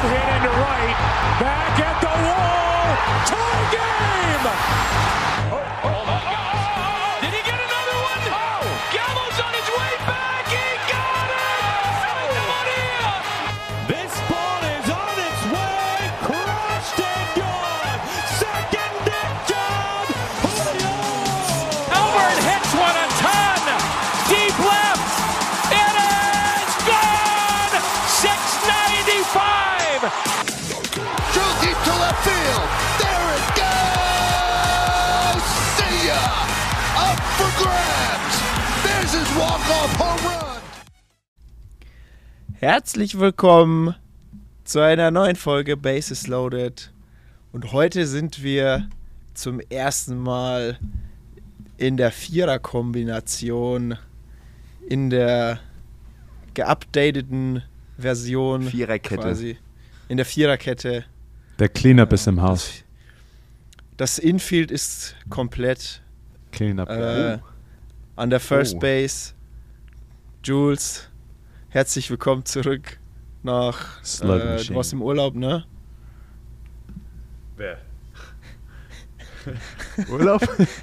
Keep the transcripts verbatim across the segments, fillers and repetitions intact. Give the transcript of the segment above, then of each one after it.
Hard hit into right. Back at the wall. Tie game. Oh, oh, oh, oh, oh. Did he get another one? Oh. Gallo's on his way back. He got it. Santa Maria. This ball is on its way. Crushed and gone. Second deck job. Julio. Albert hits one a ton. Deep left. It is gone. six ninety-five. Drill deep to left field. There it goes. See ya. Up for grabs. There's his walk-off home run. Herzlich willkommen zu einer neuen Folge Bases Loaded. Und heute sind wir zum ersten Mal in der Vierer-Kombination, in der geupdateten Version. Viererkette. Quasi. In der Viererkette. Der Cleanup ist im Haus. Das Infield ist komplett. Cleanup. Äh, an der First Oh. Base. Jules, herzlich willkommen zurück nach. Slug Äh, du Machine. warst im Urlaub, ne? Wer? Urlaub?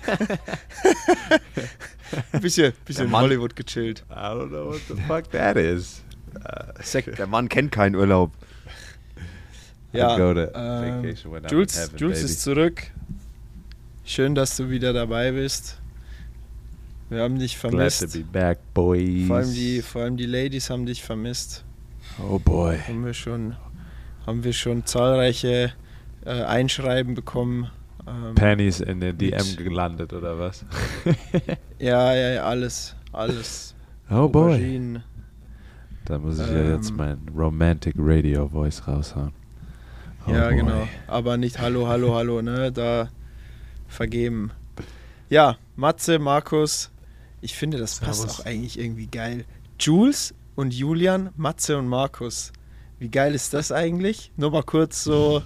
Ein bisschen, bisschen Der in Mann- Hollywood gechillt. I don't know what the fuck that is. Sek- Der Mann kennt keinen Urlaub. ja, I'd go to ähm, vacation when I'm in Jules, heaven, Jules baby. ist zurück. Schön, dass du wieder dabei bist. Wir haben dich Glad to vermisst. be back, boys. Vor allem, die, vor allem die Ladies haben dich vermisst. Oh boy. Haben wir schon, haben wir schon zahlreiche äh, Einschreiben bekommen. Ähm, Panties in den D M mit- gelandet oder was? ja, ja, ja, alles. Alles. Oh boy. Auberginen. Da muss ich ja Ähm, jetzt mein Romantic Radio Voice raushauen. Oh ja, boy. genau. Aber nicht Hallo, Hallo, Hallo, ne? Da vergeben. Ja, Matze, Markus, ich finde, das passt Servus. auch eigentlich irgendwie geil. Jules und Julian, Matze und Markus. Wie geil ist das eigentlich? Nur mal kurz so.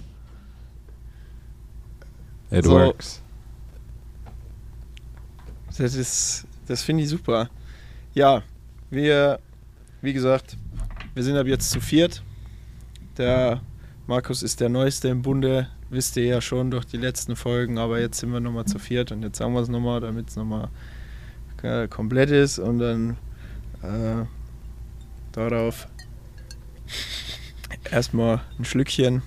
It So. works. Das ist, das finde ich super. Ja, wir, wie gesagt, wir sind ab jetzt zu viert. Der Markus ist der Neueste im Bunde, wisst ihr ja schon durch die letzten Folgen, aber jetzt sind wir nochmal zu viert und jetzt sagen wir es nochmal, damit es nochmal äh, komplett ist und dann äh, darauf erstmal ein Schlückchen.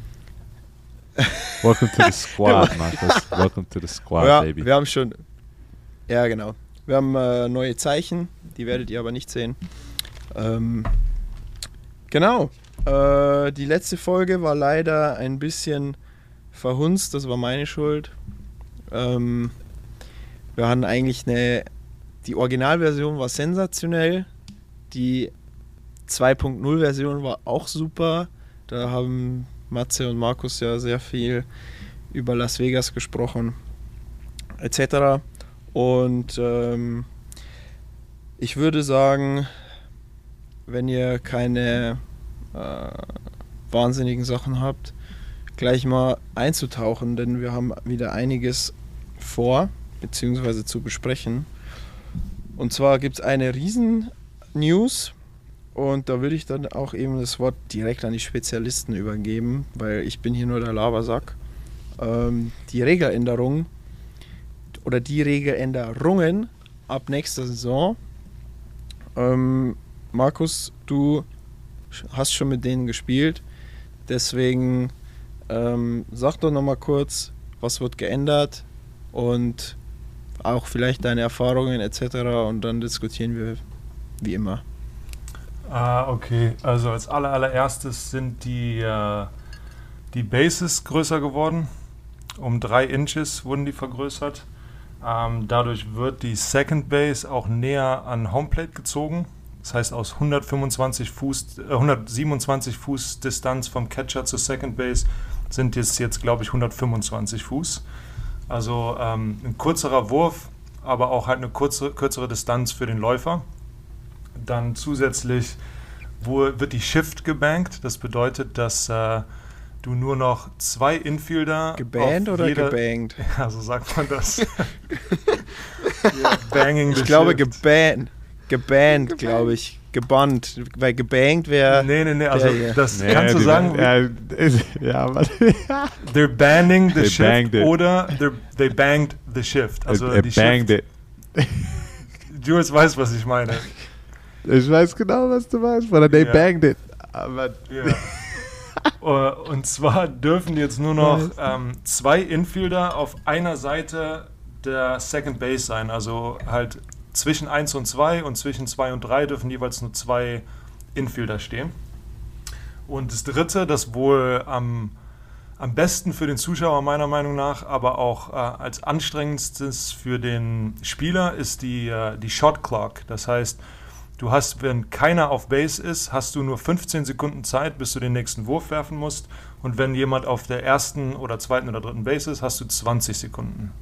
Welcome to the squad, Markus. Welcome to the squad, ja, baby. wir haben schon, ja genau, wir haben äh, neue Zeichen, die werdet ihr aber nicht sehen. Ähm, genau, äh, die letzte Folge war leider ein bisschen verhunzt, das war meine Schuld. Ähm, wir hatten eigentlich eine, die Originalversion war sensationell, die zwei Punkt null Version war auch super, da haben Matze und Markus ja sehr viel über Las Vegas gesprochen, et cetera. Und ähm, ich würde sagen, wenn ihr keine äh, wahnsinnigen Sachen habt, gleich mal einzutauchen, denn wir haben wieder einiges vor, beziehungsweise zu besprechen. Und zwar gibt es eine riesen News und da würde ich dann auch eben das Wort direkt an die Spezialisten übergeben, weil ich bin hier nur der Labersack. Ähm, die Regeländerung oder die Regeländerungen ab nächster Saison. Ähm, Markus, du hast schon mit denen gespielt, deswegen ähm, sag doch nochmal kurz, was wird geändert und auch vielleicht deine Erfahrungen et cetera und dann diskutieren wir wie immer. Ah, okay. Also als aller, allererstes sind die, äh, die Bases größer geworden. Um drei Inches wurden die vergrößert. Ähm, dadurch wird die Second Base auch näher an Homeplate gezogen. Das heißt, aus hundertfünfundzwanzig Fuß, äh, hundertsiebenundzwanzig Fuß Distanz vom Catcher zur Second Base sind es jetzt, glaube ich, hundertfünfundzwanzig Fuß. Also ähm, ein kürzerer Wurf, aber auch halt eine kurze, kürzere Distanz für den Läufer. Dann zusätzlich wo, wird die Shift gebankt. Das bedeutet, dass äh, du nur noch zwei Infielder Gebannt auf oder jeder, gebankt? Ja, so sagt man das. Ja, banging Ich the glaube shift. gebannt. Gebannt, glaube ich. gebannt, weil gebankt wäre... Nee, nee, nee, also ja. das Nee, kannst du die- sagen, Ja, ja, warte. they're banning the They shift banged it. oder they're, they banged the shift. Also er die banged Shift, it. Jules weiß, was ich meine. Ich weiß genau, was du meinst, weil they Ja. banged it. Aber Ja. Äh, Und zwar dürfen jetzt nur noch ähm, zwei Infielder auf einer Seite der Second Base sein. Also halt zwischen eins und zwei und zwischen zwei und drei dürfen jeweils nur zwei Infielder stehen. Und das dritte, das wohl am, am besten für den Zuschauer meiner Meinung nach, aber auch äh, als anstrengendstes für den Spieler, ist die, äh, die Shot Clock. Das heißt, du hast, wenn keiner auf Base ist, hast du nur fünfzehn Sekunden Zeit, bis du den nächsten Wurf werfen musst. Und wenn jemand auf der ersten oder zweiten oder dritten Base ist, hast du zwanzig Sekunden.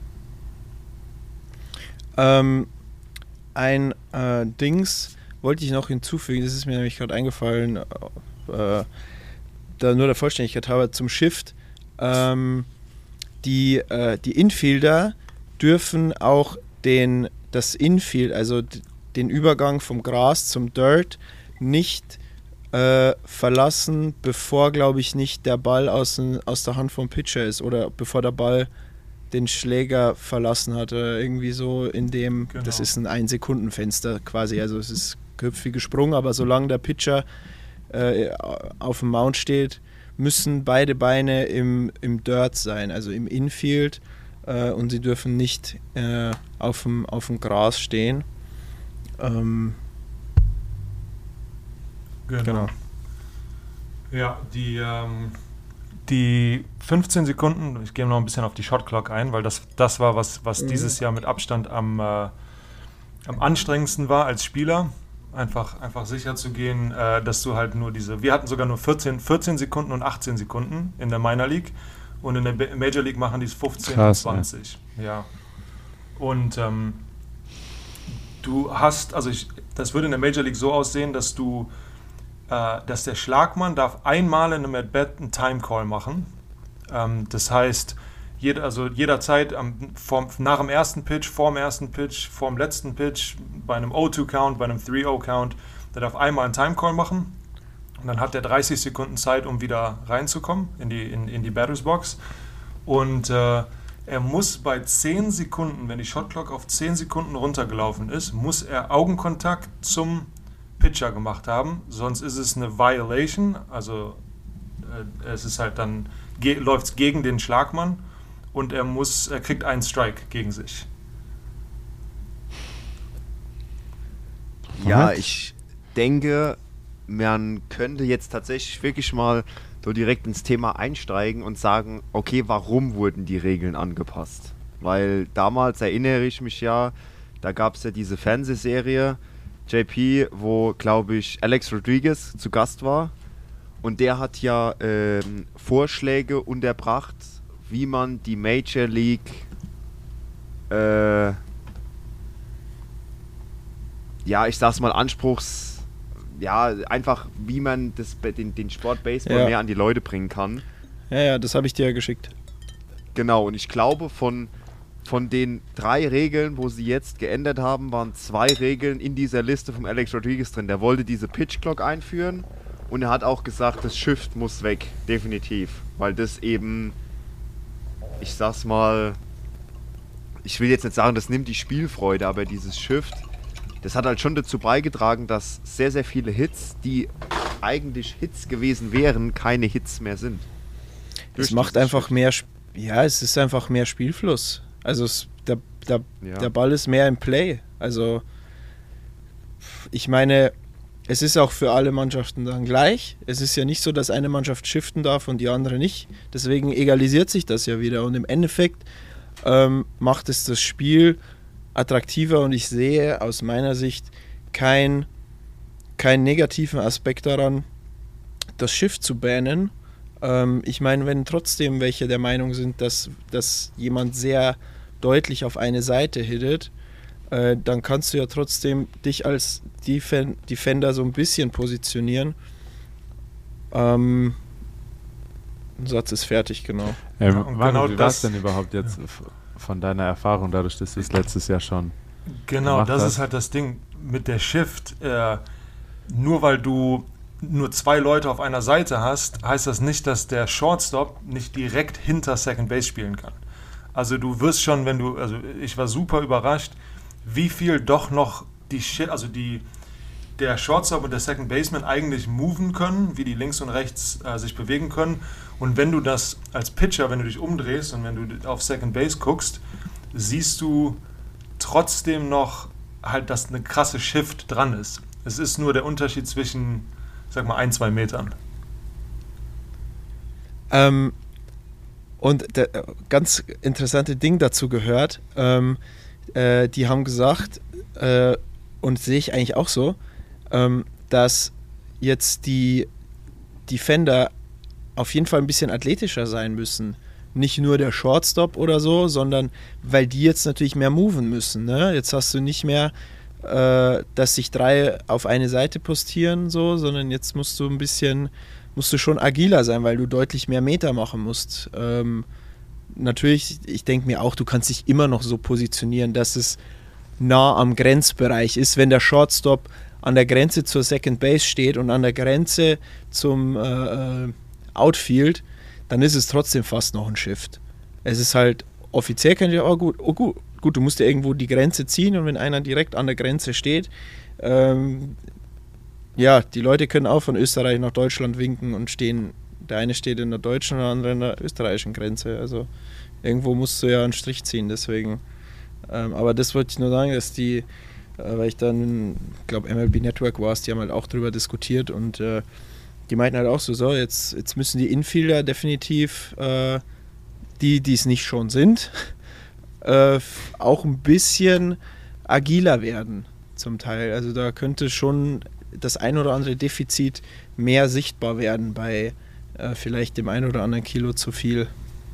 Ähm, ein äh, Dings wollte ich noch hinzufügen, das ist mir nämlich gerade eingefallen, äh, da nur der Vollständigkeit halber zum Shift. Ähm, die, äh, die Infielder dürfen auch den, das Infield, also d- den Übergang vom Gras zum Dirt nicht äh, verlassen, bevor, glaube ich, nicht der Ball aus, den, aus der Hand vom Pitcher ist oder bevor der Ball den Schläger verlassen hat oder irgendwie so in dem, Genau. das ist ein Ein-Sekunden-Fenster quasi, also es ist gehüpft wie gesprungen, aber solange der Pitcher äh, auf dem Mount steht, müssen beide Beine im, im Dirt sein, also im Infield, äh, und sie dürfen nicht äh, auf dem, auf dem Gras stehen. Ähm, genau. Ja, die, ähm, die fünfzehn Sekunden, ich gehe noch ein bisschen auf die Shot Clock ein, weil das, das war, was, was Mhm. dieses Jahr mit Abstand am, äh, am anstrengendsten war als Spieler. Einfach, einfach sicher zu gehen, äh, dass du halt nur diese, wir hatten sogar nur vierzehn, vierzehn Sekunden und achtzehn Sekunden in der Minor League und in der Ba- Major League machen die es fünfzehn Krass, und zwanzig. Ja. Und ähm, du hast, also ich, das würde in der Major League so aussehen, dass du äh, dass der Schlagmann darf einmal in einem At-Bat einen Time-Call machen. Ähm, das heißt, jeder, also jederzeit am, vom, nach dem ersten Pitch, vor dem ersten Pitch, vor dem letzten Pitch, bei einem oh zwei Count, bei einem three oh Count, der darf einmal einen Time-Call machen und dann hat er dreißig Sekunden Zeit, um wieder reinzukommen in die, in, in die Batters Box. Und äh, er muss bei zehn Sekunden, wenn die Shotclock auf zehn Sekunden runtergelaufen ist, muss er Augenkontakt zum Pitcher gemacht haben, sonst ist es eine Violation, also äh, es ist halt dann, ge- läuft es gegen den Schlagmann und er muss, er kriegt einen Strike gegen sich. Ja, ich denke, man könnte jetzt tatsächlich wirklich mal so direkt ins Thema einsteigen und sagen, okay, warum wurden die Regeln angepasst? Weil damals erinnere ich mich ja, da gab es ja diese Fernsehserie J P, wo, glaube ich, Alex Rodriguez zu Gast war und der hat ja ähm, Vorschläge unterbracht, wie man die Major League äh, ja, ich sag's mal, Anspruchs, ja, einfach, wie man das, den, den Sport Baseball Ja. mehr an die Leute bringen kann. Ja, ja, das habe ich dir ja geschickt. Genau, und ich glaube, von, von den drei Regeln, wo sie jetzt geändert haben, waren zwei Regeln in dieser Liste vom Alex Rodriguez drin. Der wollte diese Pitch Clock einführen und er hat auch gesagt, das Shift muss weg, definitiv. Weil das eben, ich sag's mal, ich will jetzt nicht sagen, das nimmt die Spielfreude, aber dieses Shift, das hat halt schon dazu beigetragen, dass sehr, sehr viele Hits, die eigentlich Hits gewesen wären, keine Hits mehr sind. Es Durch macht dieses einfach Shift. mehr, Sp- ja, es ist einfach mehr Spielfluss. Also es, der, der, Ja. der Ball ist mehr im Play. Also ich meine, es ist auch für alle Mannschaften dann gleich. Es ist ja nicht so, dass eine Mannschaft shiften darf und die andere nicht. Deswegen egalisiert sich das ja wieder. Und im Endeffekt ähm, macht es das Spiel attraktiver und ich sehe aus meiner Sicht kein, keinen negativen Aspekt daran, das Shift zu bannen. Ähm, ich meine, wenn trotzdem welche der Meinung sind, dass, dass jemand sehr deutlich auf eine Seite hittet, äh, dann kannst du ja trotzdem dich als Defen- Defender so ein bisschen positionieren. Ähm, ein Satz ist fertig, genau. Ähm, Ja, und Manu, genau wie war es das- denn überhaupt jetzt f- von deiner Erfahrung, dadurch, dass du es letztes Jahr schon Genau, gemacht das hast? ist halt das Ding mit der Shift. Äh, nur weil du nur zwei Leute auf einer Seite hast, heißt das nicht, dass der Shortstop nicht direkt hinter Second Base spielen kann. Also du wirst schon, wenn du, also ich war super überrascht, wie viel doch noch die, also die, der Shortstop und der Second Baseman eigentlich moven können, wie die links und rechts äh, sich bewegen können. Und wenn du das als Pitcher, wenn du dich umdrehst und wenn du auf Second Base guckst, siehst du trotzdem noch halt, dass eine krasse Shift dran ist. Es ist nur der Unterschied zwischen, sag mal, ein, zwei Metern. Ähm, und der ganz interessante Ding dazu gehört, ähm, äh, die haben gesagt, äh, und sehe ich eigentlich auch so, ähm, dass jetzt die Defender auf jeden Fall ein bisschen athletischer sein müssen. Nicht nur der Shortstop oder so, sondern weil die jetzt natürlich mehr moven müssen. Ne? Jetzt hast du nicht mehr, äh, dass sich drei auf eine Seite postieren, so, sondern jetzt musst du ein bisschen, musst du schon agiler sein, weil du deutlich mehr Meter machen musst. Ähm, natürlich, ich denke mir auch, du kannst dich immer noch so positionieren, dass es nah am Grenzbereich ist, wenn der Shortstop an der Grenze zur Second Base steht und an der Grenze zum äh, Outfield, dann ist es trotzdem fast noch ein Shift. Es ist halt, offiziell kann ich, oh gut, oh gut, gut, du musst ja irgendwo die Grenze ziehen und wenn einer direkt an der Grenze steht, ähm, ja, die Leute können auch von Österreich nach Deutschland winken und stehen, der eine steht in der deutschen und der andere in der österreichischen Grenze, also irgendwo musst du ja einen Strich ziehen, deswegen, ähm, aber das wollte ich nur sagen, dass die, äh, weil ich dann, ich glaube M L B Network war es, die haben halt auch drüber diskutiert und äh, die meinten halt auch so, so jetzt, jetzt müssen die Infielder definitiv, äh, die, die es nicht schon sind, äh, auch ein bisschen agiler werden zum Teil. Also da könnte schon das ein oder andere Defizit mehr sichtbar werden bei äh, vielleicht dem ein oder anderen Kilo zu viel.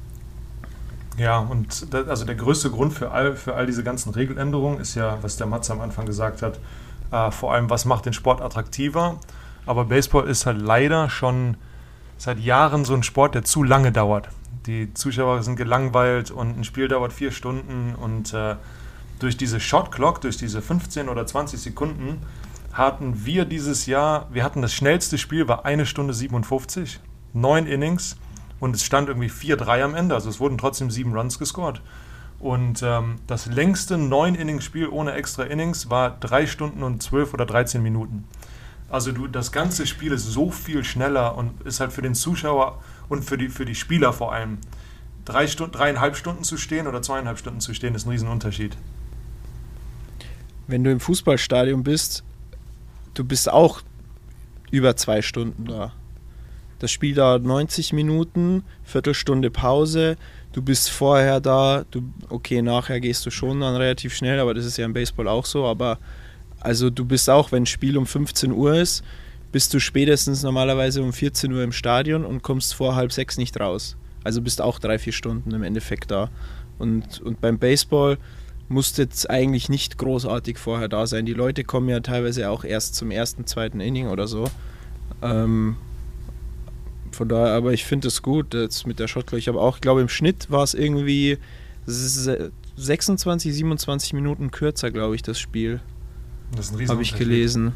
Ja, und das, also der größte Grund für all, für all diese ganzen Regeländerungen ist ja, was der Matze am Anfang gesagt hat, äh, vor allem, was macht den Sport attraktiver. Aber Baseball ist halt leider schon seit Jahren so ein Sport, der zu lange dauert. Die Zuschauer sind gelangweilt und ein Spiel dauert vier Stunden und äh, durch diese Shot Clock, durch diese fünfzehn oder zwanzig Sekunden hatten wir dieses Jahr, wir hatten das schnellste Spiel, war eine Stunde siebenundfünfzig, neun Innings und es stand irgendwie vier drei am Ende, also es wurden trotzdem sieben Runs gescored. Und ähm, das längste neun-Innings-Spiel ohne extra Innings war drei Stunden und zwölf oder dreizehn Minuten. Also du, das ganze Spiel ist so viel schneller und ist halt für den Zuschauer und für die, für die Spieler vor allem. Drei Stunden, dreieinhalb Stunden zu stehen oder zweieinhalb Stunden zu stehen, ist ein Riesenunterschied. Wenn du im Fußballstadion bist, du bist auch über zwei Stunden da. Das Spiel dauert neunzig Minuten, Viertelstunde Pause, du bist vorher da, du, okay, nachher gehst du schon dann relativ schnell, aber das ist ja im Baseball auch so, aber also du bist auch, wenn ein Spiel um fünfzehn Uhr ist, bist du spätestens normalerweise um vierzehn Uhr im Stadion und kommst vor halb sechs nicht raus. Also bist auch drei, vier Stunden im Endeffekt da. Und, und beim Baseball musst du jetzt eigentlich nicht großartig vorher da sein. Die Leute kommen ja teilweise auch erst zum ersten, zweiten Inning oder so. Ähm, von daher, aber ich finde es gut jetzt mit der Shotclock. Ich habe auch, ich glaube im Schnitt war es irgendwie sechsundzwanzig, siebenundzwanzig Minuten kürzer, glaube ich, das Spiel. Das ist ein Habe ich gelesen.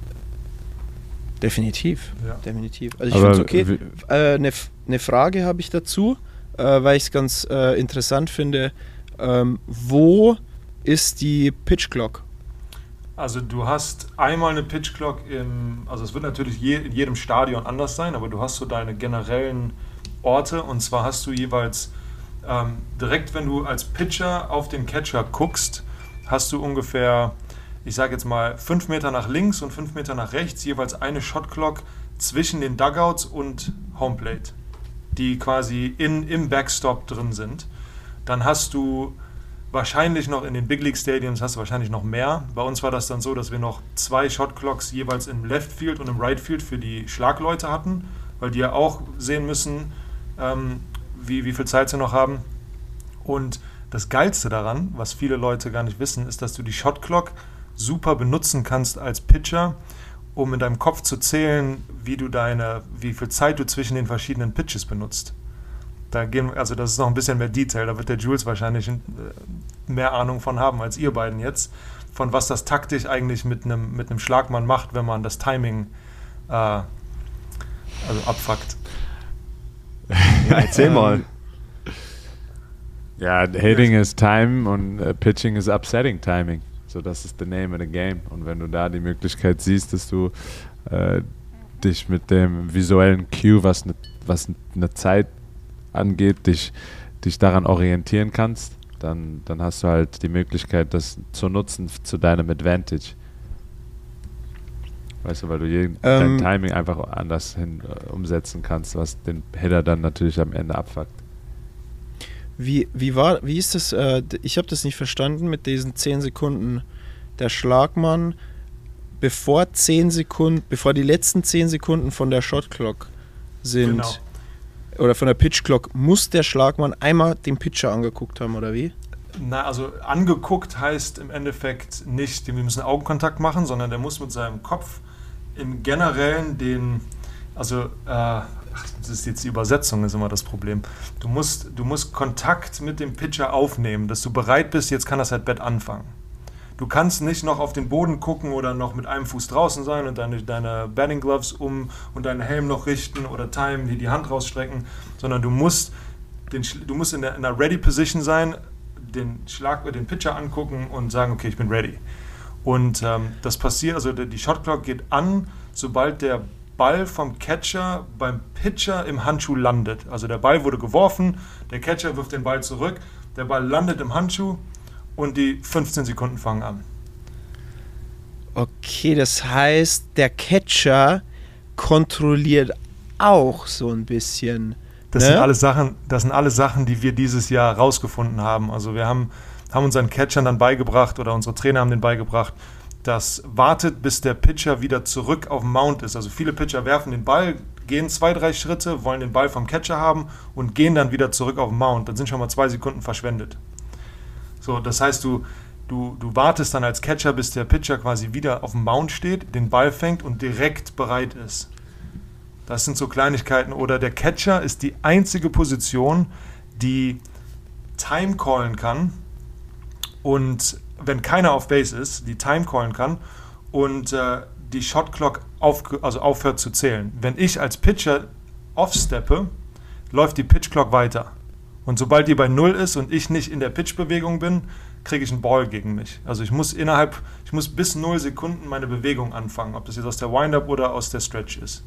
Definitiv, ja. definitiv. Also ich finde es okay. Eine äh, ne, ne Frage habe ich dazu, äh, weil ich es ganz äh, interessant finde. Ähm, wo ist die Pitch Clock? Also du hast einmal eine Pitch Clock im, also es wird natürlich je, in jedem Stadion anders sein, aber du hast so deine generellen Orte und zwar hast du jeweils ähm, direkt, wenn du als Pitcher auf den Catcher guckst, hast du ungefähr, ich sage jetzt mal, fünf Meter nach links und fünf Meter nach rechts, jeweils eine Shot Clock zwischen den Dugouts und Homeplate, die quasi in, im Backstop drin sind. Dann hast du wahrscheinlich noch in den Big League Stadiums, hast du wahrscheinlich noch mehr. Bei uns war das dann so, dass wir noch zwei Shot Clocks jeweils im Left Field und im Right Field für die Schlagleute hatten, weil die ja auch sehen müssen, ähm, wie, wie viel Zeit sie noch haben. Und das Geilste daran, was viele Leute gar nicht wissen, ist, dass du die Shot Clock super benutzen kannst als Pitcher, um in deinem Kopf zu zählen, wie du deine, wie viel Zeit du zwischen den verschiedenen Pitches benutzt. Da gehen, also das ist noch ein bisschen mehr Detail, da wird der Jules wahrscheinlich äh, mehr Ahnung von haben als ihr beiden jetzt, von was das taktisch eigentlich mit einem mit einem Schlagmann macht, wenn man das Timing äh, also abfuckt. Ja, erzähl mal. Ja, hitting is time und uh, pitching is upsetting timing. So, das ist the name of the game. Und wenn du da die Möglichkeit siehst, dass du äh, dich mit dem visuellen Cue, was eine was eine Zeit angeht, dich, dich daran orientieren kannst, dann, dann hast du halt die Möglichkeit, das zu nutzen zu deinem Advantage. Weißt du, weil du jeden, Ähm, dein Timing einfach anders hin äh, umsetzen kannst, was den Hitter dann natürlich am Ende abfuckt. Wie, wie war, wie ist das, äh, d- ich habe das nicht verstanden mit diesen zehn Sekunden. Der Schlagmann, bevor zehn Sekunden, bevor die letzten zehn Sekunden von der Shot Clock sind, Genau. oder von der Pitch Clock, muss der Schlagmann einmal den Pitcher angeguckt haben, oder wie? Na, also angeguckt heißt im Endeffekt nicht, wir müssen Augenkontakt machen, sondern der muss mit seinem Kopf im Generellen den, also, äh, ach, das ist jetzt die Übersetzung, ist immer das Problem. Du musst, du musst Kontakt mit dem Pitcher aufnehmen, dass du bereit bist, jetzt kann das At-Bat anfangen. Du kannst nicht noch auf den Boden gucken oder noch mit einem Fuß draußen sein und deine, deine Batting Gloves um und deinen Helm noch richten oder timen, die die Hand rausstrecken, sondern du musst, den, Sch- du musst in der, in der Ready Position sein, den Schlag den Pitcher angucken und sagen, okay, ich bin ready. Und ähm, das passiert, also die Shot Clock geht an, sobald der Ball vom Catcher beim Pitcher im Handschuh landet. Also der Ball wurde geworfen, der Catcher wirft den Ball zurück, der Ball landet im Handschuh und die fünfzehn Sekunden fangen an. Okay, das heißt, der Catcher kontrolliert auch so ein bisschen. Das, Ne? sind alles Sachen, das sind alles Sachen, die wir dieses Jahr rausgefunden haben. Also wir haben, haben unseren Catchern dann beigebracht oder unsere Trainer haben den beigebracht, dass wartet, bis der Pitcher wieder zurück auf dem Mount ist. Also viele Pitcher werfen den Ball, gehen zwei, drei Schritte, wollen den Ball vom Catcher haben und gehen dann wieder zurück auf den Mount. Dann sind schon mal zwei Sekunden verschwendet. So, das heißt, du, du, du wartest dann als Catcher, bis der Pitcher quasi wieder auf dem Mount steht, den Ball fängt und direkt bereit ist. Das sind so Kleinigkeiten. Oder der Catcher ist die einzige Position, die Time callen kann und wenn keiner auf Base ist, die Time callen kann und äh, die Shot Clock auf, also aufhört zu zählen. Wenn ich als Pitcher offsteppe, läuft die Pitch Clock weiter. Und sobald die bei Null ist und ich nicht in der Pitch-Bewegung bin, kriege ich einen Ball gegen mich. Also ich muss innerhalb, ich muss bis null Sekunden meine Bewegung anfangen, ob das jetzt aus der Wind-Up oder aus der Stretch ist.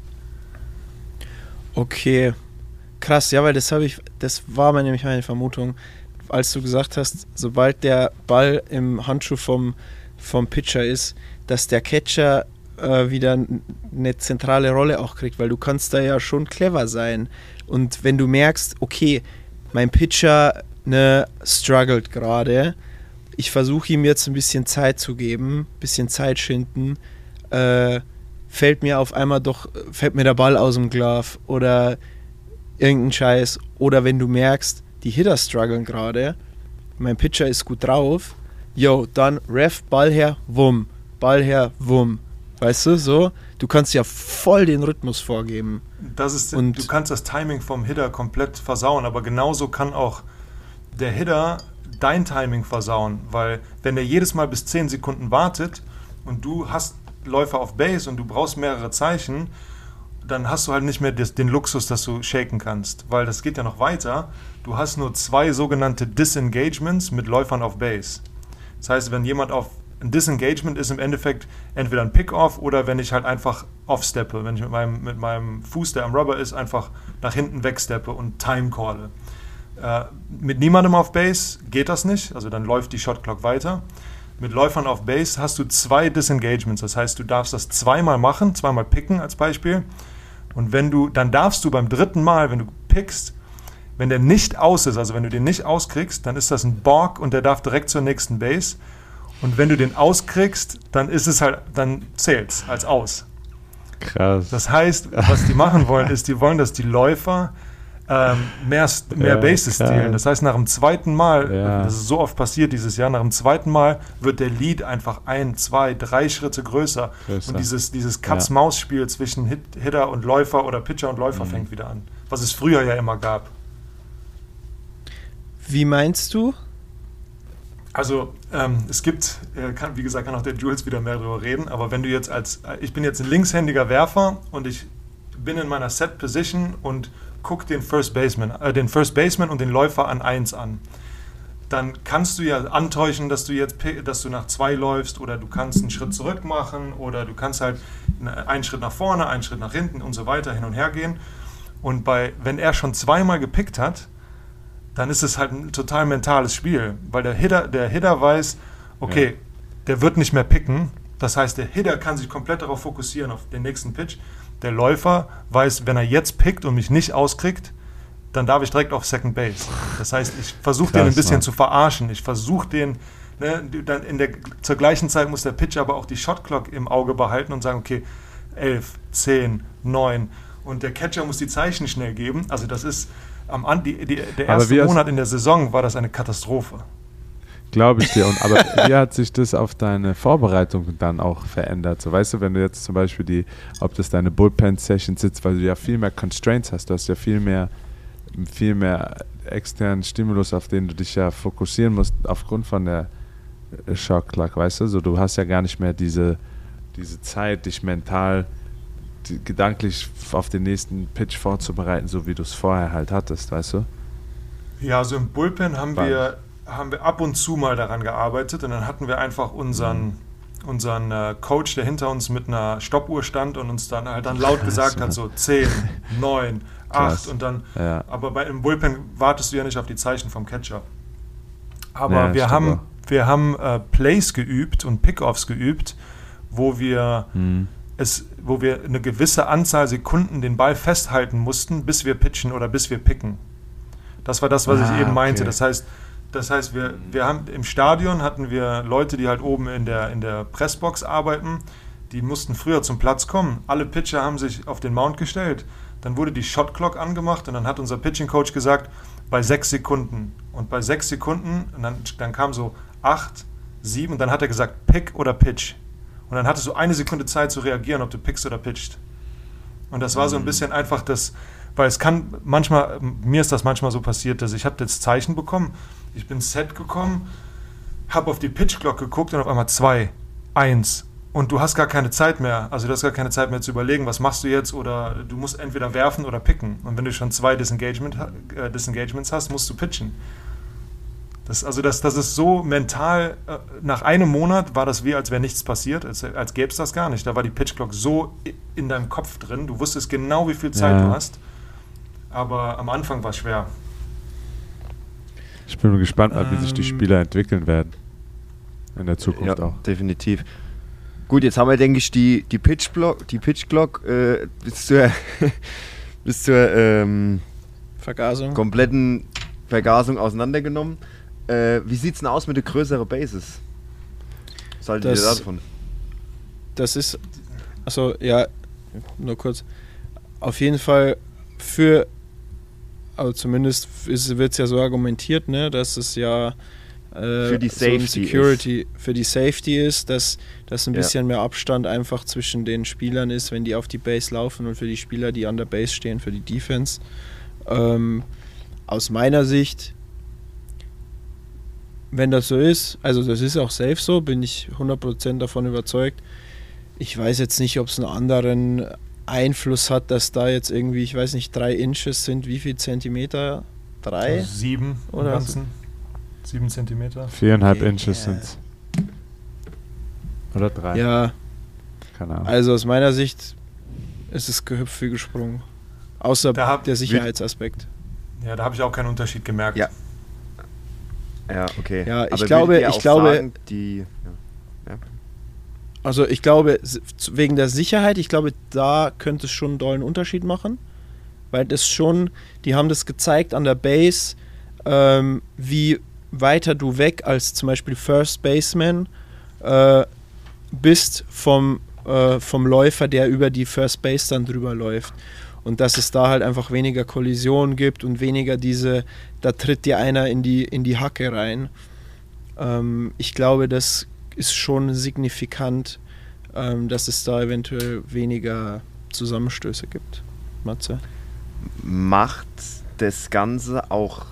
Okay, krass, ja, weil das habe ich, das war mir nämlich meine Vermutung, als du gesagt hast, sobald der Ball im Handschuh vom, vom Pitcher ist, dass der Catcher äh, wieder n- eine zentrale Rolle auch kriegt, weil du kannst da ja schon clever sein. Und wenn du merkst, okay, mein Pitcher ne, struggelt gerade, ich versuche ihm jetzt ein bisschen Zeit zu geben, ein bisschen Zeit schinden, äh, fällt mir auf einmal doch, fällt mir der Ball aus dem Glove oder irgendein Scheiß. Oder wenn du merkst, die Hitter strugglen gerade, mein Pitcher ist gut drauf, yo, dann Ref, Ball her, wumm, Ball her, wumm. Weißt du, so? Du kannst ja voll den Rhythmus vorgeben. Das ist, Und- du kannst das Timing vom Hitter komplett versauen, aber genauso kann auch der Hitter dein Timing versauen, weil wenn er jedes Mal bis zehn Sekunden wartet und du hast Läufer auf Base und du brauchst mehrere Zeichen, dann hast du halt nicht mehr des, den Luxus, dass du shaken kannst, weil das geht ja noch weiter. Du hast nur zwei sogenannte Disengagements mit Läufern auf Base. Das heißt, wenn jemand auf ein Disengagement ist im Endeffekt entweder ein Pick-Off oder wenn ich halt einfach off-steppe, wenn ich mit meinem, mit meinem Fuß, der am Rubber ist, einfach nach hinten wegsteppe und Time calle. Äh, mit niemandem auf Base geht das nicht, also dann läuft die Shot Clock weiter. Mit Läufern auf Base hast du zwei Disengagements, das heißt, du darfst das zweimal machen, zweimal picken als Beispiel. Und wenn du, dann darfst du beim dritten Mal, wenn du pickst, wenn der nicht aus ist, also wenn du den nicht auskriegst, dann ist das ein Balk und der darf direkt zur nächsten Base. Und wenn du den auskriegst, dann ist es halt, dann zählt's als aus. Krass. Das heißt, was die machen wollen, ist, die wollen, dass die Läufer ähm, mehr, mehr Ja, Bases krass. stehlen. Das heißt, nach dem zweiten Mal, Ja. das ist so oft passiert dieses Jahr, nach dem zweiten Mal wird der Lead einfach ein, zwei, drei Schritte größer. Größer. Und dieses, dieses Katz-Maus-Spiel zwischen Hit, Hitter und Läufer oder Pitcher und Läufer Mhm. fängt wieder an. Was es früher ja immer gab. Wie meinst du? Also ähm, es gibt, äh, kann, wie gesagt, kann auch der Jules wieder mehr darüber reden, aber wenn du jetzt als, ich bin jetzt ein linkshändiger Werfer und ich bin in meiner Set Position und guck den First Baseman, äh, den First Baseman und den Läufer an eins an, dann kannst du ja antäuschen, dass du jetzt, dass du nach zwei läufst oder du kannst einen Schritt zurück machen oder du kannst halt einen Schritt nach vorne, einen Schritt nach hinten und so weiter hin und her gehen. Und bei, wenn er schon zweimal gepickt hat, dann ist es halt ein total mentales Spiel, weil der Hitter, der Hitter weiß, okay, ja. der wird nicht mehr picken. Das heißt, der Hitter kann sich komplett darauf fokussieren, auf den nächsten Pitch. Der Läufer weiß, wenn er jetzt pickt und mich nicht auskriegt, dann darf ich direkt auf Second Base. Das heißt, ich versuche den ein bisschen Mann. zu verarschen. Ich versuche den, ne, dann in der, zur gleichen Zeit muss der Pitcher aber auch die Shotclock im Auge behalten und sagen, okay, elf, zehn, neun und der Catcher muss die Zeichen schnell geben. Also das ist, am die, die, der erste Monat in der Saison war das eine Katastrophe. Glaube ich dir. Und, aber wie hat sich das auf deine Vorbereitung dann auch verändert? So, weißt du, wenn du jetzt zum Beispiel die, ob das deine Bullpen-Session sitzt, weil du ja viel mehr Constraints hast, du hast ja viel mehr viel mehr externen Stimulus, auf den du dich ja fokussieren musst, aufgrund von der Shot Clock, weißt du? So, du hast ja gar nicht mehr diese, diese Zeit, dich mental, die, gedanklich auf den nächsten Pitch vorzubereiten, so wie du es vorher halt hattest, weißt du? Ja, also im Bullpen haben wir, haben wir ab und zu mal daran gearbeitet und dann hatten wir einfach unseren, mhm. unseren äh, Coach, der hinter uns mit einer Stoppuhr stand und uns dann halt dann laut gesagt hat, so zehn, neun, acht und dann, ja. aber bei im Bullpen wartest du ja nicht auf die Zeichen vom Catcher. Aber ja, wir, haben, wir haben äh, Plays geübt und Pickoffs geübt, wo wir hm. es, wo wir eine gewisse Anzahl Sekunden den Ball festhalten mussten, bis wir pitchen oder bis wir picken. Das war das, was ah, ich eben meinte. Okay. Das heißt, das heißt, wir, wir haben im Stadion hatten wir Leute, die halt oben in der, in der Pressbox arbeiten, die mussten früher zum Platz kommen. Alle Pitcher haben sich auf den Mount gestellt. Dann wurde die Shot Clock angemacht und dann hat unser Pitching Coach gesagt, bei sechs Sekunden. Und bei sechs Sekunden, und dann, dann kam so acht, sieben und dann hat er gesagt, Pick oder Pitch. Und dann hattest du eine Sekunde Zeit zu reagieren, ob du pickst oder pitcht. Und das war so ein bisschen einfach das, weil es kann manchmal, mir ist das manchmal so passiert, dass ich habe das Zeichen bekommen, ich bin Set gekommen, habe auf die Pitch Clock geguckt und auf einmal zwei, eins. Und du hast gar keine Zeit mehr, also du hast gar keine Zeit mehr zu überlegen, was machst du jetzt, oder du musst entweder werfen oder picken. Und wenn du schon zwei Disengagement, äh, Disengagements hast, musst du pitchen. Das, also das, das ist so mental, äh, nach einem Monat war das wie, als wäre nichts passiert, als, als gäbe es das gar nicht. Da war die Pitch-Clock so in deinem Kopf drin, du wusstest genau, wie viel Zeit ja. du hast, aber am Anfang war es schwer. Ich bin gespannt, ähm, wie sich die Spieler entwickeln werden. In der Zukunft ja, auch. Definitiv. Gut, jetzt haben wir, denke ich, die, die Pitch-Clock die Pitch äh, bis zur, bis zur ähm, Vergasung. kompletten Vergasung auseinandergenommen. Äh, wie sieht es denn aus mit den größeren Bases? Was haltet ihr davon? Das ist, also ja, nur kurz, auf jeden Fall für, also zumindest wird es ja so argumentiert, ne, dass es ja für die Safety, so Security ist. für die Safety ist, dass, dass ein ja. bisschen mehr Abstand einfach zwischen den Spielern ist, wenn die auf die Base laufen, und für die Spieler, die an der Base stehen, für die Defense. Ähm, aus meiner Sicht, wenn das so ist, also das ist auch safe so, bin ich hundert Prozent davon überzeugt. Ich weiß jetzt nicht, ob es einen anderen Einfluss hat, dass da jetzt irgendwie, ich weiß nicht, drei Inches sind, wie viel Zentimeter? Drei? Also sieben oder ganzen. Sieben Zentimeter. Viereinhalb okay, Inches yeah. sind oder drei. Ja. Keine Ahnung. Also aus meiner Sicht ist es gehüpft wie gesprungen. Außer hab, der Sicherheitsaspekt. Ja, da habe ich auch keinen Unterschied gemerkt. Ja. Ja, okay. Ja, ich Aber glaube, ich glaube, sagen, die, ja. Ja. also ich glaube, wegen der Sicherheit, ich glaube, da könnte es schon einen dollen Unterschied machen, weil das schon, die haben das gezeigt an der Base, ähm, wie weiter du weg als zum Beispiel First Baseman äh, bist vom, äh, vom Läufer, der über die First Base dann drüber läuft. Und dass es da halt einfach weniger Kollisionen gibt und weniger diese, da tritt dir einer in die, in die Hacke rein. Ähm, ich glaube, das ist schon signifikant, ähm, dass es da eventuell weniger Zusammenstöße gibt. Matze? Macht das Ganze auch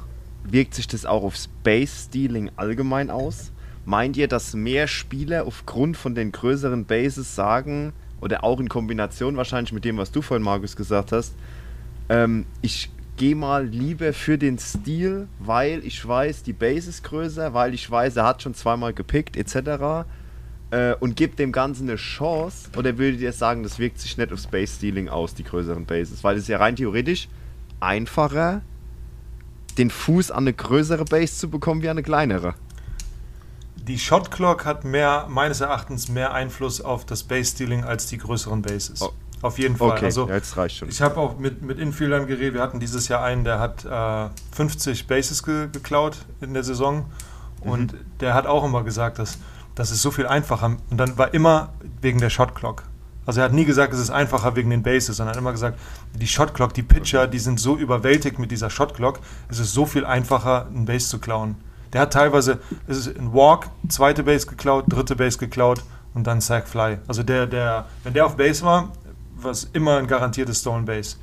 wirkt sich das auch aufs Base-Stealing allgemein aus? Meint ihr, dass mehr Spieler aufgrund von den größeren Bases sagen, oder auch in Kombination wahrscheinlich mit dem, was du vorhin, Markus, gesagt hast, ähm, ich gehe mal lieber für den Steal, weil ich weiß, die Base ist größer, weil ich weiß, er hat schon zweimal gepickt, et cetera. Äh, und gibt dem Ganzen eine Chance? Oder würdet ihr sagen, das wirkt sich nicht aufs Base-Stealing aus, die größeren Bases? Weil es ja rein theoretisch einfacher, den Fuß an eine größere Base zu bekommen, wie an eine kleinere. Die Shot Clock hat mehr, meines Erachtens, mehr Einfluss auf das Base-Stealing als die größeren Bases. Oh. Auf jeden Fall. Okay, also, ja, jetzt reicht schon. Ich habe auch mit, mit Infieldern geredet. Wir hatten dieses Jahr einen, der hat äh, fünfzig Bases ge- geklaut in der Saison. Und mhm. der hat auch immer gesagt, dass das ist so viel einfacher. Und dann war immer wegen der Shot Clock. Also er hat nie gesagt, es ist einfacher wegen den Bases, sondern immer gesagt, die Shot Clock, die Pitcher, die sind so überwältigt mit dieser Shot Clock, es ist so viel einfacher, einen Base zu klauen. Der hat teilweise, es ist ein Walk, zweite Base geklaut, dritte Base geklaut und dann Sack Fly. Also der, der, wenn der auf Base war, war es immer ein garantiertes Stolen Base.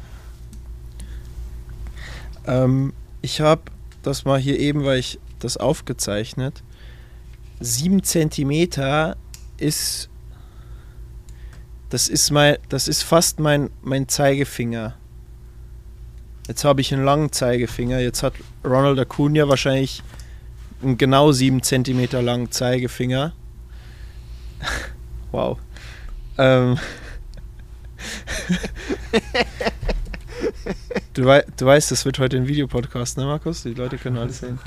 Ähm, ich habe das mal hier eben, weil ich das aufgezeichnet. Sieben Zentimeter ist, das ist mein, das ist fast mein, mein Zeigefinger. Jetzt habe ich einen langen Zeigefinger. Jetzt hat Ronald Acuna wahrscheinlich einen genau sieben Zentimeter langen Zeigefinger. Wow. Ähm. Du, wei- du weißt, das wird heute ein Videopodcast, ne, Markus? Die Leute können alles sehen.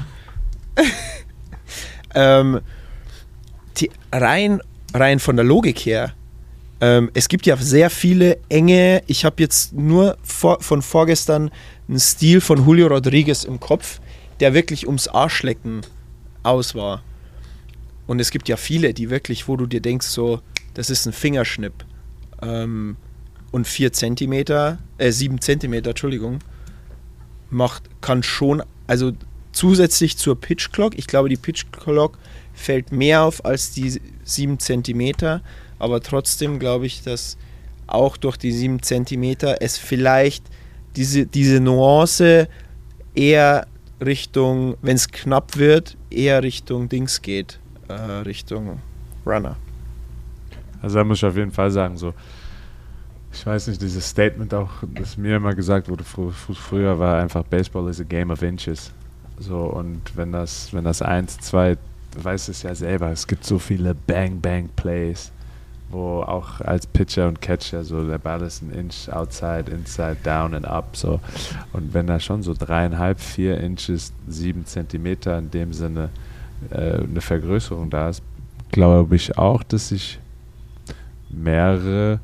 ähm, die, rein, rein von der Logik her, ähm, es gibt ja sehr viele enge, ich habe jetzt nur vor, von vorgestern einen Stil von Julio Rodriguez im Kopf, der wirklich ums Arschlecken aus war. Und es gibt ja viele, die wirklich, wo du dir denkst, so, das ist ein Fingerschnipp. Ähm, und vier Zentimeter, äh, sieben Zentimeter, Entschuldigung, macht, kann schon, also zusätzlich zur Pitch Clock, ich glaube, die Pitch Clock fällt mehr auf als die sieben Zentimeter, aber trotzdem glaube ich, dass auch durch die sieben Zentimeter es vielleicht diese, diese Nuance eher Richtung, wenn es knapp wird, eher Richtung Dings geht, äh, Richtung Runner. Also da muss ich auf jeden Fall sagen, so, ich weiß nicht, dieses Statement auch, das mir immer gesagt wurde fr- fr- früher, war einfach, Baseball is a game of inches. So, und wenn das, wenn das eins, zwei, du weißt es ja selber, es gibt so viele Bang-Bang-Plays, wo auch als Pitcher und Catcher so der Ball ist ein Inch outside, inside, down and up, so. Und wenn da schon so dreieinhalb, vier Inches, sieben Zentimeter in dem Sinne äh, eine Vergrößerung da ist, glaube ich auch, dass sich mehrere,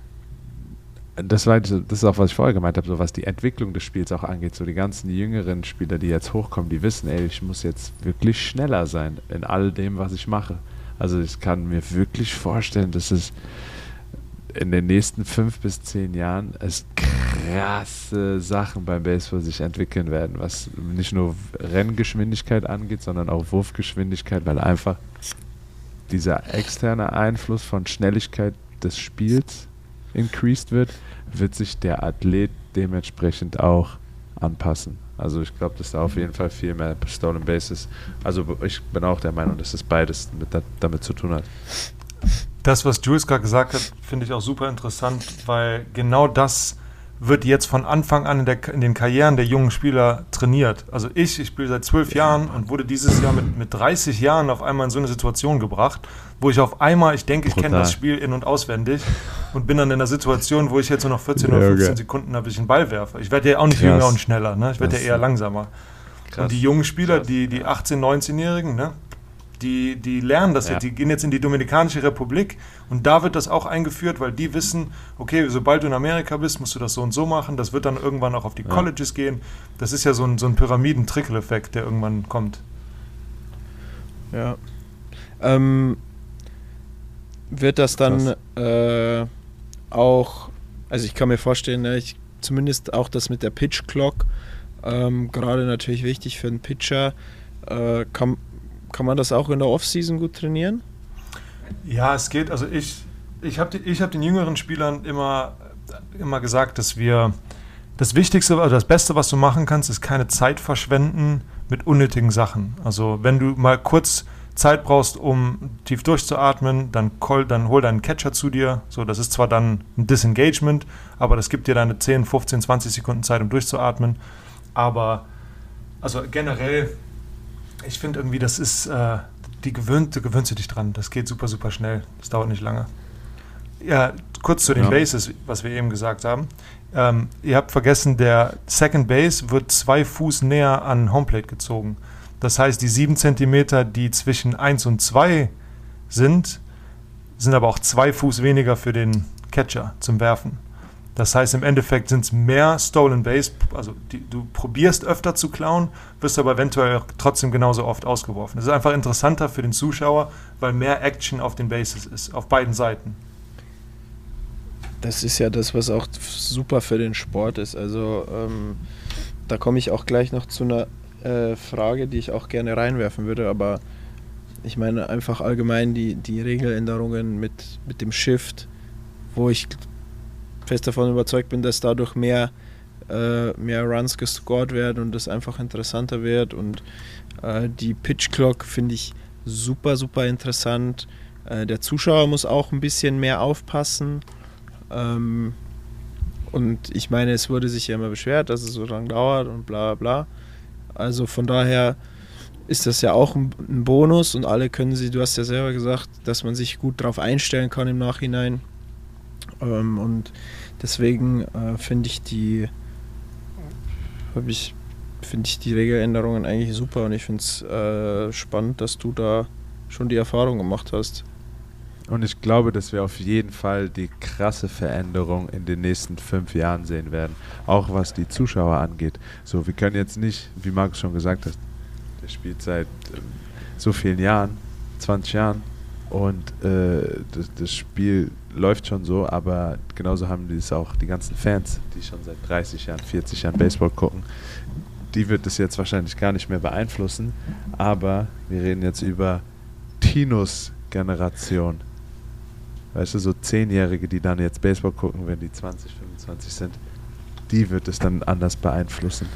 das war das ist auch, was ich vorher gemeint habe, so was die Entwicklung des Spiels auch angeht, so die ganzen jüngeren Spieler, die jetzt hochkommen, die wissen, ey, ich muss jetzt wirklich schneller sein in all dem, was ich mache. Also ich kann mir wirklich vorstellen, dass es in den nächsten fünf bis zehn Jahren es krasse Sachen beim Baseball sich entwickeln werden, was nicht nur Renngeschwindigkeit angeht, sondern auch Wurfgeschwindigkeit, weil einfach dieser externe Einfluss von Schnelligkeit des Spiels increased wird, wird sich der Athlet dementsprechend auch anpassen. Also ich glaube, dass da auf jeden Fall viel mehr Stolen Bases, also ich bin auch der Meinung, dass das beides mit, damit zu tun hat. Das, was Jules gerade gesagt hat, finde ich auch super interessant, weil genau das wird jetzt von Anfang an in, der, in den Karrieren der jungen Spieler trainiert. Also ich, ich spiele seit zwölf Jahren und wurde dieses Jahr mit, mit dreißig Jahren auf einmal in so eine Situation gebracht, wo ich auf einmal, ich denke, ich kenne das Spiel in- und auswendig und bin dann in einer Situation, wo ich jetzt nur noch vierzehn oder fünfzehn okay. Sekunden habe, ich einen Ball werfe. Ich werde ja auch nicht Krass. jünger und schneller, ne? Ich werde ja eher langsamer. Krass. Und die jungen Spieler, Krass. die, die achtzehn-, neunzehnjährigen, ne? Die, die lernen das ja. jetzt, die gehen jetzt in die Dominikanische Republik und da wird das auch eingeführt, weil die wissen, okay, sobald du in Amerika bist, musst du das so und so machen, das wird dann irgendwann auch auf die ja. Colleges gehen. Das ist ja so ein, so ein Pyramiden-Trickle-Effekt, der irgendwann kommt. Ja. Ähm, wird das dann äh, auch, also ich kann mir vorstellen, ne, ich, zumindest auch das mit der Pitch Clock, ähm, gerade natürlich wichtig für einen Pitcher, äh, kann Kann man das auch in der Offseason gut trainieren? Ja, es geht. Also ich, ich habe ich hab den jüngeren Spielern immer, immer gesagt, dass wir das Wichtigste, also das Beste, was du machen kannst, ist keine Zeit verschwenden mit unnötigen Sachen. Also wenn du mal kurz Zeit brauchst, um tief durchzuatmen, dann, call, dann hol deinen Catcher zu dir. So, das ist zwar dann ein Disengagement, aber das gibt dir deine zehn, fünfzehn, zwanzig Sekunden Zeit, um durchzuatmen. Aber also generell, ich finde irgendwie, das ist, äh, die gewöhnt, du gewöhnst du dich dran. Das geht super, super schnell. Das dauert nicht lange. Ja, kurz zu den Ja. Bases, was wir eben gesagt haben. Ähm, ihr habt vergessen, der Second Base wird zwei Fuß näher an Homeplate gezogen. Das heißt, die sieben Zentimeter, die zwischen eins und zwei sind, sind aber auch zwei Fuß weniger für den Catcher zum Werfen. Das heißt, im Endeffekt sind es mehr Stolen Base, also die, du probierst öfter zu klauen, wirst aber eventuell trotzdem genauso oft ausgeworfen. Das ist einfach interessanter für den Zuschauer, weil mehr Action auf den Bases ist, auf beiden Seiten. Das ist ja das, was auch super für den Sport ist. Also ähm, da komme ich auch gleich noch zu einer äh, Frage, die ich auch gerne reinwerfen würde, aber ich meine einfach allgemein die, die Regeländerungen mit, mit dem Shift, wo ich fest davon überzeugt bin, dass dadurch mehr, äh, mehr Runs gescored werden und es einfach interessanter wird. Und äh, die Pitch Clock finde ich super, super interessant. Äh, der Zuschauer muss auch ein bisschen mehr aufpassen. Ähm, und ich meine, es wurde sich ja immer beschwert, dass es so lange dauert und bla bla. Also von daher ist das ja auch ein, ein Bonus und alle können sie, du hast ja selber gesagt, dass man sich gut darauf einstellen kann im Nachhinein. Ähm, und deswegen äh, finde ich die habe ich finde ich die Regeländerungen eigentlich super und ich finde es äh, spannend, dass du da schon die Erfahrung gemacht hast. Und ich glaube, dass wir auf jeden Fall die krasse Veränderung in den nächsten fünf Jahren sehen werden. Auch was die Zuschauer angeht. So, wir können jetzt nicht, wie Markus schon gesagt hat, der spielt seit ähm, so vielen Jahren, zwanzig Jahren. Und äh, das, das Spiel läuft schon so, aber genauso haben die es auch die ganzen Fans, die schon seit dreißig Jahren, vierzig Jahren Baseball gucken. Die wird es jetzt wahrscheinlich gar nicht mehr beeinflussen. Aber wir reden jetzt über Tinos Generation. Weißt du, so Zehnjährige, die dann jetzt Baseball gucken, wenn die zwanzig, fünfundzwanzig sind, die wird es dann anders beeinflussen.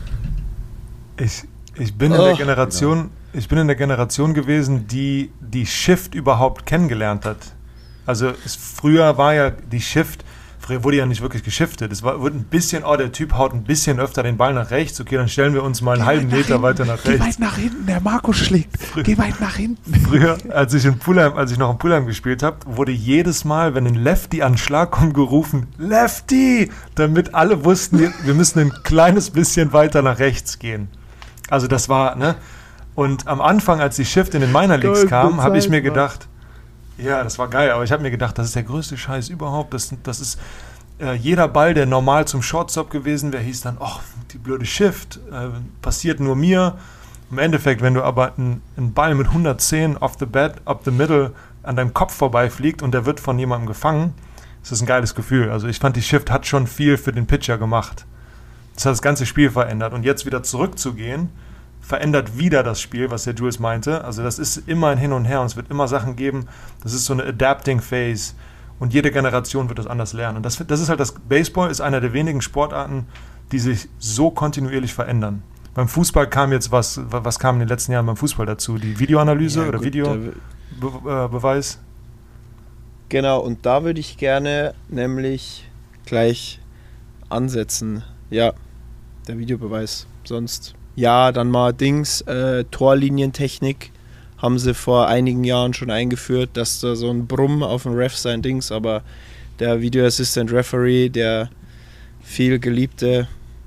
Ich, ich bin in Oh, der Generation, ich bin in der Generation gewesen, die die Shift überhaupt kennengelernt hat. Also es, früher war ja die Shift, früher wurde ja nicht wirklich geschiftet. Es war, wurde ein bisschen, oh, der Typ haut ein bisschen öfter den Ball nach rechts, okay, dann stellen wir uns mal einen halben Meter weiter nach rechts. Geh weit nach hinten, der Markus schlägt. Geh weit nach hinten. Früher, als ich in Pulheim, als ich noch in Pulheim gespielt habe, wurde jedes Mal, wenn ein Lefty an den Schlag kommt, gerufen, Lefty! Damit alle wussten, wir, wir müssen ein kleines bisschen weiter nach rechts gehen. Also das war, ne? Und am Anfang, als die Shift in den Minor Leagues kam, habe ich mir gedacht, ja, das war geil, aber ich habe mir gedacht, das ist der größte Scheiß überhaupt. Das, das ist äh, jeder Ball, der normal zum Shortstop gewesen wäre, hieß dann, ach, die blöde Shift, äh, passiert nur mir. Im Endeffekt, wenn du aber einen Ball mit hundertzehn off the bat, up the middle an deinem Kopf vorbeifliegt und der wird von jemandem gefangen, ist das ein geiles Gefühl. Also ich fand, die Shift hat schon viel für den Pitcher gemacht. Das hat das ganze Spiel verändert. Und jetzt wieder zurückzugehen, verändert wieder das Spiel, was der Jules meinte. Also das ist immer ein Hin und Her und es wird immer Sachen geben. Das ist so eine Adapting Phase und jede Generation wird das anders lernen. Und das, das ist halt das, Baseball ist einer der wenigen Sportarten, die sich so kontinuierlich verändern. Beim Fußball kam jetzt was, was kam in den letzten Jahren beim Fußball dazu? Die Videoanalyse Ja, oder gut, Videobeweis? da- Genau, und da würde ich gerne nämlich gleich ansetzen. Ja, der Videobeweis. Sonst, ja, dann mal Dings, äh, Torlinientechnik haben sie vor einigen Jahren schon eingeführt, dass da so ein Brumm auf dem Ref sein Dings, aber der Video Assistant Referee, der viel geliebte,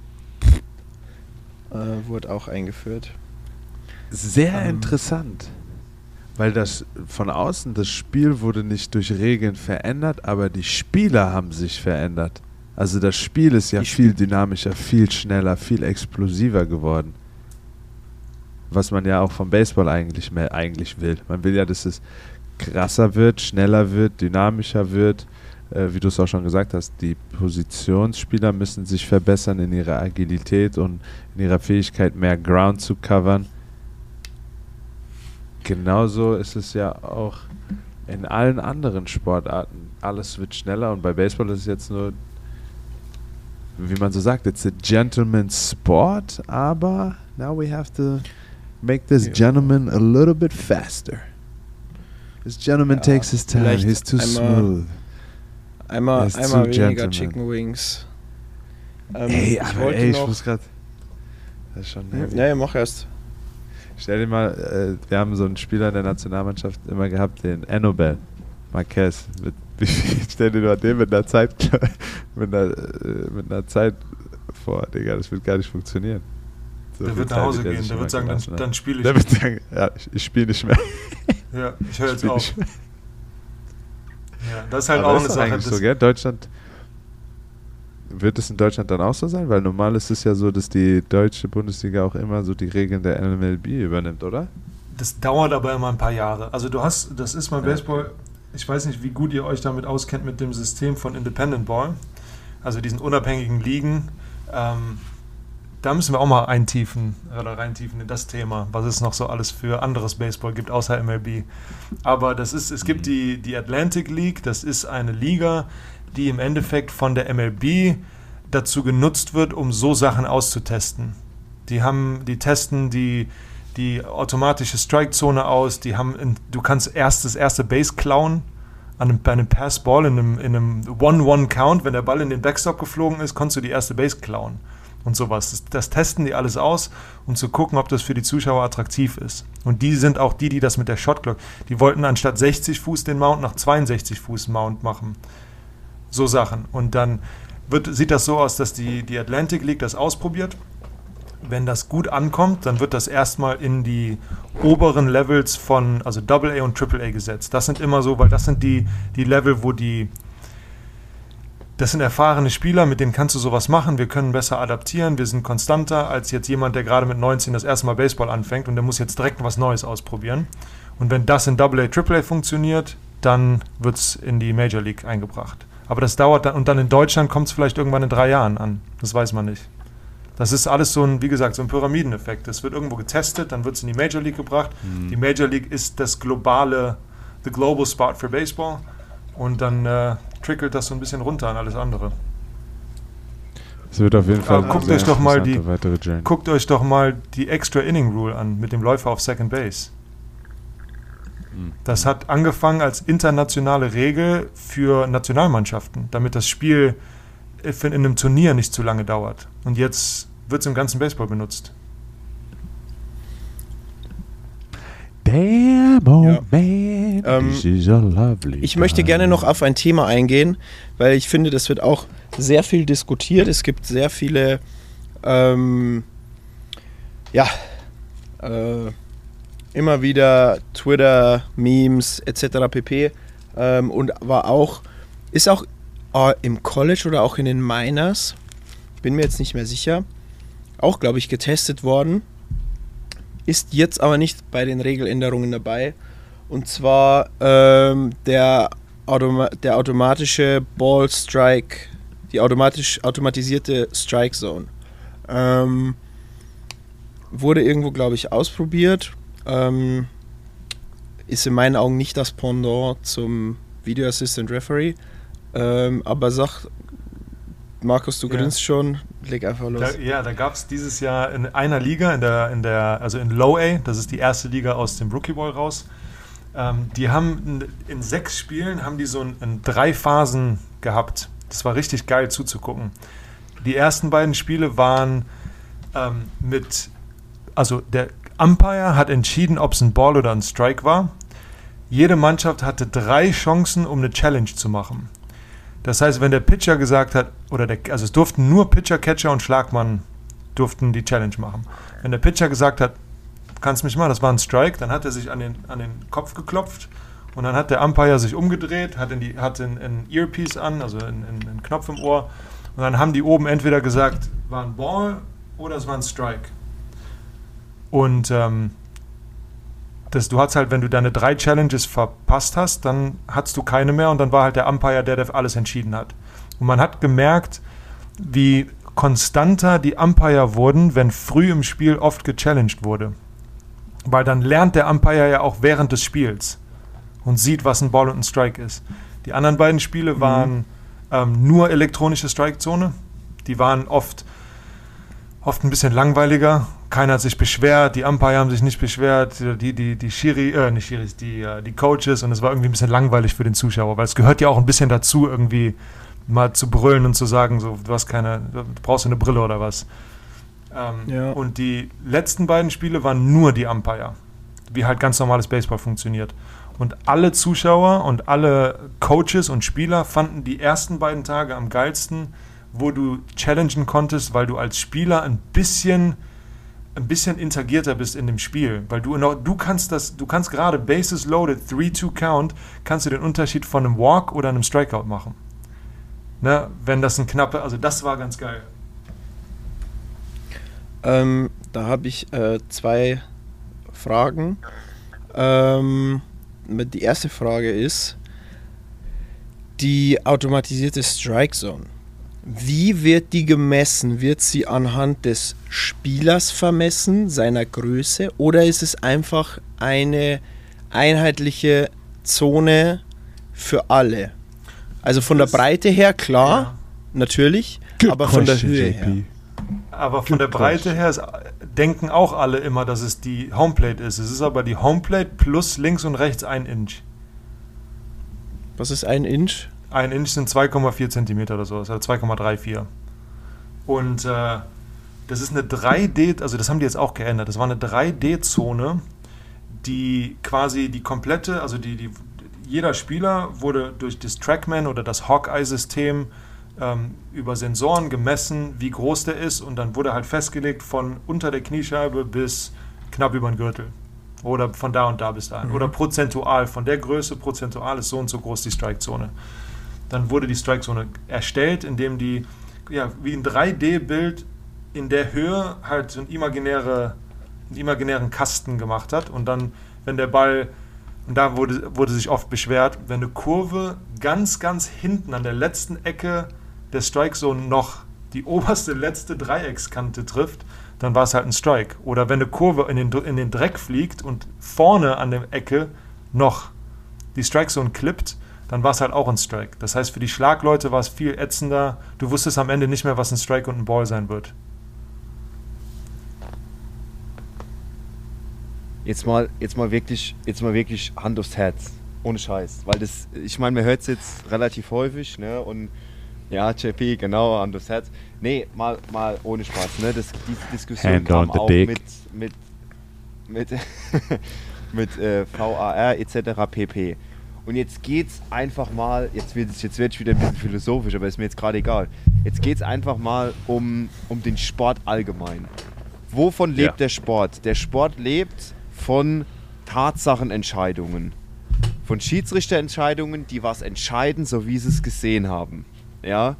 äh, wurde auch eingeführt. Sehr Ähm. interessant. Weil das von außen, das Spiel wurde nicht durch Regeln verändert, aber die Spieler haben sich verändert. Also das Spiel ist ja Die viel dynamischer, viel schneller, viel explosiver geworden. Was man ja auch vom Baseball eigentlich mehr eigentlich will. Man will ja, dass es krasser wird, schneller wird, dynamischer wird. Äh, wie du es auch schon gesagt hast, die Positionsspieler müssen sich verbessern in ihrer Agilität und in ihrer Fähigkeit, mehr Ground zu covern. Genauso ist es ja auch in allen anderen Sportarten. Alles wird schneller und bei Baseball ist es jetzt nur wie man so sagt, it's a gentleman's sport, aber now we have to make this Ja. gentleman a little bit faster. This gentleman Ja, takes his time, vielleicht he's too einmal- smooth. Einmal, Er ist einmal zu weniger Gentleman. Chicken Wings. Ähm, Ey, ich aber wollte ey, ich noch. muss grad... Das ist schon heavy. Nee, mach erst. Stell dir mal, äh, wir haben so einen Spieler in der Nationalmannschaft immer gehabt, den Annobel Marquez. Mit, wie viel, stell dir mal den mit einer Zeit, mit einer, äh, mit einer Zeit vor, Digga, das wird gar nicht funktionieren. So Der viel wird nach Zeit, Hause die der gehen, sich der immer wird sagen, gelassen dann, hat. dann spiele ich. Der wird sagen, ja, ich, ich spiele nicht mehr. Ja, ich höre Ich jetzt spiel auf. nicht mehr. Ja, das ist halt Aber auch ist eine doch Sache. eigentlich Das, so, gell? Deutschland. Wird es in Deutschland dann auch so sein? Weil normal ist es ja so, dass die deutsche Bundesliga auch immer so die Regeln der N L B übernimmt, oder? das dauert aber immer ein paar Jahre. Also du hast, das ist beim Ja. Baseball, ich weiß nicht, wie gut ihr euch damit auskennt mit dem System von Independent Ball, also diesen unabhängigen Ligen. Ähm, da müssen wir auch mal eintiefen oder reintiefen in das Thema, was es noch so alles für anderes Baseball gibt, außer M L B. Aber das ist, es gibt die, die Atlantic League, das ist eine Liga, die im Endeffekt von der M L B dazu genutzt wird, um so Sachen auszutesten. Die haben, die testen die, die automatische Strike-Zone aus, die haben, in, du kannst erst das erste Base klauen an einem, bei einem Pass-Ball in einem, in einem one-one-Count, wenn der Ball in den Backstop geflogen ist, konntest du die erste Base klauen und sowas. Das, das testen die alles aus, um zu gucken, ob das für die Zuschauer attraktiv ist. Und die sind auch die, die das mit der Shotclock, die wollten anstatt sechzig Fuß den Mount nach zweiundsechzig Fuß Mount machen. So Sachen. Und dann wird, sieht das so aus, dass die, die Atlantic League das ausprobiert. Wenn das gut ankommt, dann wird das erstmal in die oberen Levels von, also Double A und Triple A gesetzt. Das sind immer so, weil das sind die, die Level, wo die, das sind erfahrene Spieler, mit denen kannst du sowas machen, wir können besser adaptieren, wir sind konstanter als jetzt jemand, der gerade mit neunzehn das erste Mal Baseball anfängt und der muss jetzt direkt was Neues ausprobieren. Und wenn das in Double A, Triple A funktioniert, dann wird es in die Major League eingebracht. Aber das dauert dann, und dann in Deutschland kommt es vielleicht irgendwann in drei Jahren an. Das weiß man nicht. Das ist alles so ein, wie gesagt, so ein Pyramideneffekt. Das wird irgendwo getestet, dann wird es in die Major League gebracht. Mhm. Die Major League ist das globale, the global spot für Baseball. Und dann äh, trickelt das so ein bisschen runter an alles andere. Es wird auf jeden Fall Aber eine guckt sehr euch doch mal interessante die- weitere Journey. Guckt euch doch mal die Extra Inning Rule an mit dem Läufer auf Second Base. Mhm. Das hat angefangen als internationale Regel für Nationalmannschaften, damit das Spiel in einem Turnier nicht zu lange dauert. Und jetzt wird es im ganzen Baseball benutzt. Damn, oh Ja. man, Ähm, this is a lovely Ich möchte time. gerne noch auf ein Thema eingehen, weil ich finde, das wird auch sehr viel diskutiert. Es gibt sehr viele, ähm, ja, äh, immer wieder Twitter, Memes et cetera pp. Ähm, und war auch, ist auch äh, im College oder auch in den Minors, bin mir jetzt nicht mehr sicher, auch, glaube ich, getestet worden. Ist jetzt aber nicht bei den Regeländerungen dabei. Und zwar ähm, der, Automa der automatische Ball Strike, die automatisch automatisierte Strike Zone. Ähm, wurde irgendwo, glaube ich, ausprobiert. Ähm, ist in meinen Augen nicht das Pendant zum Video Assistant Referee. Ähm, aber sag, Markus, du Ja. grinst schon, leg einfach los. Da, ja, da gab es dieses Jahr in einer Liga, in der, in der, also in Low A, das ist die erste Liga aus dem Rookie Ball raus. Ähm, die haben in, in sechs Spielen haben die so in, in drei Phasen gehabt. Das war richtig geil zuzugucken. Die ersten beiden Spiele waren ähm, mit, also der Umpire hat entschieden, ob es ein Ball oder ein Strike war. Jede Mannschaft hatte drei Chancen, um eine Challenge zu machen. Das heißt, wenn der Pitcher gesagt hat, oder der, also es durften nur Pitcher, Catcher und Schlagmann durften die Challenge machen. Wenn der Pitcher gesagt hat, kannst mich mal, das war ein Strike, dann hat er sich an den, an den Kopf geklopft und dann hat der Umpire sich umgedreht, hat einen hat in, in Earpiece an, also einen Knopf im Ohr und dann haben die oben entweder gesagt, war ein Ball oder es war ein Strike. Und ähm, das, du hast halt, wenn du deine drei Challenges verpasst hast, dann hattest du keine mehr und dann war halt der Umpire der, der alles entschieden hat. Und man hat gemerkt, wie konstanter die Umpire wurden, wenn früh im Spiel oft gechallenged wurde. Weil dann lernt der Umpire ja auch während des Spiels und sieht, was ein Ball und ein Strike ist. Die anderen beiden Spiele waren ähm, nur elektronische Strikezone. Die waren oft, oft ein bisschen langweiliger. Keiner hat sich beschwert, die Umpire haben sich nicht beschwert, die, die, die Schiri, äh, nicht Schiris, die, die Coaches, und es war irgendwie ein bisschen langweilig für den Zuschauer, weil es gehört ja auch ein bisschen dazu, irgendwie mal zu brüllen und zu sagen, so, du hast keine, du brauchst eine Brille oder was. Ähm, Ja. Und die letzten beiden Spiele waren nur die Umpire, wie halt ganz normales Baseball funktioniert. Und alle Zuschauer und alle Coaches und Spieler fanden die ersten beiden Tage am geilsten, wo du challengen konntest, weil du als Spieler ein bisschen ein bisschen integrierter bist in dem Spiel, weil du noch, du kannst das, du kannst gerade Bases loaded, three two count, kannst du den Unterschied von einem Walk oder einem Strikeout machen. Ne, wenn das ein knappe, also das war ganz geil. Ähm, da habe ich äh, zwei Fragen. Ähm, die erste Frage ist die automatisierte Strike Zone. Wie wird die gemessen? Wird sie anhand des Spielers vermessen, seiner Größe, oder ist es einfach eine einheitliche Zone für alle? Also von der Breite her, klar, Ja. natürlich, Good aber von der question, Höhe J P. her. Aber von der Breite her ist, denken auch alle immer, dass es die Homeplate ist. Es ist aber die Homeplate plus links und rechts ein Inch. Was ist ein Inch? Ein Inch sind zwei Komma vier Zentimeter oder so, also zwei Komma vierunddreißig. Und äh, das ist eine drei D, also das haben die jetzt auch geändert, das war eine drei D-Zone, die quasi die komplette, also die, die, jeder Spieler wurde durch das Trackman oder das Hawkeye-System ähm, über Sensoren gemessen, wie groß der ist, und dann wurde halt festgelegt von unter der Kniescheibe bis knapp über den Gürtel. Oder von da und da bis dahin. Mhm. Oder prozentual, von der Größe prozentual ist so und so groß die Strike-Zone. Dann wurde die Strike-Zone erstellt, indem die, ja, wie ein drei D-Bild in der Höhe halt so einen, imaginäre, einen imaginären Kasten gemacht hat. Und dann, wenn der Ball, und da wurde, wurde sich oft beschwert, wenn eine Kurve ganz, ganz hinten an der letzten Ecke der Strike-Zone noch die oberste, letzte Dreieckskante trifft, dann war es halt ein Strike. Oder wenn eine Kurve in den, in den Dreck fliegt und vorne an der Ecke noch die Strike-Zone klippt, dann war es halt auch ein Strike. Das heißt, für die Schlagleute war es viel ätzender. Du wusstest am Ende nicht mehr, was ein Strike und ein Ball sein wird. Jetzt mal, jetzt mal wirklich, jetzt mal wirklich Hand aufs Herz. Ohne Scheiß. Weil das, ich meine, man hört es jetzt relativ häufig, ne? Und ja, J P, genau, Hand aufs Herz. Nee, mal, mal ohne Spaß, ne? Das, diese Diskussion Hand kam on the auch dick. mit, mit, mit, mit äh, V A R et cetera pp. Und jetzt geht's einfach mal, jetzt wird jetzt werd ich wieder ein bisschen philosophisch, aber ist mir jetzt gerade egal. Jetzt geht's einfach mal um, um den Sport allgemein. Wovon lebt Ja. der Sport? Der Sport lebt von Tatsachenentscheidungen. Von Schiedsrichterentscheidungen, die was entscheiden, so wie sie es gesehen haben. Ja.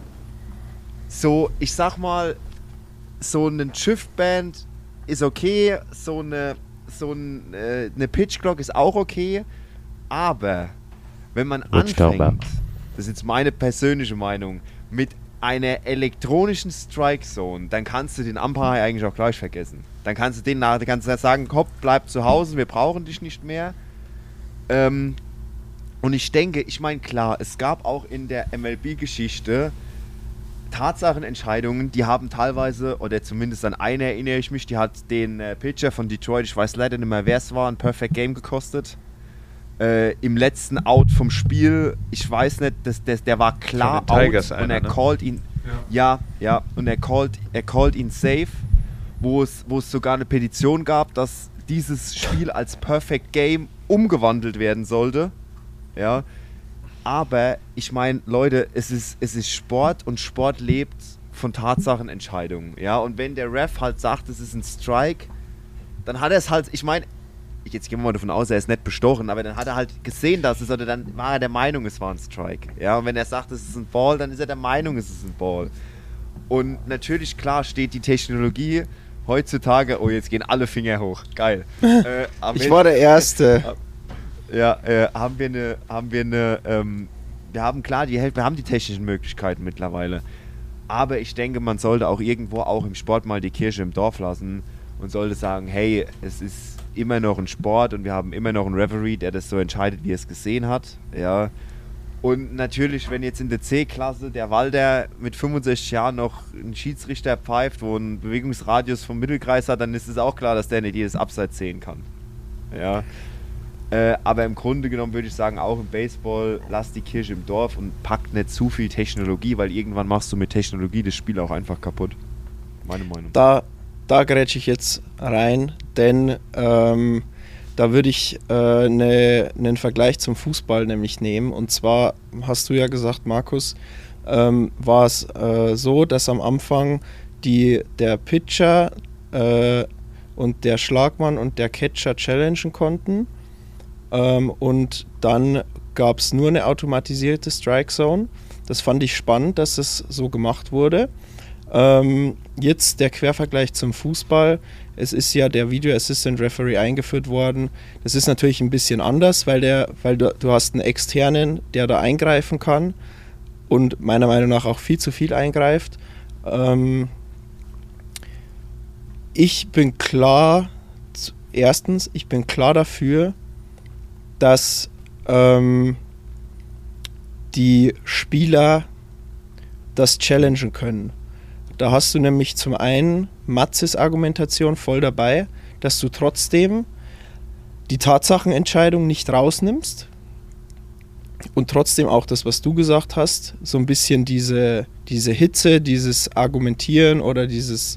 So, ich sag mal, so ein Shift-Band ist okay, so eine, so ein, äh, eine Pitch-Clock ist auch okay, aber wenn man Rutschkörper. anfängt, das ist jetzt meine persönliche Meinung, mit einer elektronischen Strike Zone, dann kannst du den Umpire eigentlich auch gleich vergessen. Dann kannst du den nach, dann kannst du sagen, Kopf, bleib zu Hause, wir brauchen dich nicht mehr. Ähm, und ich denke, ich meine, klar, es gab auch in der M L B-Geschichte Tatsachenentscheidungen, die haben teilweise, oder zumindest an eine erinnere ich mich, die hat den äh, Pitcher von Detroit, ich weiß leider nicht mehr, wer es war, ein Perfect Game gekostet. Äh, Im letzten Out vom Spiel, ich weiß nicht, das, das, der war klar Von den Tigers out und einer, er ne? called ihn, ja, ja, und er called, er called ihn safe, wo es, wo es sogar eine Petition gab, dass dieses Spiel als Perfect Game umgewandelt werden sollte, ja. Aber ich meine, Leute, es ist, es ist Sport und Sport lebt von Tatsachenentscheidungen. Ja? Und wenn der Ref halt sagt, es ist ein Strike, dann hat er es halt, ich meine, jetzt gehen wir mal davon aus, er ist nicht bestochen, aber dann hat er halt gesehen, dass es, oder dann war er der Meinung, es war ein Strike. Ja? Und wenn er sagt, es ist ein Ball, dann ist er der Meinung, es ist ein Ball. Und natürlich, klar, steht die Technologie heutzutage, oh, jetzt gehen alle Finger hoch, geil. äh, am Ich Ende- war der Erste. Ja, äh, haben wir eine, haben wir eine, ähm, wir haben klar, die, wir haben die technischen Möglichkeiten mittlerweile. Aber ich denke, man sollte auch irgendwo auch im Sport mal die Kirche im Dorf lassen und sollte sagen, hey, es ist immer noch ein Sport und wir haben immer noch einen Referee, der das so entscheidet, wie er es gesehen hat. Ja. Und natürlich, wenn jetzt in der C-Klasse der Walder mit fünfundsechzig Jahren noch einen Schiedsrichter pfeift, wo ein Bewegungsradius vom Mittelkreis hat, dann ist es auch klar, dass der nicht jedes Abseits sehen kann. Ja. Äh, aber im Grunde genommen würde ich sagen, auch im Baseball, lasst die Kirche im Dorf und packt nicht zu viel Technologie, weil irgendwann machst du mit Technologie das Spiel auch einfach kaputt. Meine Meinung. Da, da grätsche ich jetzt rein, denn ähm, da würde ich äh, ne, einen Vergleich zum Fußball nämlich nehmen. Und zwar hast du ja gesagt, Markus, ähm, war es äh, so, dass am Anfang die, der Pitcher äh, und der Schlagmann und der Catcher challengen konnten. Ähm, und dann gab es nur eine automatisierte Strike Zone. Das fand ich spannend, dass es so gemacht wurde. Ähm, jetzt der Quervergleich zum Fußball. Es ist ja der Video Assistant Referee eingeführt worden. Das ist natürlich ein bisschen anders, weil, der, weil du, du hast einen externen, der da eingreifen kann und meiner Meinung nach auch viel zu viel eingreift. Ähm, ich bin klar, erstens, ich bin klar dafür, dass ähm, die Spieler das challengen können. Da hast du nämlich zum einen Matzes Argumentation voll dabei, dass du trotzdem die Tatsachenentscheidung nicht rausnimmst und trotzdem auch das, was du gesagt hast, so ein bisschen diese, diese Hitze, dieses Argumentieren oder dieses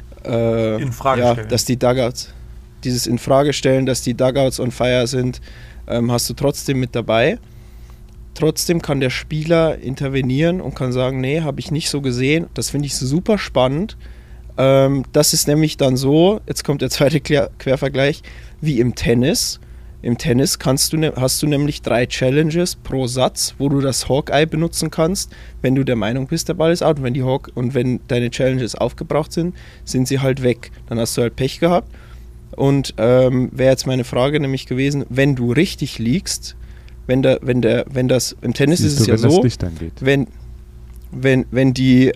äh, Infragestellen. Ja, dass die Dugouts, dieses Infragestellen, dass die Dugouts on fire sind, ähm, hast du trotzdem mit dabei. Trotzdem kann der Spieler intervenieren und kann sagen, nee, habe ich nicht so gesehen. Das finde ich super spannend. Ähm, das ist nämlich dann so, jetzt kommt der zweite Quer- Quervergleich, wie im Tennis. Im Tennis kannst du ne- hast du nämlich drei Challenges pro Satz, wo du das Hawkeye benutzen kannst, wenn du der Meinung bist, der Ball ist out. Und wenn, die Hawk- und wenn deine Challenges aufgebraucht sind, sind sie halt weg. Dann hast du halt Pech gehabt. Und ähm, wäre jetzt meine Frage nämlich gewesen, wenn du richtig liegst, Wenn, der, wenn, der, wenn das, im Tennis Siehst ist es du, ja wenn das so, Licht angeht. wenn, wenn, wenn, die,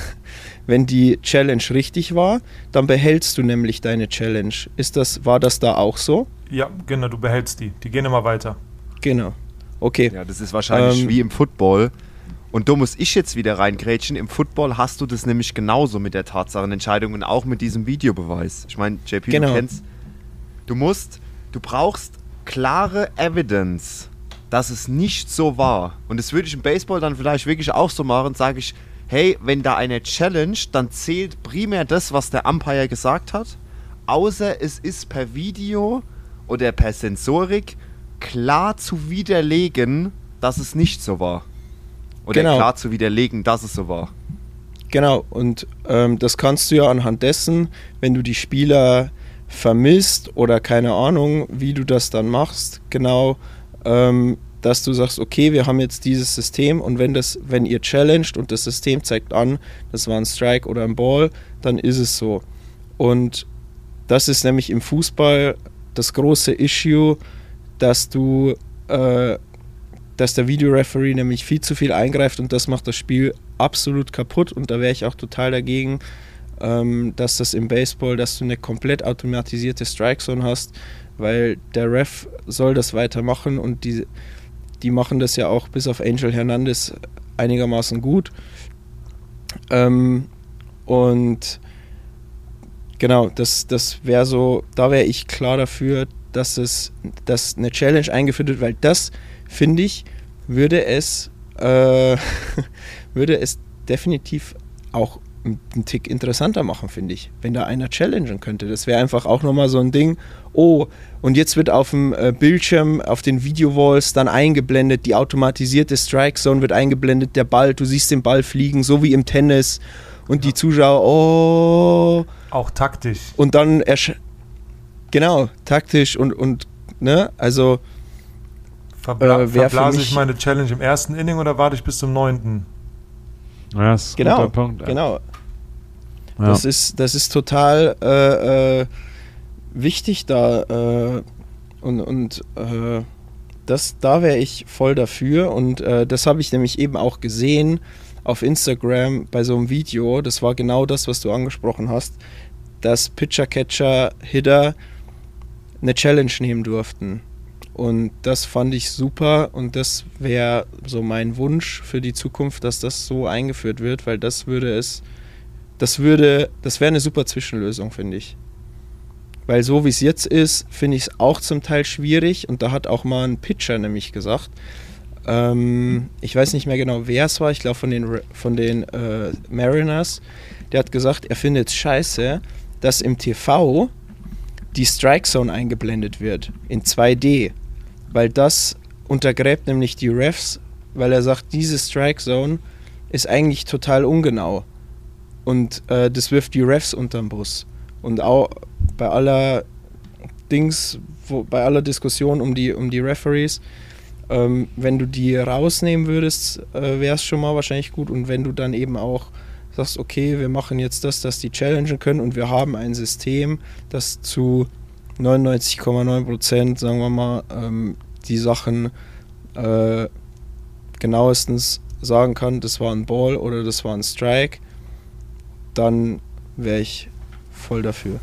wenn die Challenge richtig war, dann behältst du nämlich deine Challenge. Ist das, war das da auch so? Ja, genau, du behältst die. Die gehen immer weiter. Genau. Okay. Ja, das ist wahrscheinlich Ähm, wie im Football. Und da muss ich jetzt wieder reingrätschen. Im Football hast du das nämlich genauso mit der Tatsachenentscheidung und auch mit diesem Videobeweis. Ich meine, J P, Genau. du kennst, du musst, du brauchst klare Evidence, dass es nicht so war. Und das würde ich im Baseball dann vielleicht wirklich auch so machen, sage ich, hey, wenn da eine Challenge, dann zählt primär das, was der Umpire gesagt hat, außer es ist per Video oder per Sensorik klar zu widerlegen, dass es nicht so war. Oder Genau. klar zu widerlegen, dass es so war. Genau, und ähm, das kannst du ja anhand dessen, wenn du die Spieler vermisst oder keine Ahnung, wie du das dann machst, genau, ähm, dass du sagst, okay, wir haben jetzt dieses System und wenn das, wenn ihr challenged und das System zeigt an, das war ein Strike oder ein Ball, dann ist es so. Und das ist nämlich im Fußball das große Issue, dass du, äh, dass der Videoreferee nämlich viel zu viel eingreift und das macht das Spiel absolut kaputt und da wäre ich auch total dagegen, ähm, dass das im Baseball, dass du eine komplett automatisierte Strikezone hast, weil der Ref soll das weitermachen und die, die machen das ja auch bis auf Angel Hernandez einigermaßen gut. Ähm, und genau, das, das wäre so, da wäre ich klar dafür, dass es, dass eine Challenge eingeführt wird, weil das, finde ich, würde es, äh, würde es definitiv auch einen Tick interessanter machen, finde ich, wenn da einer challengen könnte. Das wäre einfach auch nochmal so ein Ding, oh, und jetzt wird auf dem äh, Bildschirm, auf den Video-Walls dann eingeblendet, die automatisierte Strike-Zone wird eingeblendet, der Ball, du siehst den Ball fliegen, so wie im Tennis und Ja. die Zuschauer, oh, Auch taktisch. und dann, ersch- genau, taktisch und, und ne, also Verbla äh, wär für verblase mich- ich meine Challenge im ersten Inning oder warte ich bis zum neunten? Ja, das ist ein genau, guter Punkt. ja. genau, Ja. Das ist, das ist total äh, äh, wichtig da äh, und, und äh, das, da wäre ich voll dafür und äh, das habe ich nämlich eben auch gesehen auf Instagram bei so einem Video, das war genau das, was du angesprochen hast, dass Pitcher, Catcher, Hitter eine Challenge nehmen durften Und das fand ich super und das wäre so mein Wunsch für die Zukunft, dass das so eingeführt wird, weil das würde es, das würde, das wäre eine super Zwischenlösung, finde ich. Weil so wie es jetzt ist, finde ich es auch zum Teil schwierig und da hat auch mal ein Pitcher nämlich gesagt, ähm, ich weiß nicht mehr genau, wer es war, ich glaube von den, von den äh, Mariners, der hat gesagt, er findet es scheiße, dass im T V die Strike Zone eingeblendet wird in zwei D, weil das untergräbt nämlich die Refs, weil er sagt, diese Strike Zone ist eigentlich total ungenau und äh, das wirft die Refs unterm Bus. Und auch bei aller Dings, wo, bei aller Diskussion um die, um die Referees, ähm, wenn du die rausnehmen würdest, äh, wäre es schon mal wahrscheinlich gut. Und wenn du dann eben auch sagst, okay, wir machen jetzt das, dass die challengen können und wir haben ein System, das zu neunundneunzig Komma neun Prozent, sagen wir mal, ähm, die Sachen äh, genauestens sagen kann, das war ein Ball oder das war ein Strike, dann wäre ich voll dafür.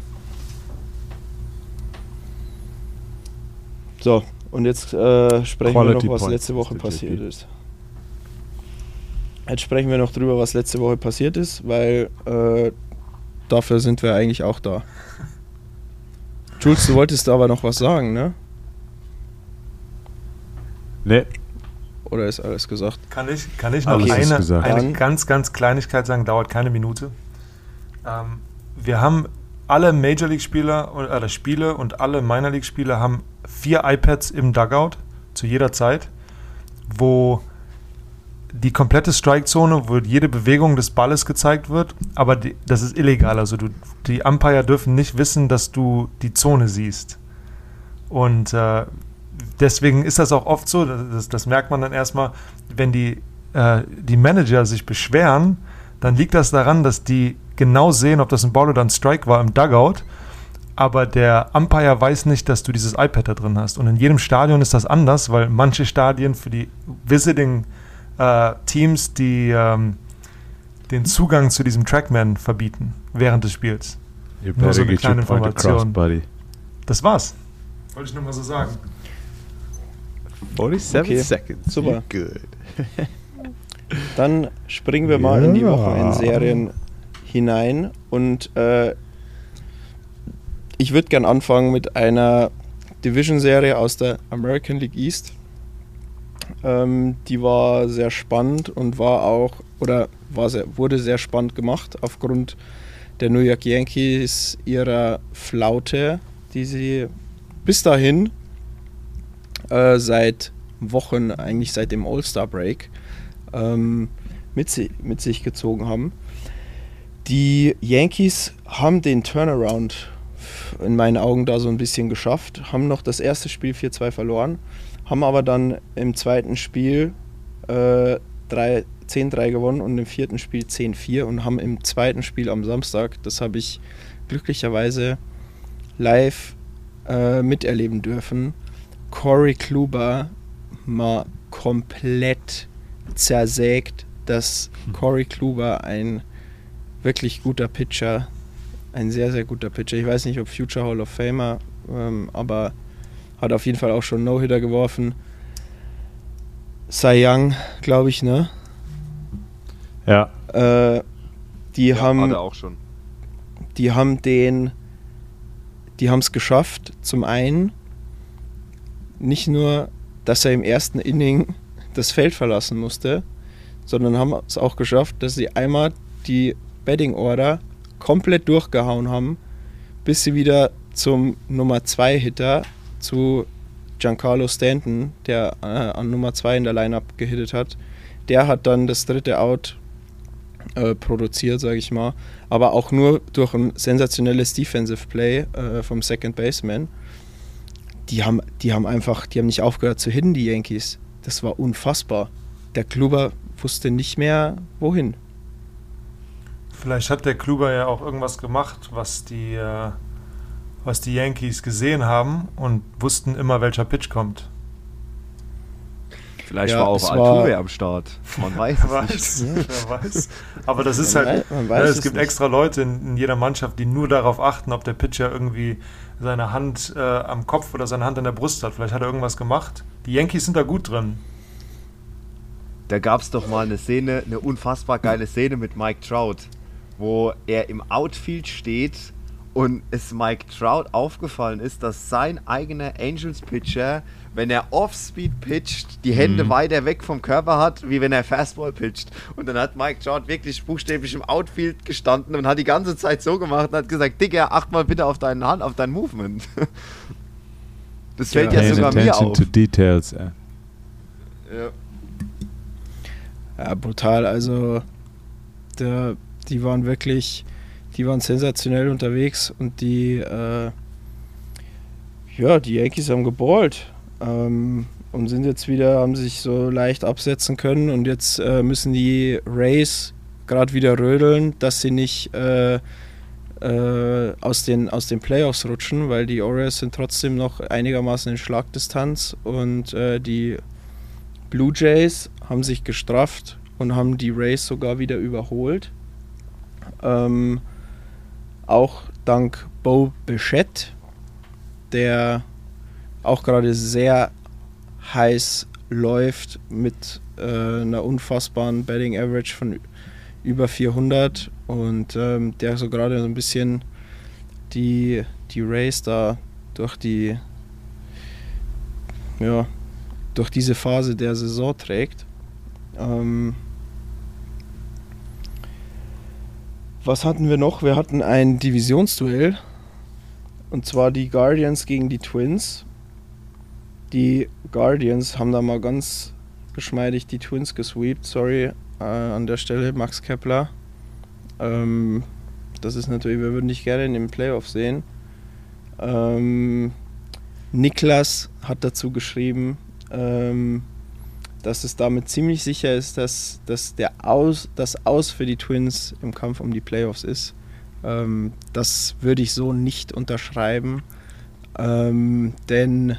So, und jetzt äh, sprechen Quality wir noch, was points, letzte Woche Mister passiert J P. ist. Jetzt sprechen wir noch drüber, was letzte Woche passiert ist, weil äh, dafür sind wir eigentlich auch da. Jules, du wolltest aber noch was sagen, ne? Nee, Oder ist alles gesagt? Kann ich, kann ich noch Alles ist eine, gesagt. eine Dann- ganz, ganz Kleinigkeit sagen, dauert keine Minute. Ähm, wir haben alle Major League-Spieler oder Spiele und alle Minor League-Spieler haben vier iPads im Dugout zu jeder Zeit, wo die komplette Strike-Zone, wo jede Bewegung des Balles gezeigt wird, aber die, das ist illegal. Also du, die Umpire dürfen nicht wissen, dass du die Zone siehst. Und äh, deswegen ist das auch oft so, das, das merkt man dann erstmal, wenn die, äh, die Manager sich beschweren, dann liegt das daran, dass die genau sehen, ob das ein Ball oder ein Strike war im Dugout, aber der Umpire weiß nicht, dass du dieses iPad da drin hast. Und in jedem Stadion ist das anders, weil manche Stadien für die Visiting äh, Teams die ähm, den Zugang zu diesem Trackman verbieten während des Spiels. you Nur so better eine get your kleine point across, Information. buddy. Das war's. Wollte ich nur mal so sagen. forty-seven Okay, seconds. super. You're good. Dann springen wir mal in die Ja. Wochenendserien hinein und äh, ich würde gern anfangen mit einer Division-Serie aus der American League East. Ähm, die war sehr spannend und war auch, oder war sehr, wurde sehr spannend gemacht aufgrund der New York Yankees, ihrer Flaute, die sie bis dahin äh, seit Wochen, eigentlich seit dem All-Star-Break, ähm, mit, si- mit sich gezogen haben. Die Yankees haben den Turnaround in meinen Augen da so ein bisschen geschafft, haben noch das erste Spiel vier zwei verloren, haben aber dann im zweiten Spiel äh, zehn drei gewonnen und im vierten Spiel zehn vier und haben im zweiten Spiel am Samstag, das habe ich glücklicherweise live äh, miterleben dürfen, Corey Kluber mal komplett zersägt, dass Corey Kluber ein wirklich guter Pitcher, ein sehr, sehr guter Pitcher. Ich weiß nicht, ob Future Hall of Famer, ähm, aber hat auf jeden Fall auch schon No-Hitter geworfen. Cy Young, glaube ich, ne? Ja, Äh, die Ja, haben hat er auch schon. die haben den, die haben es geschafft, zum einen nicht nur, dass er im ersten Inning das Feld verlassen musste, sondern haben es auch geschafft, dass sie einmal die Batting Order komplett durchgehauen haben, bis sie wieder zum Nummer zwei Hitter, zu Giancarlo Stanton, der äh, an Nummer zwei in der Lineup gehittet hat. Der hat dann das dritte Out äh, produziert, sage ich mal, aber auch nur durch ein sensationelles Defensive Play äh, vom Second Baseman. Die haben, die haben einfach, die haben nicht aufgehört zu hitten, die Yankees. Das war unfassbar. Der Kluber wusste nicht mehr, wohin. Vielleicht hat der Kluber ja auch irgendwas gemacht, was die, äh, was die Yankees gesehen haben und wussten immer, welcher Pitch kommt. Vielleicht Ja, war auch es Altuve war- am Start. Man weiß Wer es nicht. weiß, wer weiß. Aber das ist Man halt, wei- man ja, weiß es es gibt nicht. extra Leute in, in jeder Mannschaft, die nur darauf achten, ob der Pitcher irgendwie seine Hand äh, am Kopf oder seine Hand an der Brust hat. Vielleicht hat er irgendwas gemacht. Die Yankees sind da gut drin. Da gab es doch mal eine Szene, eine unfassbar geile Szene mit Mike Trout, wo er im Outfield steht und es Mike Trout aufgefallen ist, dass sein eigener Angels-Pitcher, wenn er Off-Speed pitcht, die Hände Mhm. weiter weg vom Körper hat, wie wenn er Fastball pitcht. Und dann hat Mike Trout wirklich buchstäblich im Outfield gestanden und hat die ganze Zeit so gemacht und hat gesagt, Digga, acht mal bitte auf deine Hand, auf dein Movement. Das fällt ja, Ja, Paying sogar mir attention auf. to details. Äh. Ja. Ja, brutal. Also, der, die waren wirklich, die waren sensationell unterwegs und die, äh, ja, die Yankees haben geballt ähm, und sind jetzt wieder, haben sich so leicht absetzen können und jetzt äh, müssen die Rays gerade wieder rödeln, dass sie nicht äh, äh, aus, den, aus den Playoffs rutschen, weil die Orioles sind trotzdem noch einigermaßen in Schlagdistanz und äh, die Blue Jays haben sich gestrafft und haben die Rays sogar wieder überholt. Ähm, auch dank Bo Bichette, der auch gerade sehr heiß läuft mit äh, einer unfassbaren Batting Average von über vierhundert und ähm, der so gerade so ein bisschen die, die Rays da durch die ja, durch diese Phase der Saison trägt. Ähm, was hatten wir noch? Wir hatten ein Divisionsduell und zwar die Guardians gegen die Twins. Die Guardians haben da mal ganz geschmeidig die Twins gesweept. Sorry äh, an der Stelle, Max Kepler. Ähm, das ist natürlich, wir würden dich gerne in den Playoffs sehen. Ähm, Niklas hat dazu geschrieben, ähm, dass es damit ziemlich sicher ist, dass, dass der Aus, das Aus für die Twins im Kampf um die Playoffs ist. Ähm, das würde ich so nicht unterschreiben, ähm, denn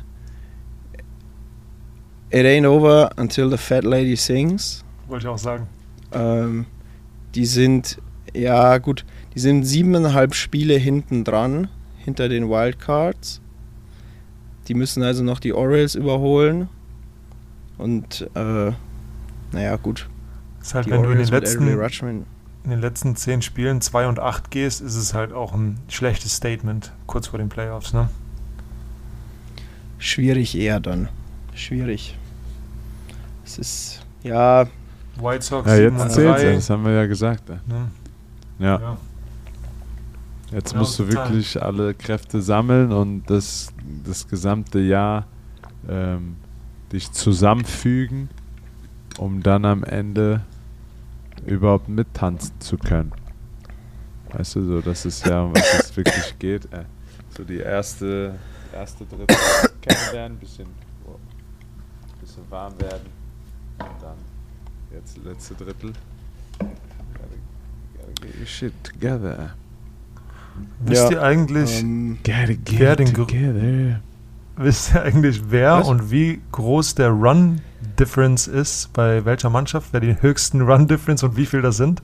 it ain't over until the fat lady sings. Wollte ich auch sagen. Ähm, die sind, ja gut, die sind siebeneinhalb Spiele hinten dran, hinter den Wildcards. Die müssen also noch die Orioles überholen. Und, äh, naja, gut. Ist halt, Die wenn Orioles du in mit den, Adley letzten, Rutschman. in den letzten zehn Spielen zwei und acht gehst, ist es halt auch ein schlechtes Statement kurz vor den Playoffs, ne? Schwierig eher dann. Schwierig. Es ist, ja, White Sox Ja, sieben jetzt und zählt's ja, drei. das haben wir ja gesagt. Äh. Ne? Ja. Ja. Jetzt Ja, musst du total. wirklich alle Kräfte sammeln und das, das gesamte Jahr ähm, dich zusammenfügen, um dann am Ende überhaupt mittanzen zu können. Weißt du, so, das ist ja, um was es wirklich geht. Äh, so die erste, erste Drittel kennenlernen, bisschen, oh, bisschen warm werden und dann jetzt letzte Drittel. Gotta, gotta get your shit together. Wisst Ja, ihr eigentlich, ähm, Gotta get Wer it den Gr- together. wisst ihr eigentlich, wer Was? und wie groß der Run Difference ist bei welcher Mannschaft? Wer die höchsten Run Difference und wie viel das sind?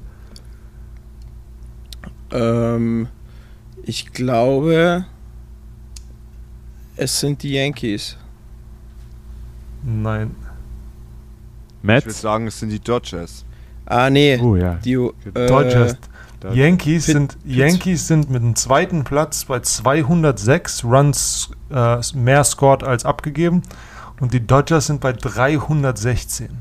ähm, ich glaube, es sind die Yankees. Nein. Ich würde Mets? sagen, es sind die Dodgers. Ah, nee. Oh ja. Die, äh, Dodgers. Dodgers. Yankees Pit- sind, Yankees sind mit dem zweiten Platz bei zweihundertsechs Runs äh, mehr scored als abgegeben und die Dodgers sind bei dreihundertsechzehn.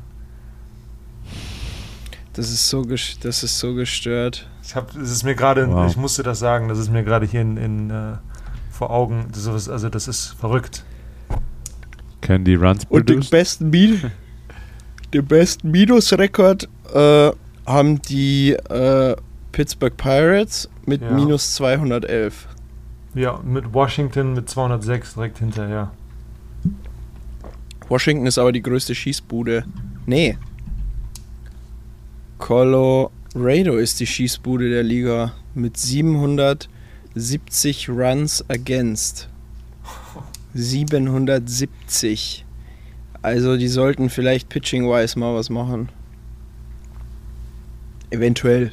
Das ist so, ges- das ist so gestört. Ich habe, es ist mir gerade, Wow. ich musste das sagen, das ist mir gerade hier in, in äh, vor Augen. Das ist, also das ist verrückt. Können die Runs Und den produce? besten, Min den besten Minusrekord äh, haben die äh, Pittsburgh Pirates mit Ja. minus zweihundertelf. Ja, mit Washington mit zweihundertsechs direkt hinterher. Washington ist aber die größte Schießbude. Nee. Colorado ist die Schießbude der Liga mit siebenhundertsiebzig Runs against. siebenhundertsiebzig. Also die sollten vielleicht pitching-wise mal was machen. Eventuell.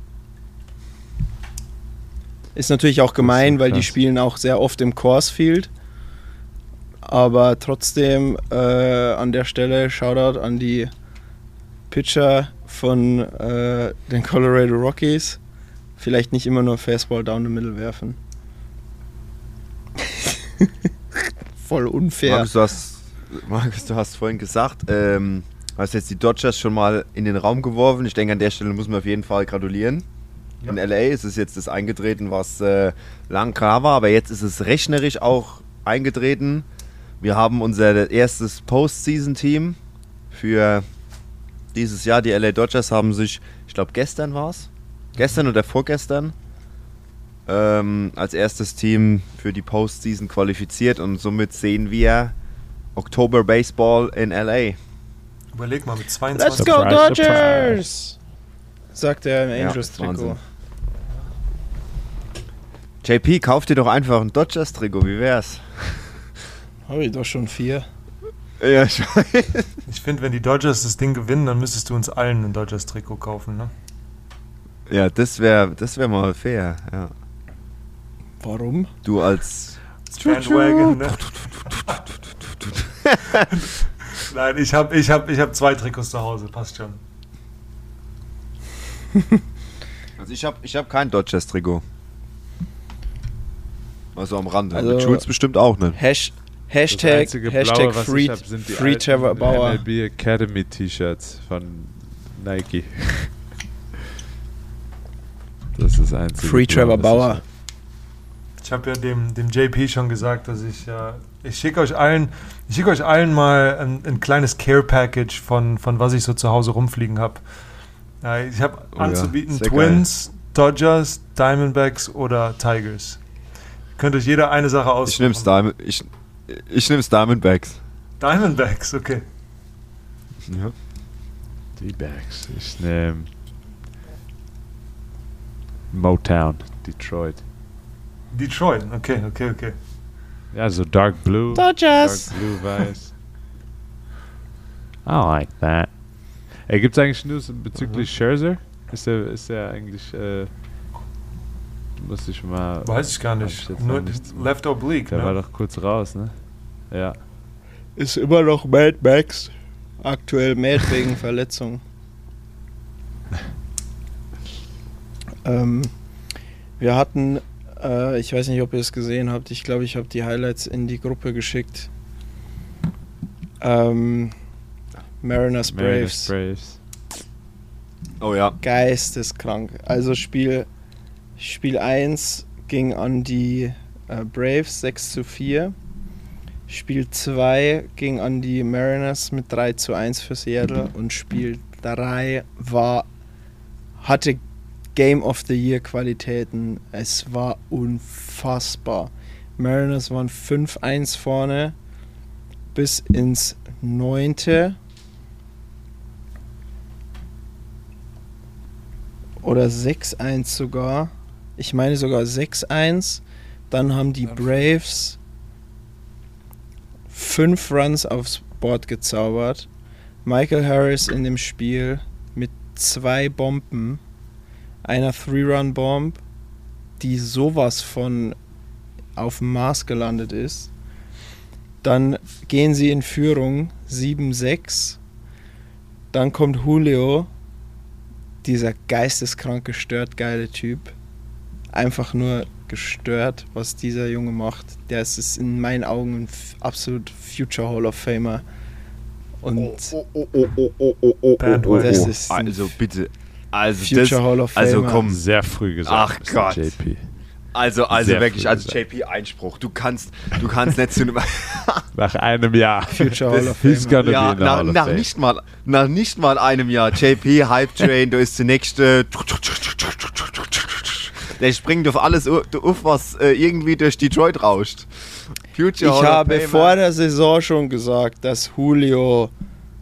Ist natürlich auch gemein, so weil die krass. spielen auch sehr oft im Coors Field. Aber trotzdem äh, an der Stelle Shoutout an die Pitcher von äh, den Colorado Rockies. Vielleicht nicht immer nur Fastball down the middle werfen. Voll unfair. Markus, du hast, Markus, du hast vorhin gesagt, ähm, hast jetzt die Dodgers schon mal in den Raum geworfen. Ich denke, an der Stelle muss man auf jeden Fall gratulieren. Ja. In L A ist es jetzt das eingetreten, was äh, lang klar war, aber jetzt ist es rechnerisch auch eingetreten. Wir haben unser erstes Postseason-Team für dieses Jahr. Die L A Dodgers haben sich, ich glaube gestern war es, gestern oder vorgestern, ähm, als erstes Team für die Postseason qualifiziert und somit sehen wir Oktober Baseball in L A. Überleg mal, mit Let's zweiundzwanzig. go Surprise, Dodgers! Sagt er im Ja, Angels-Trikot. Wahnsinn. J P, kauf dir doch einfach ein Dodgers-Trikot, wie wär's? Habe ich doch schon vier. Ja, ich Ich finde, wenn die Dodgers das Ding gewinnen, dann müsstest du uns allen ein Dodgers-Trikot kaufen, ne? ja, das wäre das wär mal fair. Ja. Warum? Du als Bandwagon, ne? Nein, ich habe ich hab, ich hab zwei Trikots zu Hause, passt schon. Also ich habe ich hab kein Dodgers-Trikot. Also am Rande. Also- Mit Schulz bestimmt auch nicht. Hash, Das Hashtag, einzige Hashtag Blaue, was Free, ich hab, sind die free alten Trevor Bauer. M L B Academy T-Shirts von Nike. Das ist das einzige Free Blaue, Trevor was Bauer. ich hab. Ich habe ja dem, dem J P schon gesagt, dass ich, äh, ich schicke euch allen, ich schicke euch allen mal ein, ein kleines Care-Package von, von was ich so zu Hause rumfliegen habe. Äh, ich habe Oh ja, anzubieten sehr Twins, Dodgers, Diamondbacks oder Tigers. Ihr könnt euch jeder eine Sache aussuchen. Ich nehm's Diamond, ich, ich nehm's Diamondbacks. Diamondbacks, okay. Ja. Die Bags. Ich nehme Motown, Detroit. Detroit, okay, okay, okay. Ja, so Dark Blue. Dodgers! Dark Blue Weiß. I like that. Ey, gibt's eigentlich News bezüglich Scherzer? Ist der, ist der eigentlich, äh, muss ich mal... Weiß ich gar Hab nicht. ich jetzt Nur noch nichts- Left Oblique, Der war ne? doch kurz raus, ne? Ja. Ist immer noch Mad Max. Aktuell Mad wegen Verletzung. ähm, wir hatten, äh, ich weiß nicht, ob ihr es gesehen habt, ich glaube, ich habe die Highlights in die Gruppe geschickt. Ähm, Mariners Mariners Braves. Braves. Oh ja. Geisteskrank. Also Spiel, Spiel eins ging an die äh, Braves sechs zu vier. Spiel zwei ging an die Mariners mit drei zu eins für Seattle. Und Spiel drei war, hatte Game of the Year Qualitäten. Es war unfassbar. Mariners waren fünf eins vorne bis ins neunte. Oder sechs eins sogar. Ich meine sogar sechs eins. Dann haben die Braves fünf Runs aufs Board gezaubert. Michael Harris in dem Spiel mit zwei Bomben. Einer Three-Run-Bomb, die sowas von auf dem Mars gelandet ist. Dann gehen sie in Führung sieben sechs. Dann kommt Julio, dieser geisteskrank gestört geile Typ. Einfach nur gestört, was dieser Junge macht. Der ist, ist in meinen Augen ein f- absolut Future Hall of Famer. Und Oh, oh, oh, oh, oh, oh, oh, Bandwagon. Das ist ein also bitte. Also Future das, Hall of also Famer. komm. Sehr früh gesagt. Ach Mister Gott. J P. Also, also Sehr wirklich, früh also gesagt. J P Einspruch. Du kannst, du kannst nicht zu einem Nach einem Jahr. Future Hall of He's Famer. gonna ja, be in the nach, Hall of nach Fame. nicht mal, nach nicht mal einem Jahr. J P Hype Train, du ist der nächste. Der springt auf alles u- auf, was äh, irgendwie durch Detroit rauscht. Future Ich Hall of habe Famer. vor der Saison schon gesagt, dass Julio.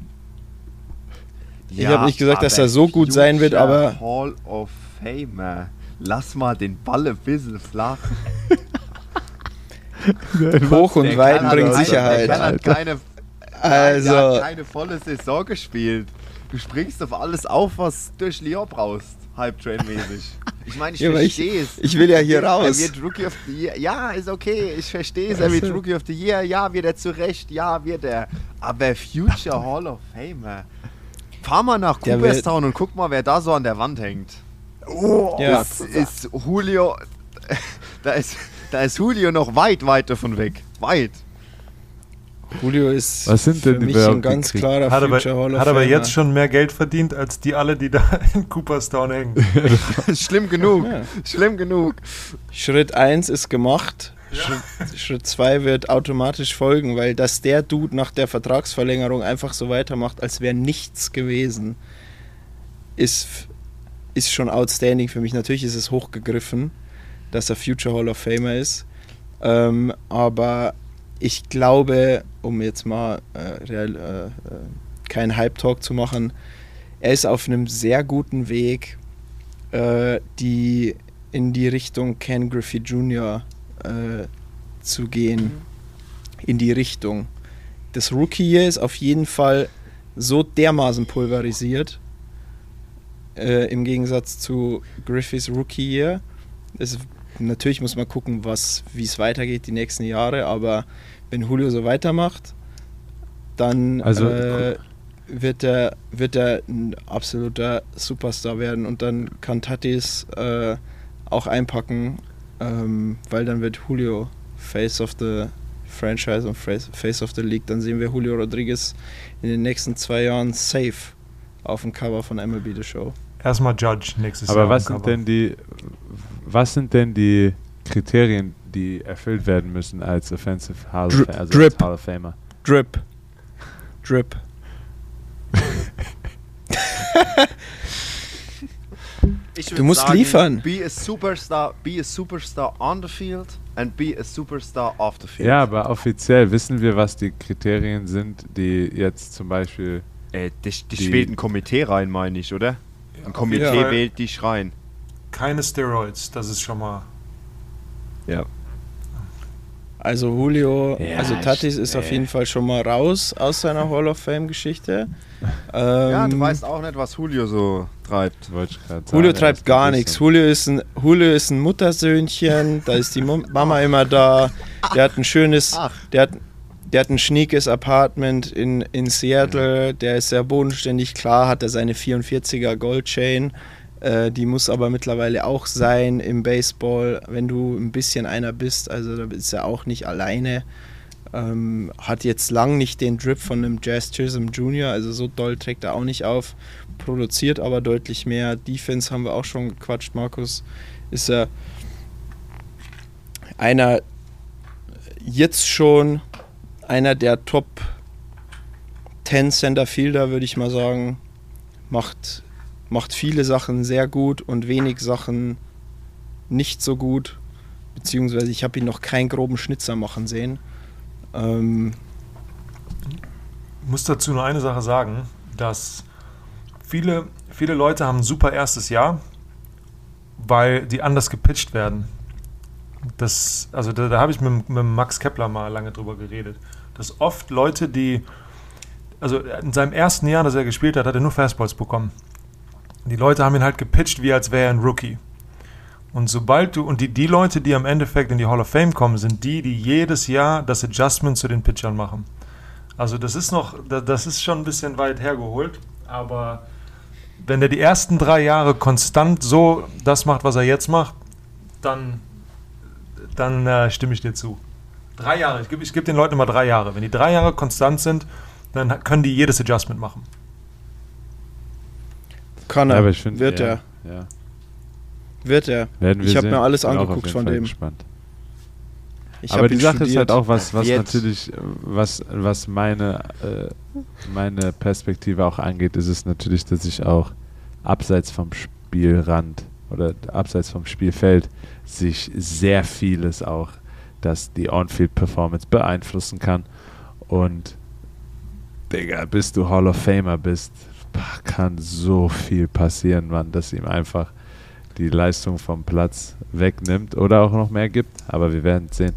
Ich habe nicht gesagt, dass aber er so gut sein wird, Future aber- Hall of Famer. Lass mal den Ball ein bisschen flach. Hoch und Der weit Kerl hat bringt keine- Sicherheit. Der Kerl hat keine, Also, Er hat keine volle Saison gespielt. Du springst auf alles auf, was durch Lyon brauchst, Hype-Train-mäßig. Ich meine, ich Ja, aber ich- verstehe es. ich will ja hier Er raus. wird Rookie of the Year. Ja, ist okay, ich verstehe es. Er wird Also- Rookie of the Year. Ja, wird er zu Recht. Ja, wird er. Aber Future Hall of Famer. Fahr mal nach Der Cooperstown und guck mal, wer da so an der Wand hängt. Oh, Ja. ist, ist Julio. Da ist, da ist Julio noch weit, weit davon weg. Weit. Julio ist Was sind denn für die mich Bewerbungen ein ganz gekriegt? klarer Hat aber, Future Hall of hat aber Famer. jetzt schon mehr Geld verdient, als die alle, die da in Cooperstown hängen. Schlimm genug. Ja. Schlimm genug. Schritt eins ist gemacht. Schritt zwei wird automatisch folgen, weil dass der Dude nach der Vertragsverlängerung einfach so weitermacht, als wäre nichts gewesen, ist, ist schon outstanding für mich. Natürlich ist es hochgegriffen, dass er Future Hall of Famer ist. Ähm, aber ich glaube, um jetzt mal äh, real, äh, äh, keinen Hype-Talk zu machen, er ist auf einem sehr guten Weg, äh, die in die Richtung Ken Griffey Junior äh, zu gehen. In die Richtung. Das Rookie hier ist auf jeden Fall so dermaßen pulverisiert, äh, im Gegensatz zu Griffeys Rookie hier. Es, natürlich muss man gucken, was, wie es weitergeht die nächsten Jahre, aber wenn Julio so weitermacht, dann Also, äh, wird er wird er ein absoluter Superstar werden und dann kann Tatis äh, auch einpacken, ähm, weil dann wird Julio Face of the Franchise und Face Face of the League. Dann sehen wir Julio Rodriguez in den nächsten zwei Jahren safe auf dem Cover von M L B The Show. Erstmal Judge nächstes Aber Jahr. was am sind Cover. denn die was sind denn die Kriterien, die erfüllt werden müssen als Offensive Hall of, Dri- also als Drip. Hall of Famer? Drip. Drip. Ich Du würd musst liefern. Be a superstar, be a superstar on the field and be a superstar off the field. Ja, aber offiziell wissen wir, was die Kriterien sind, die jetzt zum Beispiel. Äh, dich, dich Die- wählt ein Komitee rein, meine ich, oder? Ein Komitee jeden Fall. wählt dich rein. Keine Steroids, das ist schon mal. Ja. Also Julio, Ja, also Tatis ich- ist auf äh. jeden Fall schon mal raus aus seiner Hall of Fame Geschichte. Ja, Ähm, du weißt auch nicht, was Julio so treibt. Wollte ich grad Julio sagen, treibt erst gar ein nichts. bisschen. Julio ist ein Julio ist ein Muttersöhnchen, da ist die Mum- Mama immer da. Der hat ein schönes, Ach. der hat, der hat ein schniekes Apartment in, in Seattle, der ist sehr bodenständig, klar hat er seine vierundvierziger Goldchain, äh, die muss aber mittlerweile auch sein im Baseball, wenn du ein bisschen einer bist, also da ist er auch nicht alleine. Ähm, hat jetzt lang nicht den Drip von einem Jazz Chisholm Junior, also so doll trägt er auch nicht auf, produziert aber deutlich mehr. Defense haben wir auch schon gequatscht, Markus. Ist er einer, jetzt schon einer der Top zehn Centerfielder, würde ich mal sagen. Macht, macht viele Sachen sehr gut und wenig Sachen nicht so gut. Beziehungsweise ich habe ihn noch keinen groben Schnitzer machen sehen. Ähm, Ich muss dazu nur eine Sache sagen, dass viele, viele Leute haben ein super erstes Jahr, weil die anders gepitcht werden. Das, also da, da habe ich mit, mit Max Kepler mal lange drüber geredet. Dass oft Leute, die, also in seinem ersten Jahr, das er gespielt hat, hat er nur Fastballs bekommen. Die Leute haben ihn halt gepitcht, wie als wäre er ein Rookie. Und sobald du, und die, die Leute, die am Endeffekt in die Hall of Fame kommen, sind die, die jedes Jahr das Adjustment zu den Pitchern machen. Also das ist noch, da- das ist schon ein bisschen weit hergeholt, aber wenn der die ersten drei Jahre konstant so das macht, was er jetzt macht, dann, dann äh, stimme ich dir zu. Drei Jahre, ich gebe ich geb den Leuten immer drei Jahre. Wenn die drei Jahre konstant sind, dann können die jedes Adjustment machen. kann Ja, er, aber ich finde, wird ja, er, ja. wird er. Werden wir Ich habe sehen. mir alles Bin auch auf angeguckt jeden von Fall dem. Gespannt. Ich Aber hab die ihn Sache ist studiert. halt auch was, was Wird. natürlich, äh, was, was meine, äh, meine Perspektive auch angeht, ist es natürlich, dass ich auch abseits vom Spielrand oder abseits vom Spielfeld sich sehr vieles auch, dass die On-Field-Performance beeinflussen kann. Und Digga, bis du Hall of Famer bist, kann so viel passieren, Mann, dass ihm einfach die Leistung vom Platz wegnimmt oder auch noch mehr gibt. Aber wir werden es sehen.